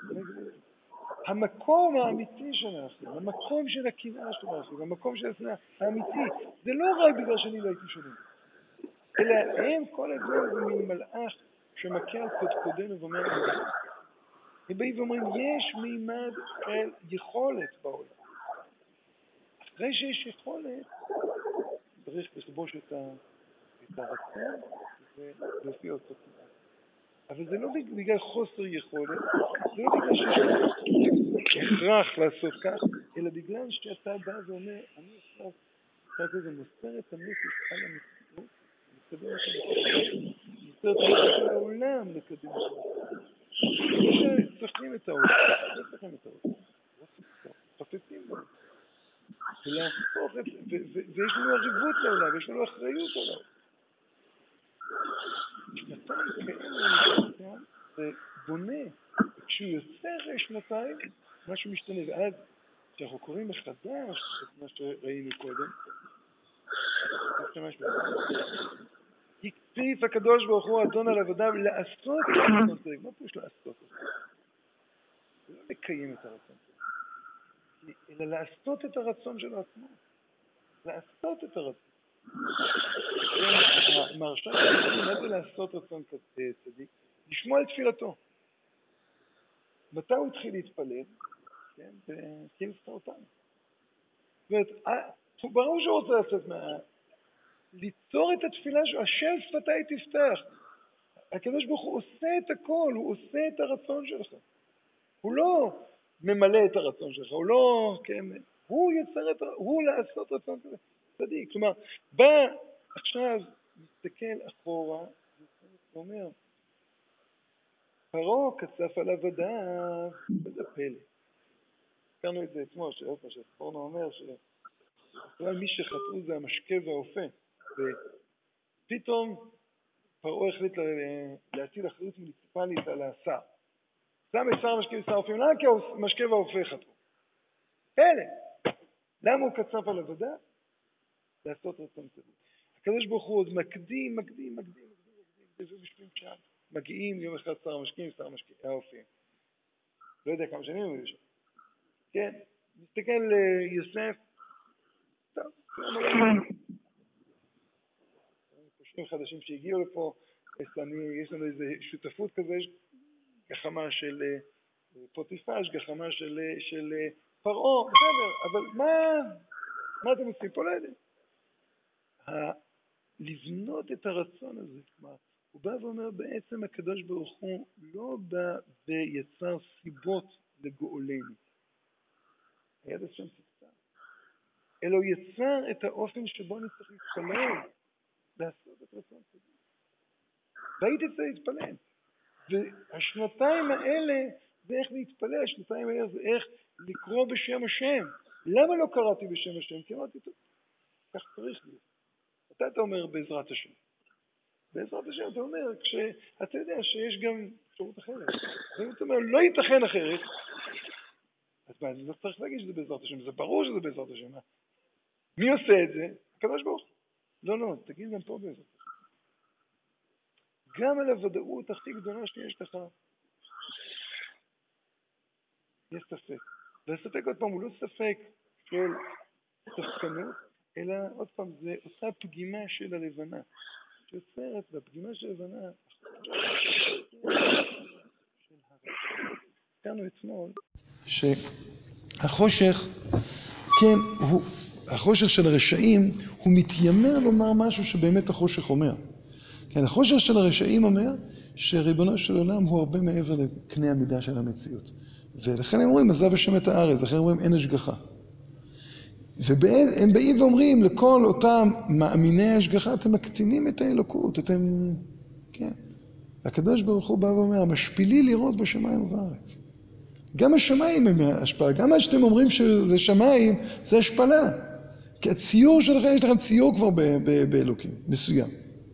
המקום האמיתי של האחים, המקום של הקנאה של האחים, המקום של השנאה האמיתי, זה לא רק בגלל שאני לא הייתי שונה, אלא הם כל הזמן זה מין מלאך שמכה על קודקודנו ואומר, הם באים ואומרים, יש מימד של יכולת בעולם. אחרי שיש יכולת, צריך לכבוש את, ה... את הרצון ולהופיע אותו כמעט. אבל זה לא בגלל חוסר יכולת, זה לא בגלל שיש הכרח לעשות כך, אלא בגלל שאתה בא ואומר, אני עכשיו, אתה כזה מוסר את הנפש על המציאות, מקדם את המציאות, מוסר את הנפש על העולם, מקדם את המציאות. מי שצריכים את העולם, לא צריכים את העולם, חפצים בהם. ולהפוך את, ויש לנו עריבות לעולם, ויש לנו אחריות על העולם. שנתיים כאלה נתן ובונה, כשהוא יוצא אחרי שנתיים, משהו משתנה, ואז כשאנחנו קוראים מחדש את מה שראינו קודם, הקציף הקדוש ברוך הוא אדון על עבדיו לעשות את הרצון צדיק. מה פירוש לעשות את זה? לא לקיים את הרצון צדיק, אלא לעשות את הרצון של עצמו. לעשות את הרצון. המרשה צדיק, מה זה לעשות רצון צדיק? לשמוע את תפילתו. מתי הוא התחיל להתפלל? כן, בקיל סרטן. זאת אומרת, ברור שהוא רוצה לצאת מה... ליצור את התפילה שלו, השם שפתיי תפתח. הקדוש ברוך הוא עושה את הכל, הוא עושה את הרצון שלך. הוא לא ממלא את הרצון שלך, הוא לא, כן, הוא יוצר את, הוא לעשות רצון שלך. צדיק, כלומר, בא עכשיו, מסתכל אחורה, ואומר, פרעה קצף על עבדיו, וזה פלא. הזכרנו את זה אתמול, שעוד מה שפורנו אומר, שמי שחטאו זה המשקה והאופה, ופתאום פרעה החליט להטיל אחריות מוניציפלית על השר. שם את שר המשקה ושר האופים, למה כי המשקה והאופה חטאו? פלא. למה הוא קצף על עבדיו? לעשות רצון צדיק. הקדוש ברוך הוא עוד מקדים, מקדים, מקדים, מקדים, מקדים, בשביל שם. מגיעים יום אחד שר המשקים, שר המשקים, האופים. לא יודע כמה שנים הוא יושב. כן, מסתכל ליוסף, טוב, פושעים חדשים שהגיעו לפה, יש לנו איזו שותפות כזה, יש גחמה של פוטיפר, יש גחמה של, של פרעה, בסדר, אבל מה, מה אתם עושים פה? לא יודע. לבנות את הרצון הזה, כלומר, הוא בא ואומר בעצם הקדוש ברוך הוא לא בא ויצר סיבות לגאולנו. היד השם תצטר. אלא הוא יצר את האופן שבו אני צריך להתפלל, לעשות את רצון צדיק. והייתי צריך להתפלל. והשנתיים האלה זה איך להתפלל, השנתיים האלה זה איך לקרוא בשם השם. למה לא קראתי בשם השם? כי אמרתי, טוב, כך צריך להיות. אתה אתה אומר בעזרת השם. בעזרת השם אתה אומר, כשאתה יודע שיש גם אפשרות אחרת. ואם אתה אומר, לא ייתכן אחרת, אז מה, אני לא צריך להגיד שזה בעזרת השם, זה ברור שזה בעזרת השם. מי עושה את זה? הקדוש ברוך הוא. לא, לא, תגיד גם פה בעזרת השם. גם על הוודאות הכי גדולה שיש לך, יש ספק. והספק עוד פעם הוא לא ספק של ספקנות, אלא עוד פעם זה אותה פגימה של הלבנה. שיוצרת בפגימה של הלבנה, הזכרנו אתמול שהחושך, כן, הוא, החושך של הרשעים, הוא מתיימר לומר משהו שבאמת החושך אומר. כן, החושך של הרשעים אומר שריבונו של עולם הוא הרבה מעבר לקנה המידה של המציאות. ולכן הם אומרים, עזב השם את הארץ, לכן הם אומרים, אין השגחה. והם באים ואומרים לכל אותם מאמיני ההשגחה, אתם מקטינים את האלוקות, אתם, כן. הקדוש ברוך הוא בא ואומר, המשפילי לראות בשמיים ובארץ. גם השמיים הם השפלה, גם מה שאתם אומרים שזה שמיים, זה השפלה. כי הציור שלכם, יש לכם ציור כבר באלוקים, מסוים.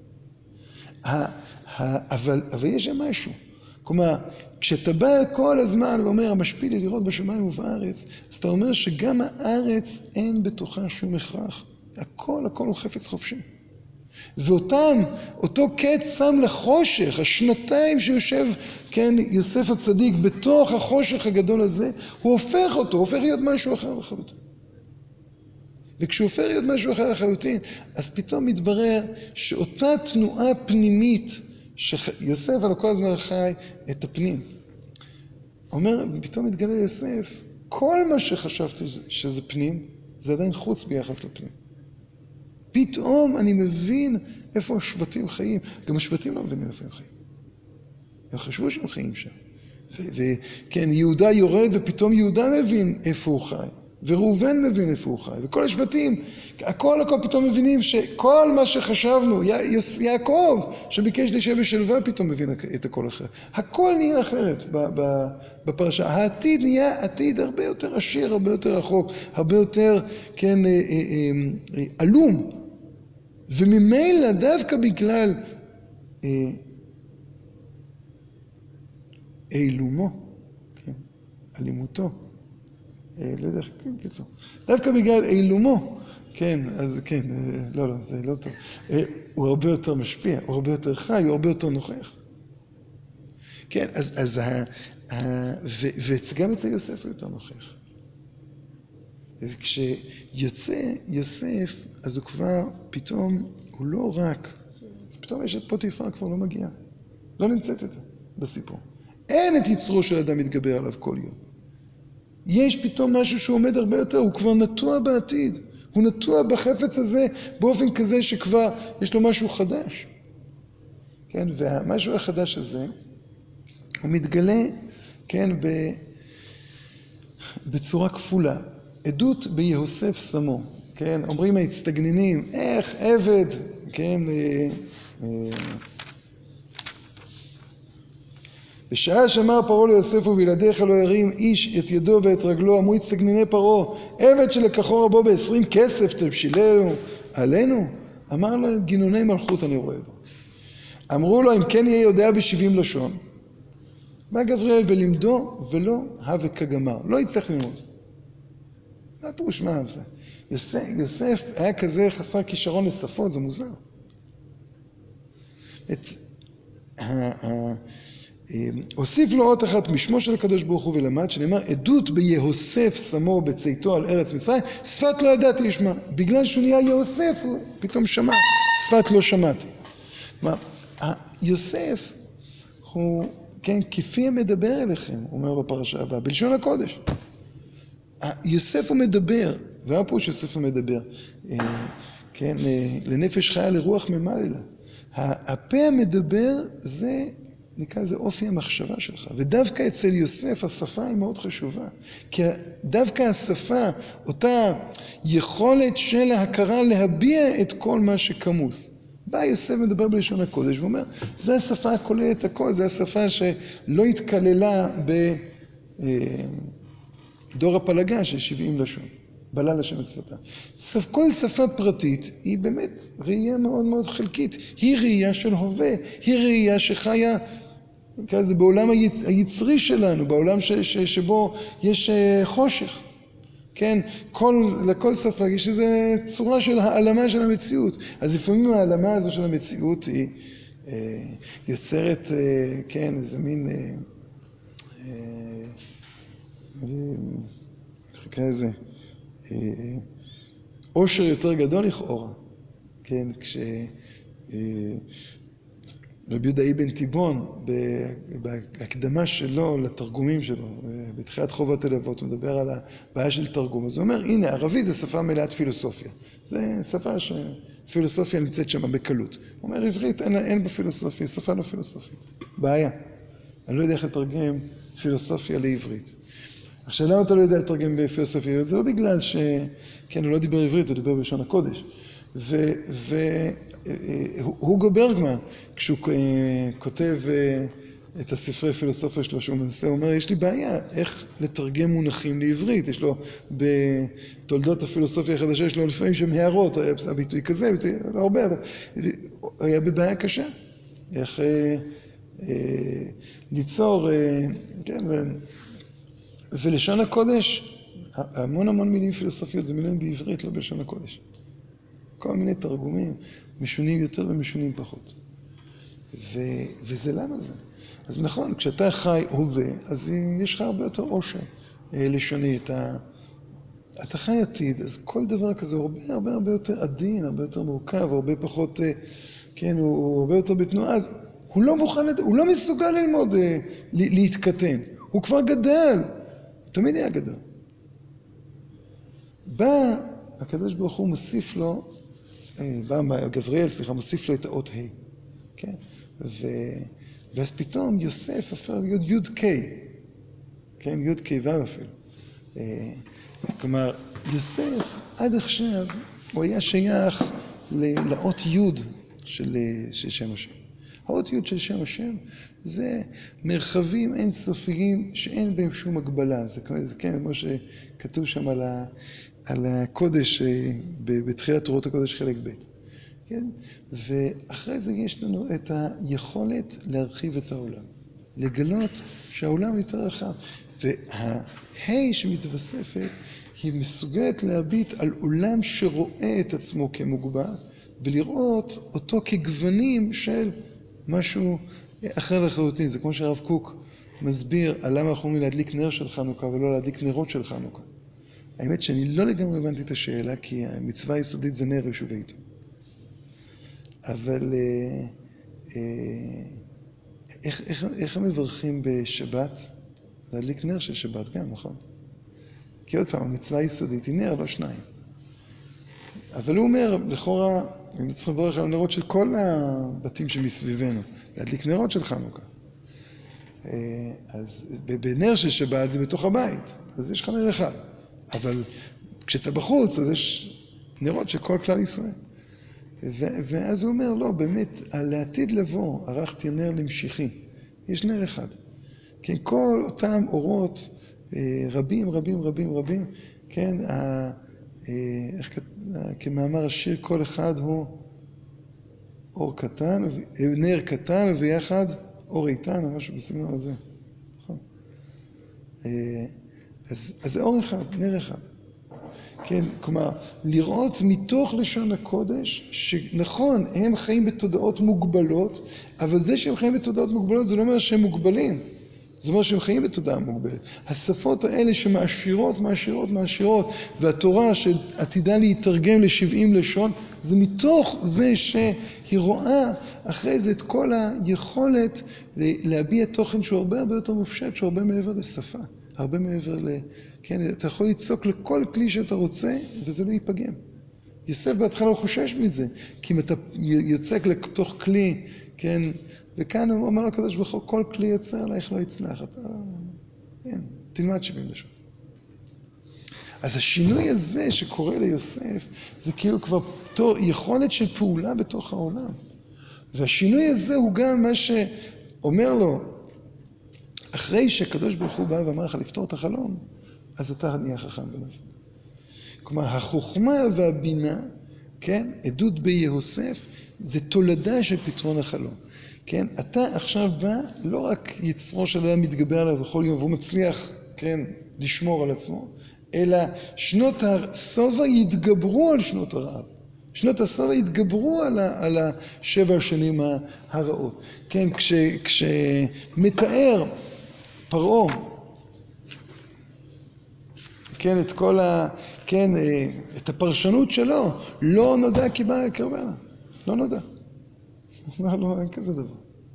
אבל, אבל יש שם משהו. כלומר, כשאתה בא כל הזמן ואומר, המשפילי לראות בשמיים ובארץ, אז אתה אומר שגם הארץ אין בתוכה שום הכרח. הכל, הכל הוא חפץ חופשי. ואותם, אותו קץ שם לחושך, השנתיים שיושב, כן, יוסף הצדיק בתוך החושך הגדול הזה, הוא הופך אותו, הופך להיות משהו אחר לחלוטין. וכשהוא הופך להיות משהו אחר לחלוטין, אז פתאום מתברר שאותה תנועה פנימית, שיוסף על כל הזמן חי את הפנים. אומר, פתאום מתגלה יוסף, כל מה שחשבתי שזה פנים, זה עדיין חוץ ביחס לפנים. פתאום אני מבין איפה השבטים חיים. גם השבטים לא מבינים איפה הם חיים. הם חשבו שהם חיים שם. וכן, יהודה יורד ופתאום יהודה מבין איפה הוא חי. וראובן מבין איפה הוא חי. וכל השבטים, הכל הכל פתאום מבינים שכל מה שחשבנו, יעקב שביקש להישב בשלווה פתאום מבין את הכל אחר. הכל נהיה אחרת בפרשה. העתיד נהיה עתיד הרבה יותר עשיר, הרבה יותר רחוק, הרבה יותר, כן, עלום. וממילא דווקא בגלל אילומו, כן, אלימותו, לא יודע, כן, קיצור. דווקא בגלל אילומו, כן, אז כן, לא, לא, זה לא טוב. הוא הרבה יותר משפיע, הוא הרבה יותר חי, הוא הרבה יותר נוכח. כן, אז, אז ה, ה, ו, וגם אצל יוסף הוא יותר נוכח. וכשיוצא יוסף, אז הוא כבר, פתאום, הוא לא רק, פתאום יש את פוטיפר, כבר לא מגיע. לא נמצאת יותר בסיפור. אין את יצרו של אדם מתגבר עליו כל יום. יש פתאום משהו שהוא עומד הרבה יותר, הוא כבר נטוע בעתיד. הוא נטוע בחפץ הזה באופן כזה שכבר יש לו משהו חדש. כן, והמשהו החדש הזה, הוא מתגלה, כן, ב, בצורה כפולה. עדות ביהוסף שמו, כן, אומרים ההצטגנינים, איך עבד, כן, אה, אה, בשעה שאמר פרעה ליוסף ובלעדיך לא ירים איש את ידו ואת רגלו, אמרו הצטגניני פרעה, עבד שלקחו רבו בעשרים כסף תבשילנו עלינו? אמר לו, גינוני מלכות אני רואה בו. אמרו לו, אם כן יהיה יודע בשבעים לשון. בא גבריאל ולימדו ולא הווה כגמר, לא יצטרך ללמוד. מה פירוש מה זה? יוסף, יוסף היה כזה חסר כישרון לשפות, זה מוזר. את ה... הוסיף לו עוד אחת משמו של הקדוש ברוך הוא ולמד, שנאמר, עדות ביהוסף שמו בצאתו על ארץ מצרים, שפת לא ידעתי ישמע. בגלל שהוא נהיה יהוסף, הוא פתאום שמע, שפת לא שמעתי. מה, יוסף הוא, כן, כפי המדבר אליכם, הוא אומר בפרשה הבאה, בלשון הקודש. יוסף הוא מדבר, ומה פה שיוסף הוא מדבר? כן, לנפש חיה לרוח ממללה. הפה המדבר זה נקרא לזה אופי המחשבה שלך, ודווקא אצל יוסף השפה היא מאוד חשובה, כי דווקא השפה, אותה יכולת של ההכרה להביע את כל מה שכמוס. בא יוסף מדבר בלשון הקודש ואומר, זה השפה הכוללת הכל, זה השפה שלא התכללה בדור הפלגה של שבעים לשון, בלל השם השפתה. כל שפה פרטית היא באמת ראייה מאוד מאוד חלקית, היא ראייה של הווה, היא ראייה שחיה, זה בעולם היצרי שלנו, בעולם ש, ש, שבו יש חושך. כן, כל, לכל שפה יש איזו צורה של העלמה של המציאות. אז לפעמים העלמה הזו של המציאות היא אה, יוצרת, אה, כן, איזה מין, אה, אה, חכה איזה, אה, עושר יותר גדול לכאורה. כן, כש... אה, רבי יהודה אבן תיבון, בהקדמה שלו לתרגומים שלו, בתחילת חובת הלבבות, הוא מדבר על הבעיה של תרגום. אז הוא אומר, הנה, ערבית זה שפה מלאת פילוסופיה. זה שפה שפילוסופיה נמצאת שם בקלות. הוא אומר, עברית אין, אין בפילוסופיה, שפה לא פילוסופית. בעיה. אני לא יודע איך לתרגם פילוסופיה לעברית. עכשיו, למה אתה לא יודע לתרגם בפילוסופיה לעברית? זה לא בגלל ש... כן, הוא לא דיבר עברית, הוא דיבר בלשון הקודש. והוגו ברגמן, כשהוא כותב את הספרי פילוסופיה שלו שהוא מנסה, הוא אומר, יש לי בעיה איך לתרגם מונחים לעברית. יש לו בתולדות הפילוסופיה החדשה, יש לו לפעמים שם הערות, הביטוי כזה, ביטוי, לא הרבה, אבל היה בבעיה קשה. איך ליצור, כן, ולשון הקודש, המון המון מילים פילוסופיות זה מילים בעברית, לא בלשון הקודש. כל מיני תרגומים, משונים יותר ומשונים פחות. ו, וזה למה זה? אז נכון, כשאתה חי הווה, אז יש לך הרבה יותר עושר לשוני. אתה, אתה חי עתיד, אז כל דבר כזה הוא הרבה הרבה הרבה יותר עדין, הרבה יותר מורכב, הרבה פחות, כן, הוא, הוא הרבה יותר בתנועה. אז הוא לא מוכן, הוא לא מסוגל ללמוד, להתקטן. הוא כבר גדל, הוא תמיד היה גדול. בא, הקדוש ברוך הוא מוסיף לו, בא גבריאל, סליחה, מוסיף לו את האות ה', כן? ו... ואז פתאום יוסף הפך להיות יוד קיי, כן? יוד קיי וו אפילו. כלומר, יוסף עד עכשיו הוא היה שייך לאות יוד של, של שם השם. האות יוד של שם השם זה מרחבים אינסופיים שאין בהם שום הגבלה. זה, זה כן, כמו שכתוב שם על, ה, על הקודש, בתחילת תורות הקודש חלק ב'. כן? ואחרי זה יש לנו את היכולת להרחיב את העולם. לגלות שהעולם יותר רחב. וההי שמתווספת היא מסוגלת להביט על עולם שרואה את עצמו כמוגבל, ולראות אותו כגוונים של משהו אחר לחלוטין. זה כמו שהרב קוק מסביר על למה אנחנו אומרים להדליק נר של חנוכה ולא להדליק נרות של חנוכה. האמת שאני לא לגמרי הבנתי את השאלה, כי המצווה היסודית זה נר ישוב איתו. אבל אה, אה, איך, איך, איך הם מברכים בשבת? להדליק נר של שבת גם, נכון? כי עוד פעם, המצווה היסודית היא נר, לא שניים. אבל הוא אומר, לכאורה, אני צריך לברך על הנרות של כל הבתים שמסביבנו, להדליק נרות של חנוכה. אז בנר של שבת זה בתוך הבית, אז יש לך נר אחד. אבל כשאתה בחוץ, אז יש נרות של כל כלל ישראל. ואז הוא אומר, לא, באמת, לעתיד לבוא, ערכתי נר למשיחי. יש נר אחד. כן, כל אותם אורות, רבים, רבים, רבים, רבים, כן, איך, כמאמר השיר, כל אחד הוא אור קטן, נר קטן, ויחד אור איתן, או משהו בסגנון הזה. נכון? אז, אז זה אור אחד, נר אחד. כן, כלומר, לראות מתוך לשון הקודש, שנכון, הם חיים בתודעות מוגבלות, אבל זה שהם חיים בתודעות מוגבלות, זה לא אומר שהם מוגבלים. זה אומר שהם חיים בתודעה מוגבלת. השפות האלה שמעשירות, מעשירות, מעשירות, והתורה שעתידה להתרגם לשבעים לשון, זה מתוך זה שהיא רואה אחרי זה את כל היכולת להביע תוכן שהוא הרבה הרבה יותר מופשט, שהוא הרבה מעבר לשפה. הרבה מעבר ל... כן, אתה יכול לצעוק לכל כלי שאתה רוצה, וזה לא ייפגם. יוסף בהתחלה הוא חושש מזה, כי אם אתה יוצק לתוך כלי, כן, וכאן הוא אומר לו הקדוש ברוך הוא, כל כלי יוצא עלייך לא יצלח, אתה, כן, תלמד שבעים לשון. אז השינוי הזה שקורה ליוסף, זה כאילו כבר תור, יכולת של פעולה בתוך העולם. והשינוי הזה הוא גם מה שאומר לו, אחרי שהקדוש ברוך הוא בא ואמר לך לפתור את החלום, אז אתה נהיה חכם ונבון. כלומר, החוכמה והבינה, כן, עדות ביהוסף, זה תולדה של פתרון החלום. כן, אתה עכשיו בא, לא רק יצרו של אדם מתגבר עליו בכל יום, והוא מצליח, כן, לשמור על עצמו, אלא שנות השובע יתגברו על שנות הרעב. שנות השובע יתגברו על, ה, על השבע השנים הרעות. כן, כש, כשמתאר פרעה, כן, את כל ה... כן, את הפרשנות שלו, לא נודע כי בא אל קרבנה. לא נודע. הוא אומר לו, אין כזה דבר.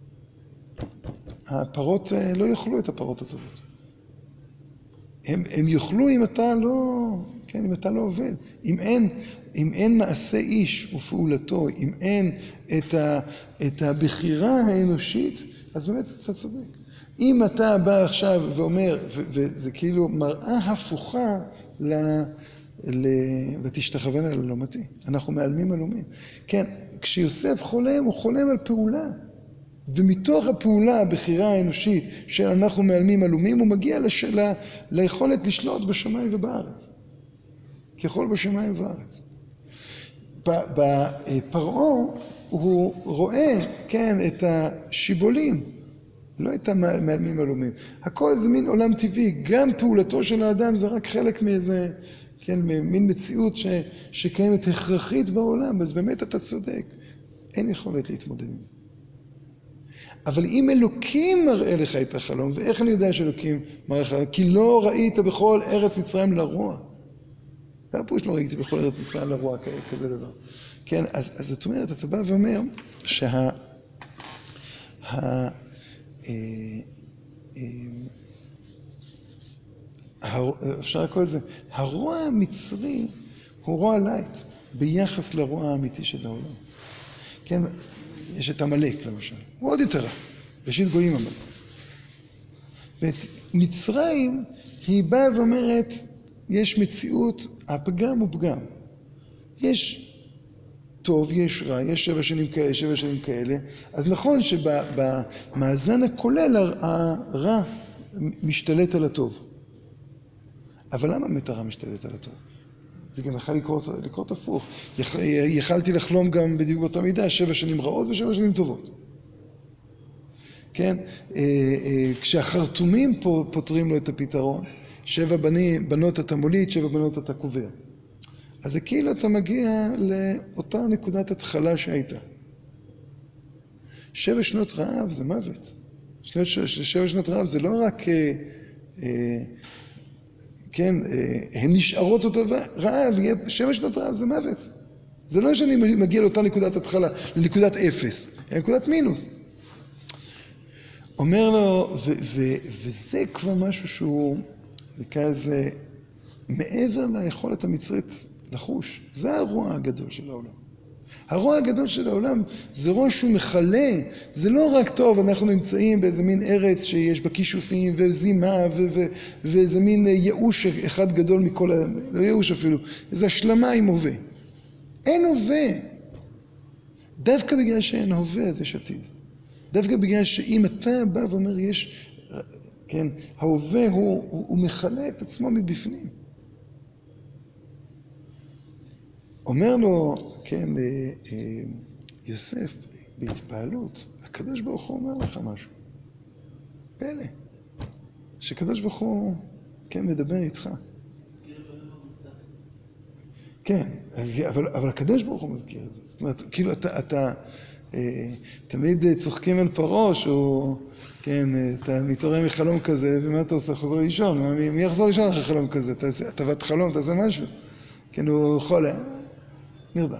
הפרות לא יאכלו את הפרות הטובות. הם, הם יאכלו אם אתה לא, כן, אם אתה לא עובד. אם אין, אם אין מעשה איש ופעולתו, אם אין את, ה, את הבחירה האנושית, אז באמת אתה צודק. אם אתה בא עכשיו ואומר, ו, וזה כאילו מראה הפוכה ל... ותשתחוון על אלומתי. אנחנו מעלמים אלומים. כן, כשיוסף חולם, הוא חולם על פעולה. ומתוך הפעולה, הבחירה האנושית של אנחנו מעלמים אלומים, הוא מגיע לשאלה, ליכולת לשלוט בשמיים ובארץ. ככל בשמיים ובארץ. בפרעה הוא רואה, כן, את השיבולים, לא את המעלמים אלומים. הכל זה מין עולם טבעי, גם פעולתו של האדם זה רק חלק מאיזה, כן, מין מציאות ש, שקיימת הכרחית בעולם, אז באמת אתה צודק, אין יכולת להתמודד עם זה. אבל אם אלוקים מראה לך את החלום, ואיך אני יודע שאלוקים מראה לך? כי לא ראית בכל ארץ מצרים לרוע. והפוש לא ראיתי בכל ארץ מצרים לרוע כזה דבר. כן, אז, אז זאת אומרת, אתה בא ואומר שה... ה, אה, אה, אפשר לקרוא לזה, הרוע המצרי הוא רוע לייט ביחס לרוע האמיתי של העולם. כן, יש את המלאק למשל, הוא עוד יותר רע, ראשית גויים המלאק. מצרים היא באה ואומרת, יש מציאות, הפגם הוא פגם. יש טוב, יש רע, יש שבע שנים כאלה, שבע שנים כאלה, אז נכון שבמאזן הכולל הרע משתלט על הטוב. אבל למה באמת הרע משתלט על הטוב? זה גם יכול לקרות, לקרות הפוך. יכלתי לחלום גם בדיוק באותה מידה, שבע שנים רעות ושבע שנים טובות. כן? כשהחרטומים פותרים לו את הפתרון, שבע בנים, בנות אתה מוליד, שבע בנות אתה קובר. אז זה כאילו אתה מגיע לאותה נקודת התחלה שהייתה. שבע שנות רעב זה מוות. שבע שנות רעב זה לא רק... כן, הן נשארות אותו רעב, שבע שנות רעב זה מוות. זה לא שאני מגיע לאותה נקודת התחלה, לנקודת אפס, לנקודת מינוס. אומר לו, ו- ו- וזה כבר משהו שהוא, נקרא איזה, מעבר ליכולת המצרית לחוש. זה הרוע הגדול של העולם. הרוע הגדול של העולם זה רוע שהוא מחלה, זה לא רק טוב, אנחנו נמצאים באיזה מין ארץ שיש בה כישופים וזימה ו- ו- ואיזה מין ייאוש אחד גדול מכל, לא ייאוש אפילו, איזו השלמה עם הווה. אין הווה. דווקא בגלל שאין הווה אז יש עתיד. דווקא בגלל שאם אתה בא ואומר יש, כן, ההווה הוא, הוא, הוא מחלה את עצמו מבפנים. אומר לו, כן, יוסף, בהתפעלות, הקדוש ברוך הוא אומר לך משהו. פלא. שקדוש ברוך הוא, כן, מדבר איתך. כן, אבל, אבל הקדוש ברוך הוא מזכיר את זה. זאת אומרת, כאילו אתה, אתה אה, תמיד צוחקים על פרעה, שהוא, כן, אתה מתעורר מחלום כזה, ומה אתה עושה? חוזר לישון. מי, מי יחזור לישון אחרי חלום כזה? אתה, אתה בת חלום, אתה עושה משהו. כן, הוא חולה. נרדם.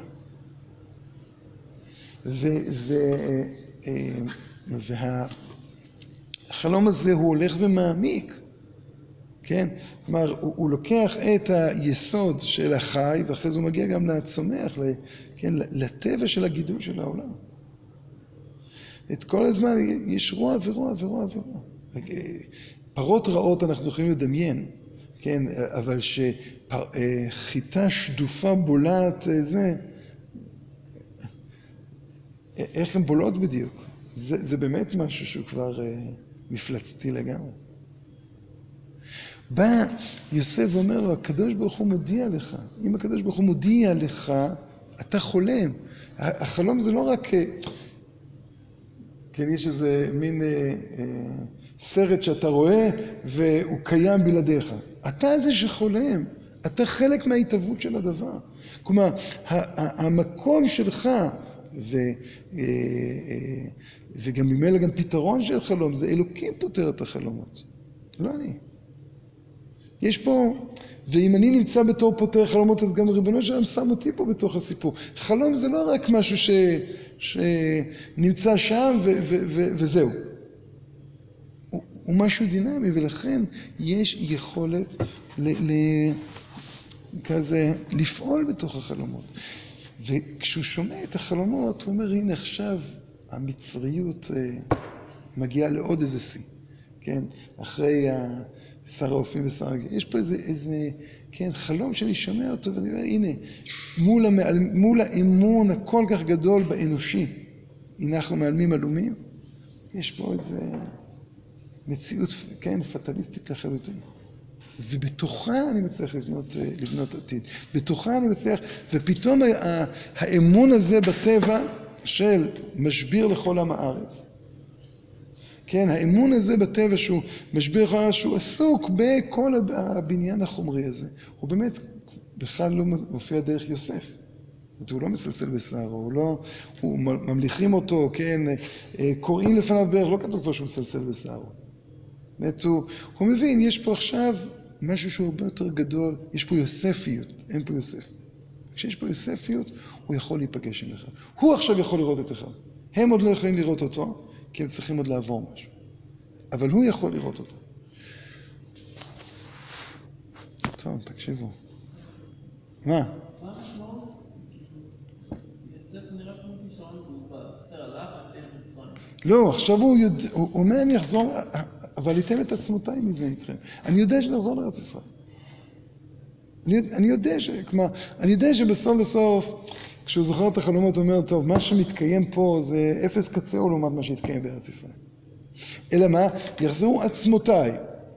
והחלום הזה הוא הולך ומעמיק, כן? כלומר, הוא, הוא לוקח את היסוד של החי, ואחרי זה הוא מגיע גם לצומח, כן? לטבע של הגידול של העולם. את כל הזמן יש רוע ורוע ורוע ורוע. פרות רעות אנחנו יכולים לדמיין, כן? אבל שחיטה שדופה בולעת זה, איך הן בולעות בדיוק? זה, זה באמת משהו שהוא כבר אה, מפלצתי לגמרי. בא יוסף ואומר לו, הקדוש ברוך הוא מודיע לך. אם הקדוש ברוך הוא מודיע לך, אתה חולם. החלום זה לא רק, אה, כן, יש איזה מין אה, אה, סרט שאתה רואה והוא קיים בלעדיך. אתה זה שחולם. אתה חלק מההתהוות של הדבר. כלומר, המקום שלך, ו, וגם ממילא גם פתרון של חלום, זה אלוקים פותר את החלומות, לא אני. יש פה, ואם אני נמצא בתור פותר חלומות, אז גם ריבונו שלם שם אותי פה בתוך הסיפור. חלום זה לא רק משהו ש, שנמצא שם ו, ו, ו, וזהו. הוא, הוא משהו דינמי, ולכן יש יכולת ל, ל, כזה לפעול בתוך החלומות. וכשהוא שומע את החלומות, הוא אומר, הנה עכשיו המצריות מגיעה לעוד איזה שיא, כן? אחרי שר האופים ושר הגיא. יש פה איזה, איזה, כן, חלום שאני שומע אותו, ואני אומר, הנה, מול, המעל, מול האמון הכל כך גדול באנושי, הנה אנחנו מעלמים עלומים, יש פה איזה מציאות, כן, פטליסטית לחלוטין. ובתוכה אני מצליח לבנות, לבנות עתיד. בתוכה אני מצליח, ופתאום האמון הזה בטבע של משביר לכל עם הארץ, כן, האמון הזה בטבע שהוא משבר חומר, שהוא עסוק בכל הבניין החומרי הזה, הוא באמת בכלל לא מופיע דרך יוסף. הוא לא מסלסל בשערו, הוא לא, הוא ממליכים אותו, כן, קוראים לפניו בערך, לא כתוב כבר שהוא מסלסל בשערו. באמת, הוא, הוא מבין, יש פה עכשיו משהו שהוא הרבה יותר גדול, יש פה יוספיות, אין פה יוסף. כשיש פה יוספיות, הוא יכול להיפגש עם אחד. הוא עכשיו יכול לראות את אחד. הם עוד לא יכולים לראות אותו, כי הם צריכים עוד לעבור משהו. אבל הוא יכול לראות אותו. טוב, תקשיבו. מה? לא, עכשיו הוא יודע, הוא אומר אני אחזור, אבל ייתן את עצמותיי מזה איתכם. אני יודע שאני אחזור לארץ ישראל. אני, אני יודע ש... כלומר, אני יודע שבסוף בסוף, כשהוא זוכר את החלומות, הוא אומר, טוב, מה שמתקיים פה זה אפס קצהו לעומת מה שהתקיים בארץ ישראל. אלא מה? יחזרו עצמותיי.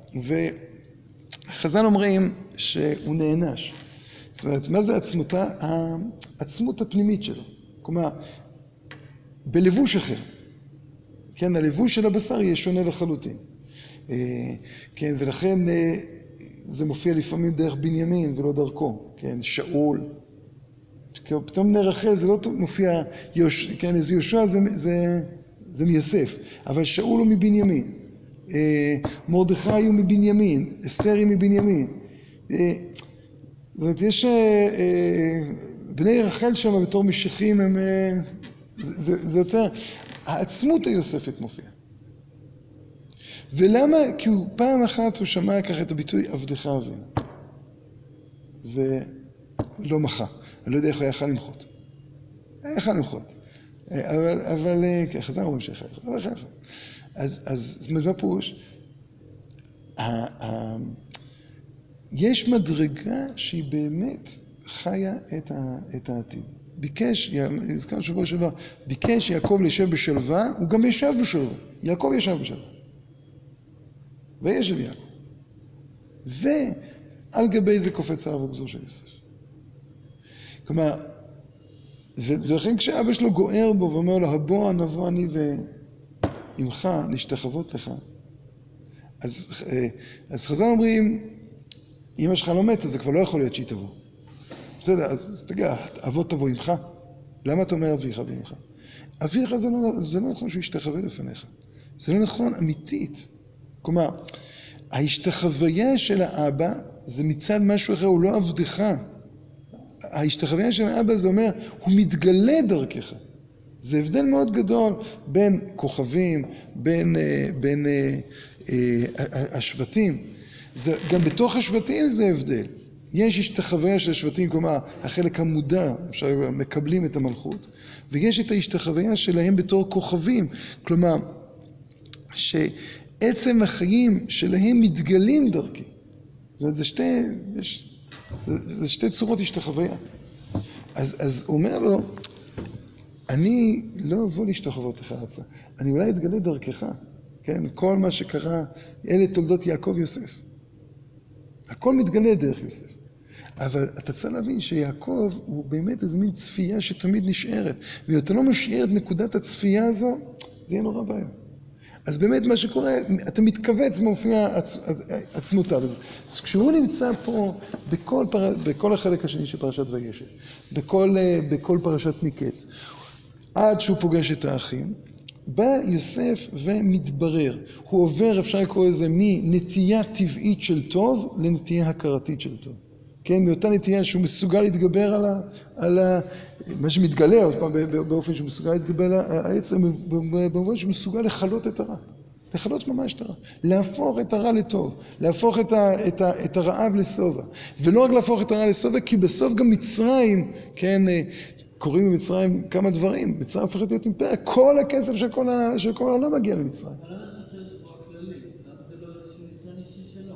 וחז"ל אומרים שהוא נענש. זאת אומרת, מה זה עצמותה? העצמות הפנימית שלו. כלומר, בלבוש אחר. כן, הלבוש של הבשר יהיה שונה לחלוטין. כן, ולכן זה מופיע לפעמים דרך בנימין ולא דרכו. כן, שאול. פתאום נרחל זה לא מופיע, יוש, כן, איזה יהושע זה, זה, זה מיוסף, אבל שאול הוא מבנימין. מרדכי הוא מבנימין, אסתר היא מבנימין. זאת אומרת, יש בני רחל שם בתור משיחים, הם, זה, זה יותר, העצמות היוספת מופיעה. ולמה? כי הוא פעם אחת הוא שמע ככה את הביטוי עבדך אבינו. ולא מחה. אני לא יודע איך הוא יכל למחות. יכל למחות. אבל, אבל, כן, חזר אומרים שיכל למחות. אבל יכל למחות. אז, אז, זאת אומרת, בפירוש, יש מדרגה שהיא באמת חיה את, ה, את העתיד. ביקש, הזכר שבוע שבוע, ביקש יעקב לשב בשלווה, הוא גם ישב בשלווה. יעקב ישב בשלווה. וישב יעקב. ועל גבי זה קופץ עליו הגזור של יוסף. כלומר, ולכן כשאבא שלו גוער בו ואומר לו, הבוא נבוא אני ועמך נשתחוות לך, אז, אז חז"ל אומרים, אמא שלך לא מתה, זה כבר לא יכול להיות שהיא תבוא. בסדר, אז, אז תגיד, אבוא תבוא עמך? למה אתה אומר אביך ועמך? אביך זה לא, זה לא נכון שהוא ישתחווה לפניך. זה לא נכון אמיתית. כלומר, ההשתחוויה של האבא זה מצד משהו אחר, הוא לא עבדך. ההשתחוויה של האבא זה אומר, הוא מתגלה דרכך. זה הבדל מאוד גדול בין כוכבים, בין, בין אה, אה, השבטים. זה, גם בתוך השבטים זה הבדל. יש השתחוויה של השבטים, כלומר, החלק המודע, אפשר מקבלים את המלכות, ויש את ההשתחוויה שלהם בתור כוכבים, כלומר, שעצם החיים שלהם מתגלים דרכי. זאת אומרת, זה שתי, יש, זה שתי צורות השתחוויה. אז, אז הוא אומר לו, אני לא אבוא להשתחוות לך ארצה, אני אולי אתגלה דרכך, כן? כל מה שקרה, אלה תולדות יעקב יוסף. הכל מתגלה דרך יוסף. אבל אתה צריך להבין שיעקב הוא באמת איזו מין צפייה שתמיד נשארת, ואם אתה לא משאיר את נקודת הצפייה הזו, זה יהיה נורא בעיה. אז באמת מה שקורה, אתה מתכווץ מופיע עצ... עצמותיו. אז כשהוא נמצא פה בכל, פר... בכל החלק השני של פרשת וישב, בכל, בכל פרשת מקץ, עד שהוא פוגש את האחים, בא יוסף ומתברר. הוא עובר, אפשר לקרוא לזה, מנטייה טבעית של טוב לנטייה הכרתית של טוב. כן, מאותה נטייה שהוא מסוגל להתגבר על, ה... על ה... מה שמתגלה, עוד פעם, באופן שהוא מסוגל להתגבר על העצם, במובן שהוא מסוגל לחלות את הרע. לחלות ממש את הרע. להפוך את הרע לטוב. להפוך את, ה... את, ה... את הרעב לסובה. ולא רק להפוך את הרע לסובה, כי בסוף גם מצרים, כן, קוראים במצרים כמה דברים. מצרים הופכת להיות אימפריה. כל הכסף של כל, ה... של כל העולם מגיע למצרים. אבל למה צריך לשבוע כללי? למה זה לא איזשהו ניסיון אישי שלו?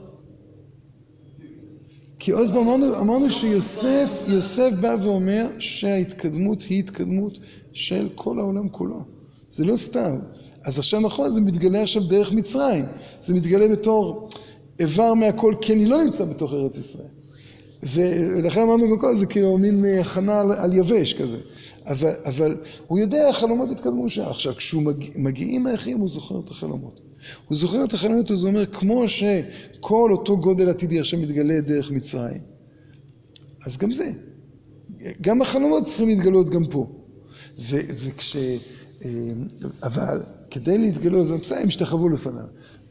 כי עוד פעם אמרנו, אמרנו שיוסף, יוסף בא ואומר שההתקדמות היא התקדמות של כל העולם כולו. זה לא סתם. אז עכשיו נכון, זה מתגלה עכשיו דרך מצרים. זה מתגלה בתור איבר מהכל, כי אני לא נמצא בתוך ארץ ישראל. ולכן אמרנו בכל זה כאילו מין הכנה על, על יבש כזה. אבל, אבל הוא יודע החלומות התקדמו שעה. עכשיו, כשהוא מגיע, מגיעים האחרים, הוא זוכר את החלומות. הוא זוכר את החלומות, אז הוא אומר, כמו שכל אותו גודל עתידי עכשיו מתגלה דרך מצרים, אז גם זה. גם החלומות צריכים להתגלות גם פה. ו, וכש... אבל כדי להתגלות, אז בסדר, הם השתחוו לפניו.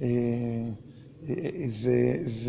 ו... ו...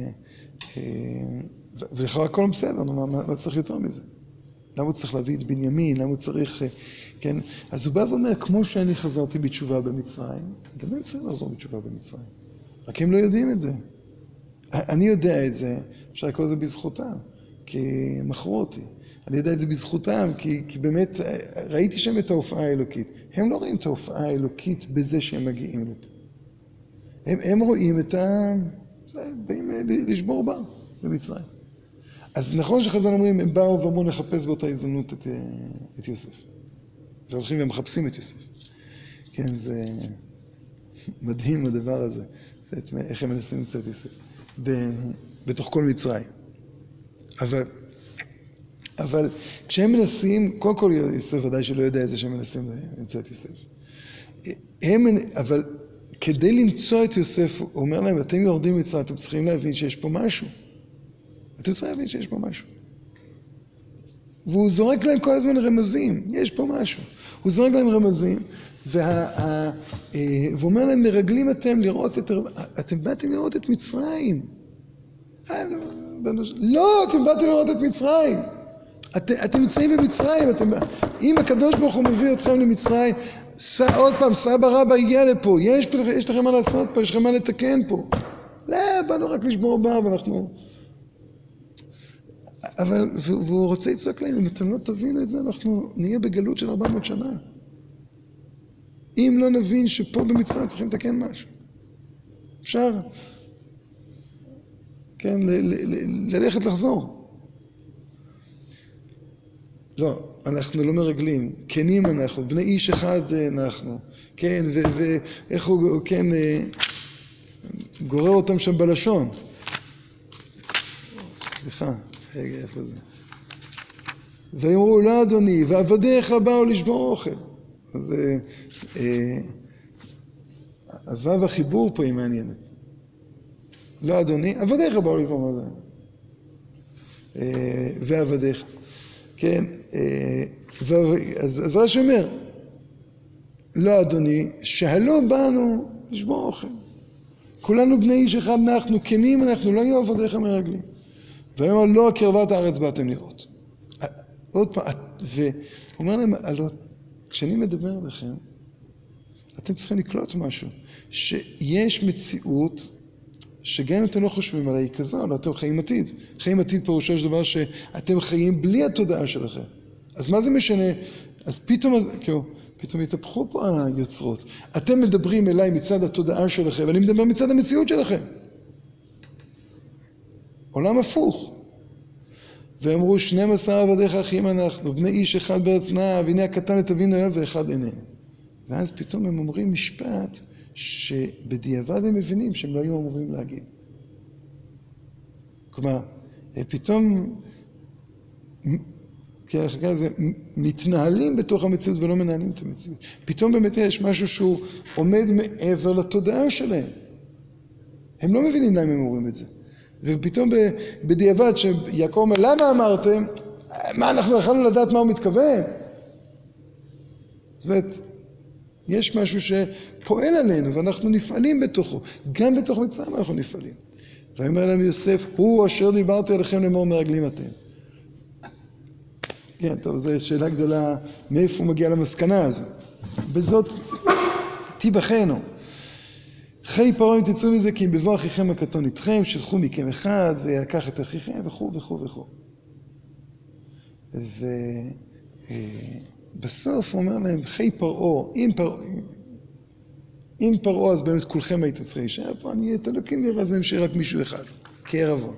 ולכאורה הכל בסדר, מה, מה צריך יותר מזה? למה הוא צריך להביא את בנימין? למה הוא צריך... כן? אז הוא בא ואומר, כמו שאני חזרתי בתשובה במצרים, גם הם צריכים לחזור בתשובה במצרים. רק הם לא יודעים את זה. אני יודע את זה, אפשר לקרוא את זה בזכותם, כי מכרו אותי. אני יודע את זה בזכותם, כי, כי באמת ראיתי שם את ההופעה האלוקית. הם לא רואים את ההופעה האלוקית בזה שהם מגיעים לפה. הם, הם רואים את ה... באים לשבור בר במצרים. אז נכון שחז"ל אומרים, הם באו ואמרו לחפש באותה הזדמנות את, את יוסף. והולכים ומחפשים את יוסף. כן, זה מדהים הדבר הזה. זה את, איך הם מנסים למצוא את יוסף. ב, בתוך כל מצרים. אבל, אבל כשהם מנסים, קודם כל יוסף ודאי שלא יודע איזה שהם מנסים למצוא את יוסף. הם, אבל כדי למצוא את יוסף, הוא אומר להם, אתם יורדים מצרים, אתם צריכים להבין שיש פה משהו. אתם צריכים להבין שיש פה משהו. והוא זורק להם כל הזמן רמזים, יש פה משהו. הוא זורק להם רמזים, וה, והוא אומר להם, מרגלים אתם לראות את... אתם באתם לראות את מצרים. אה, לא, לא, אתם באתם לראות את מצרים. את, אתם נמצאים במצרים. אתם, אם הקדוש ברוך הוא מביא אתכם למצרים, ס, עוד פעם, סבא רבא הגיע לפה, יש, יש לכם מה לעשות פה, יש לכם מה לתקן פה. לא, באנו רק לשבור בר, ואנחנו... אבל, והוא רוצה לצעוק להם, אם אתם לא תבינו את זה, אנחנו נהיה בגלות של ארבע מאות שנה. אם לא נבין שפה במצרים צריכים לתקן משהו. אפשר, כן, ל- ל- ל- ללכת לחזור. לא, אנחנו לא מרגלים, כנים אנחנו, בני איש אחד אנחנו, כן, ואיך הוא, כן, גורר אותם שם בלשון. סליחה, רגע, איפה זה? ואמרו, לא אדוני, ועבדיך באו לשבור אוכל. אז הוו החיבור פה היא מעניינת. לא אדוני, עבדיך באו לשבור אוכל. ועבדיך. כן, אז, אז רש"י אומר, לא אדוני, שהלא באנו לשבור אוכל. כולנו בני איש אחד אנחנו, כנים אנחנו, לא יהיו עבדיך מרגלים. והוא אומר, לא קרבת הארץ באתם לראות. עוד פעם, והוא אומר להם, כשאני מדבר עליכם, אתם צריכים לקלוט משהו, שיש מציאות שגם אם אתם לא חושבים עליה היא כזו, לא, אתם חיים עתיד. חיים עתיד פירושו של דבר שאתם חיים בלי התודעה שלכם. אז מה זה משנה? אז פתאום, כאילו, פתאום יתהפכו פה היוצרות. אתם מדברים אליי מצד התודעה שלכם, ואני מדבר מצד המציאות שלכם. עולם הפוך. ואמרו, שנים עשר עבדיך אחים אנחנו, בני איש אחד בארץ נע, והנה הקטן את אבינו אוהב ואחד איננו. ואז פתאום הם אומרים משפט שבדיעבד הם מבינים שהם לא היו אמורים להגיד. כלומר, פתאום כן, זה, מתנהלים בתוך המציאות ולא מנהלים את המציאות. פתאום באמת יש משהו שהוא עומד מעבר לתודעה שלהם. הם לא מבינים למה הם אומרים את זה. ופתאום בדיעבד שיעקב אומר, למה אמרתם? מה, אנחנו יכולנו לדעת מה הוא מתכוון? זאת אומרת, יש משהו שפועל עלינו ואנחנו נפעלים בתוכו. גם בתוך מצרים אנחנו נפעלים. ואומר להם יוסף, הוא אשר דיברתי עליכם לאמור מרגלים אתם. כן, טוב, זו שאלה גדולה, מאיפה הוא מגיע למסקנה הזו. בזאת תיבחנו. חי פרעה אם תצאו מזה, כי אם בבוא אחיכם הקטון איתכם, שלחו מכם אחד, ויקח את אחיכם, וכו' וכו' וכו'. ובסוף הוא אומר להם, חי פרעה, אם פרעה, אם פרעה אז באמת כולכם הייתם צריכים להישאר פה, אני את אלוקים נראה, אז נשאר רק מישהו אחד, כערבון.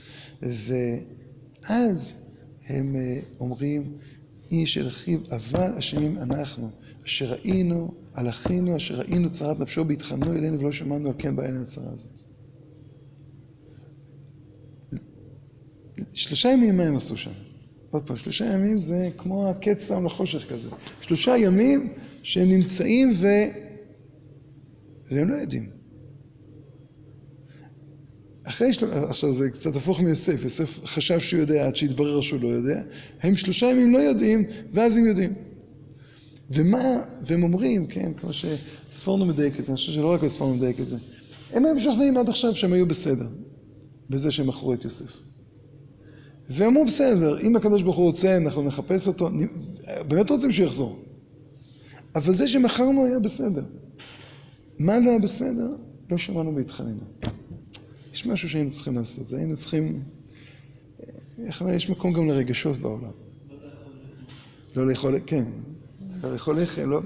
ואז הם אומרים, איש אל אחיו, אבל אשמים אנחנו, אשר ראינו על אחינו, אשר ראינו צרת נפשו בהתחננו אלינו ולא שמענו על כן באה אלינו הצרה הזאת. שלושה ימים מה הם עשו שם? עוד פעם, שלושה ימים זה כמו הקץ שם לחושך כזה. שלושה ימים שהם נמצאים ו... והם לא יודעים. אחרי של... עכשיו זה קצת הפוך מיוסף, יוסף חשב שהוא יודע עד שהתברר שהוא לא יודע, הם שלושה ימים לא יודעים ואז הם יודעים. ומה, והם אומרים, כן, כמו שספורנו מדייק את זה, אני חושב שלא רק הספורנו מדייק את זה, הם היו משוכנעים עד עכשיו שהם היו בסדר, בזה שהם מכרו את יוסף. ואמרו בסדר, אם הקדוש ברוך הוא רוצה, אנחנו נחפש אותו, באמת רוצים שהוא יחזור. אבל זה שמכרנו היה בסדר. מה לא היה בסדר? לא שמענו והתחננו. יש משהו שהיינו צריכים לעשות, זה היינו צריכים, איך אומר, יש מקום גם לרגשות בעולם. לא לאכול, כן, לא לאכול לחם, לא.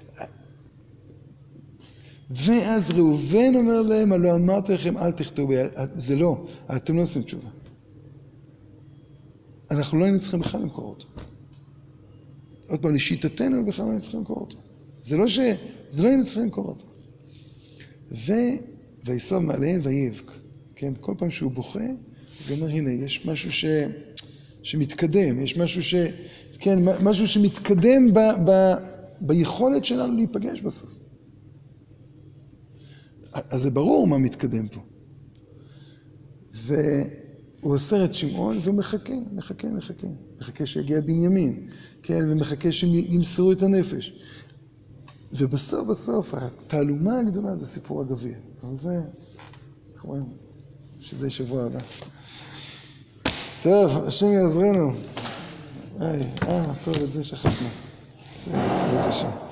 ואז ראובן אומר להם, הלא אמרתי לכם, אל תחטאו ביד, זה לא, אתם לא עושים תשובה. אנחנו לא היינו צריכים בכלל למכור אותו. עוד פעם, לשיטתנו בכלל לא היינו צריכים למכור אותו. זה לא ש... זה לא היינו צריכים למכור אותו. ו... ויסוב מעליהם ויבק. כן, כל פעם שהוא בוכה, זה אומר, הנה, יש משהו ש... שמתקדם, יש משהו ש... כן, משהו שמתקדם ב... ב... ביכולת שלנו להיפגש בסוף. אז זה ברור מה מתקדם פה. והוא עושה את שמעון והוא מחכה, מחכה, מחכה. מחכה שיגיע בנימין, כן, ומחכה שימסרו את הנפש. ובסוף, בסוף, התעלומה הגדולה זה סיפור הגביע. אבל זה, אנחנו רואים, שזה שבוע הבא. טוב, השם יעזרנו. איי, אה, טוב, את זה שכחנו. בסדר, את השם.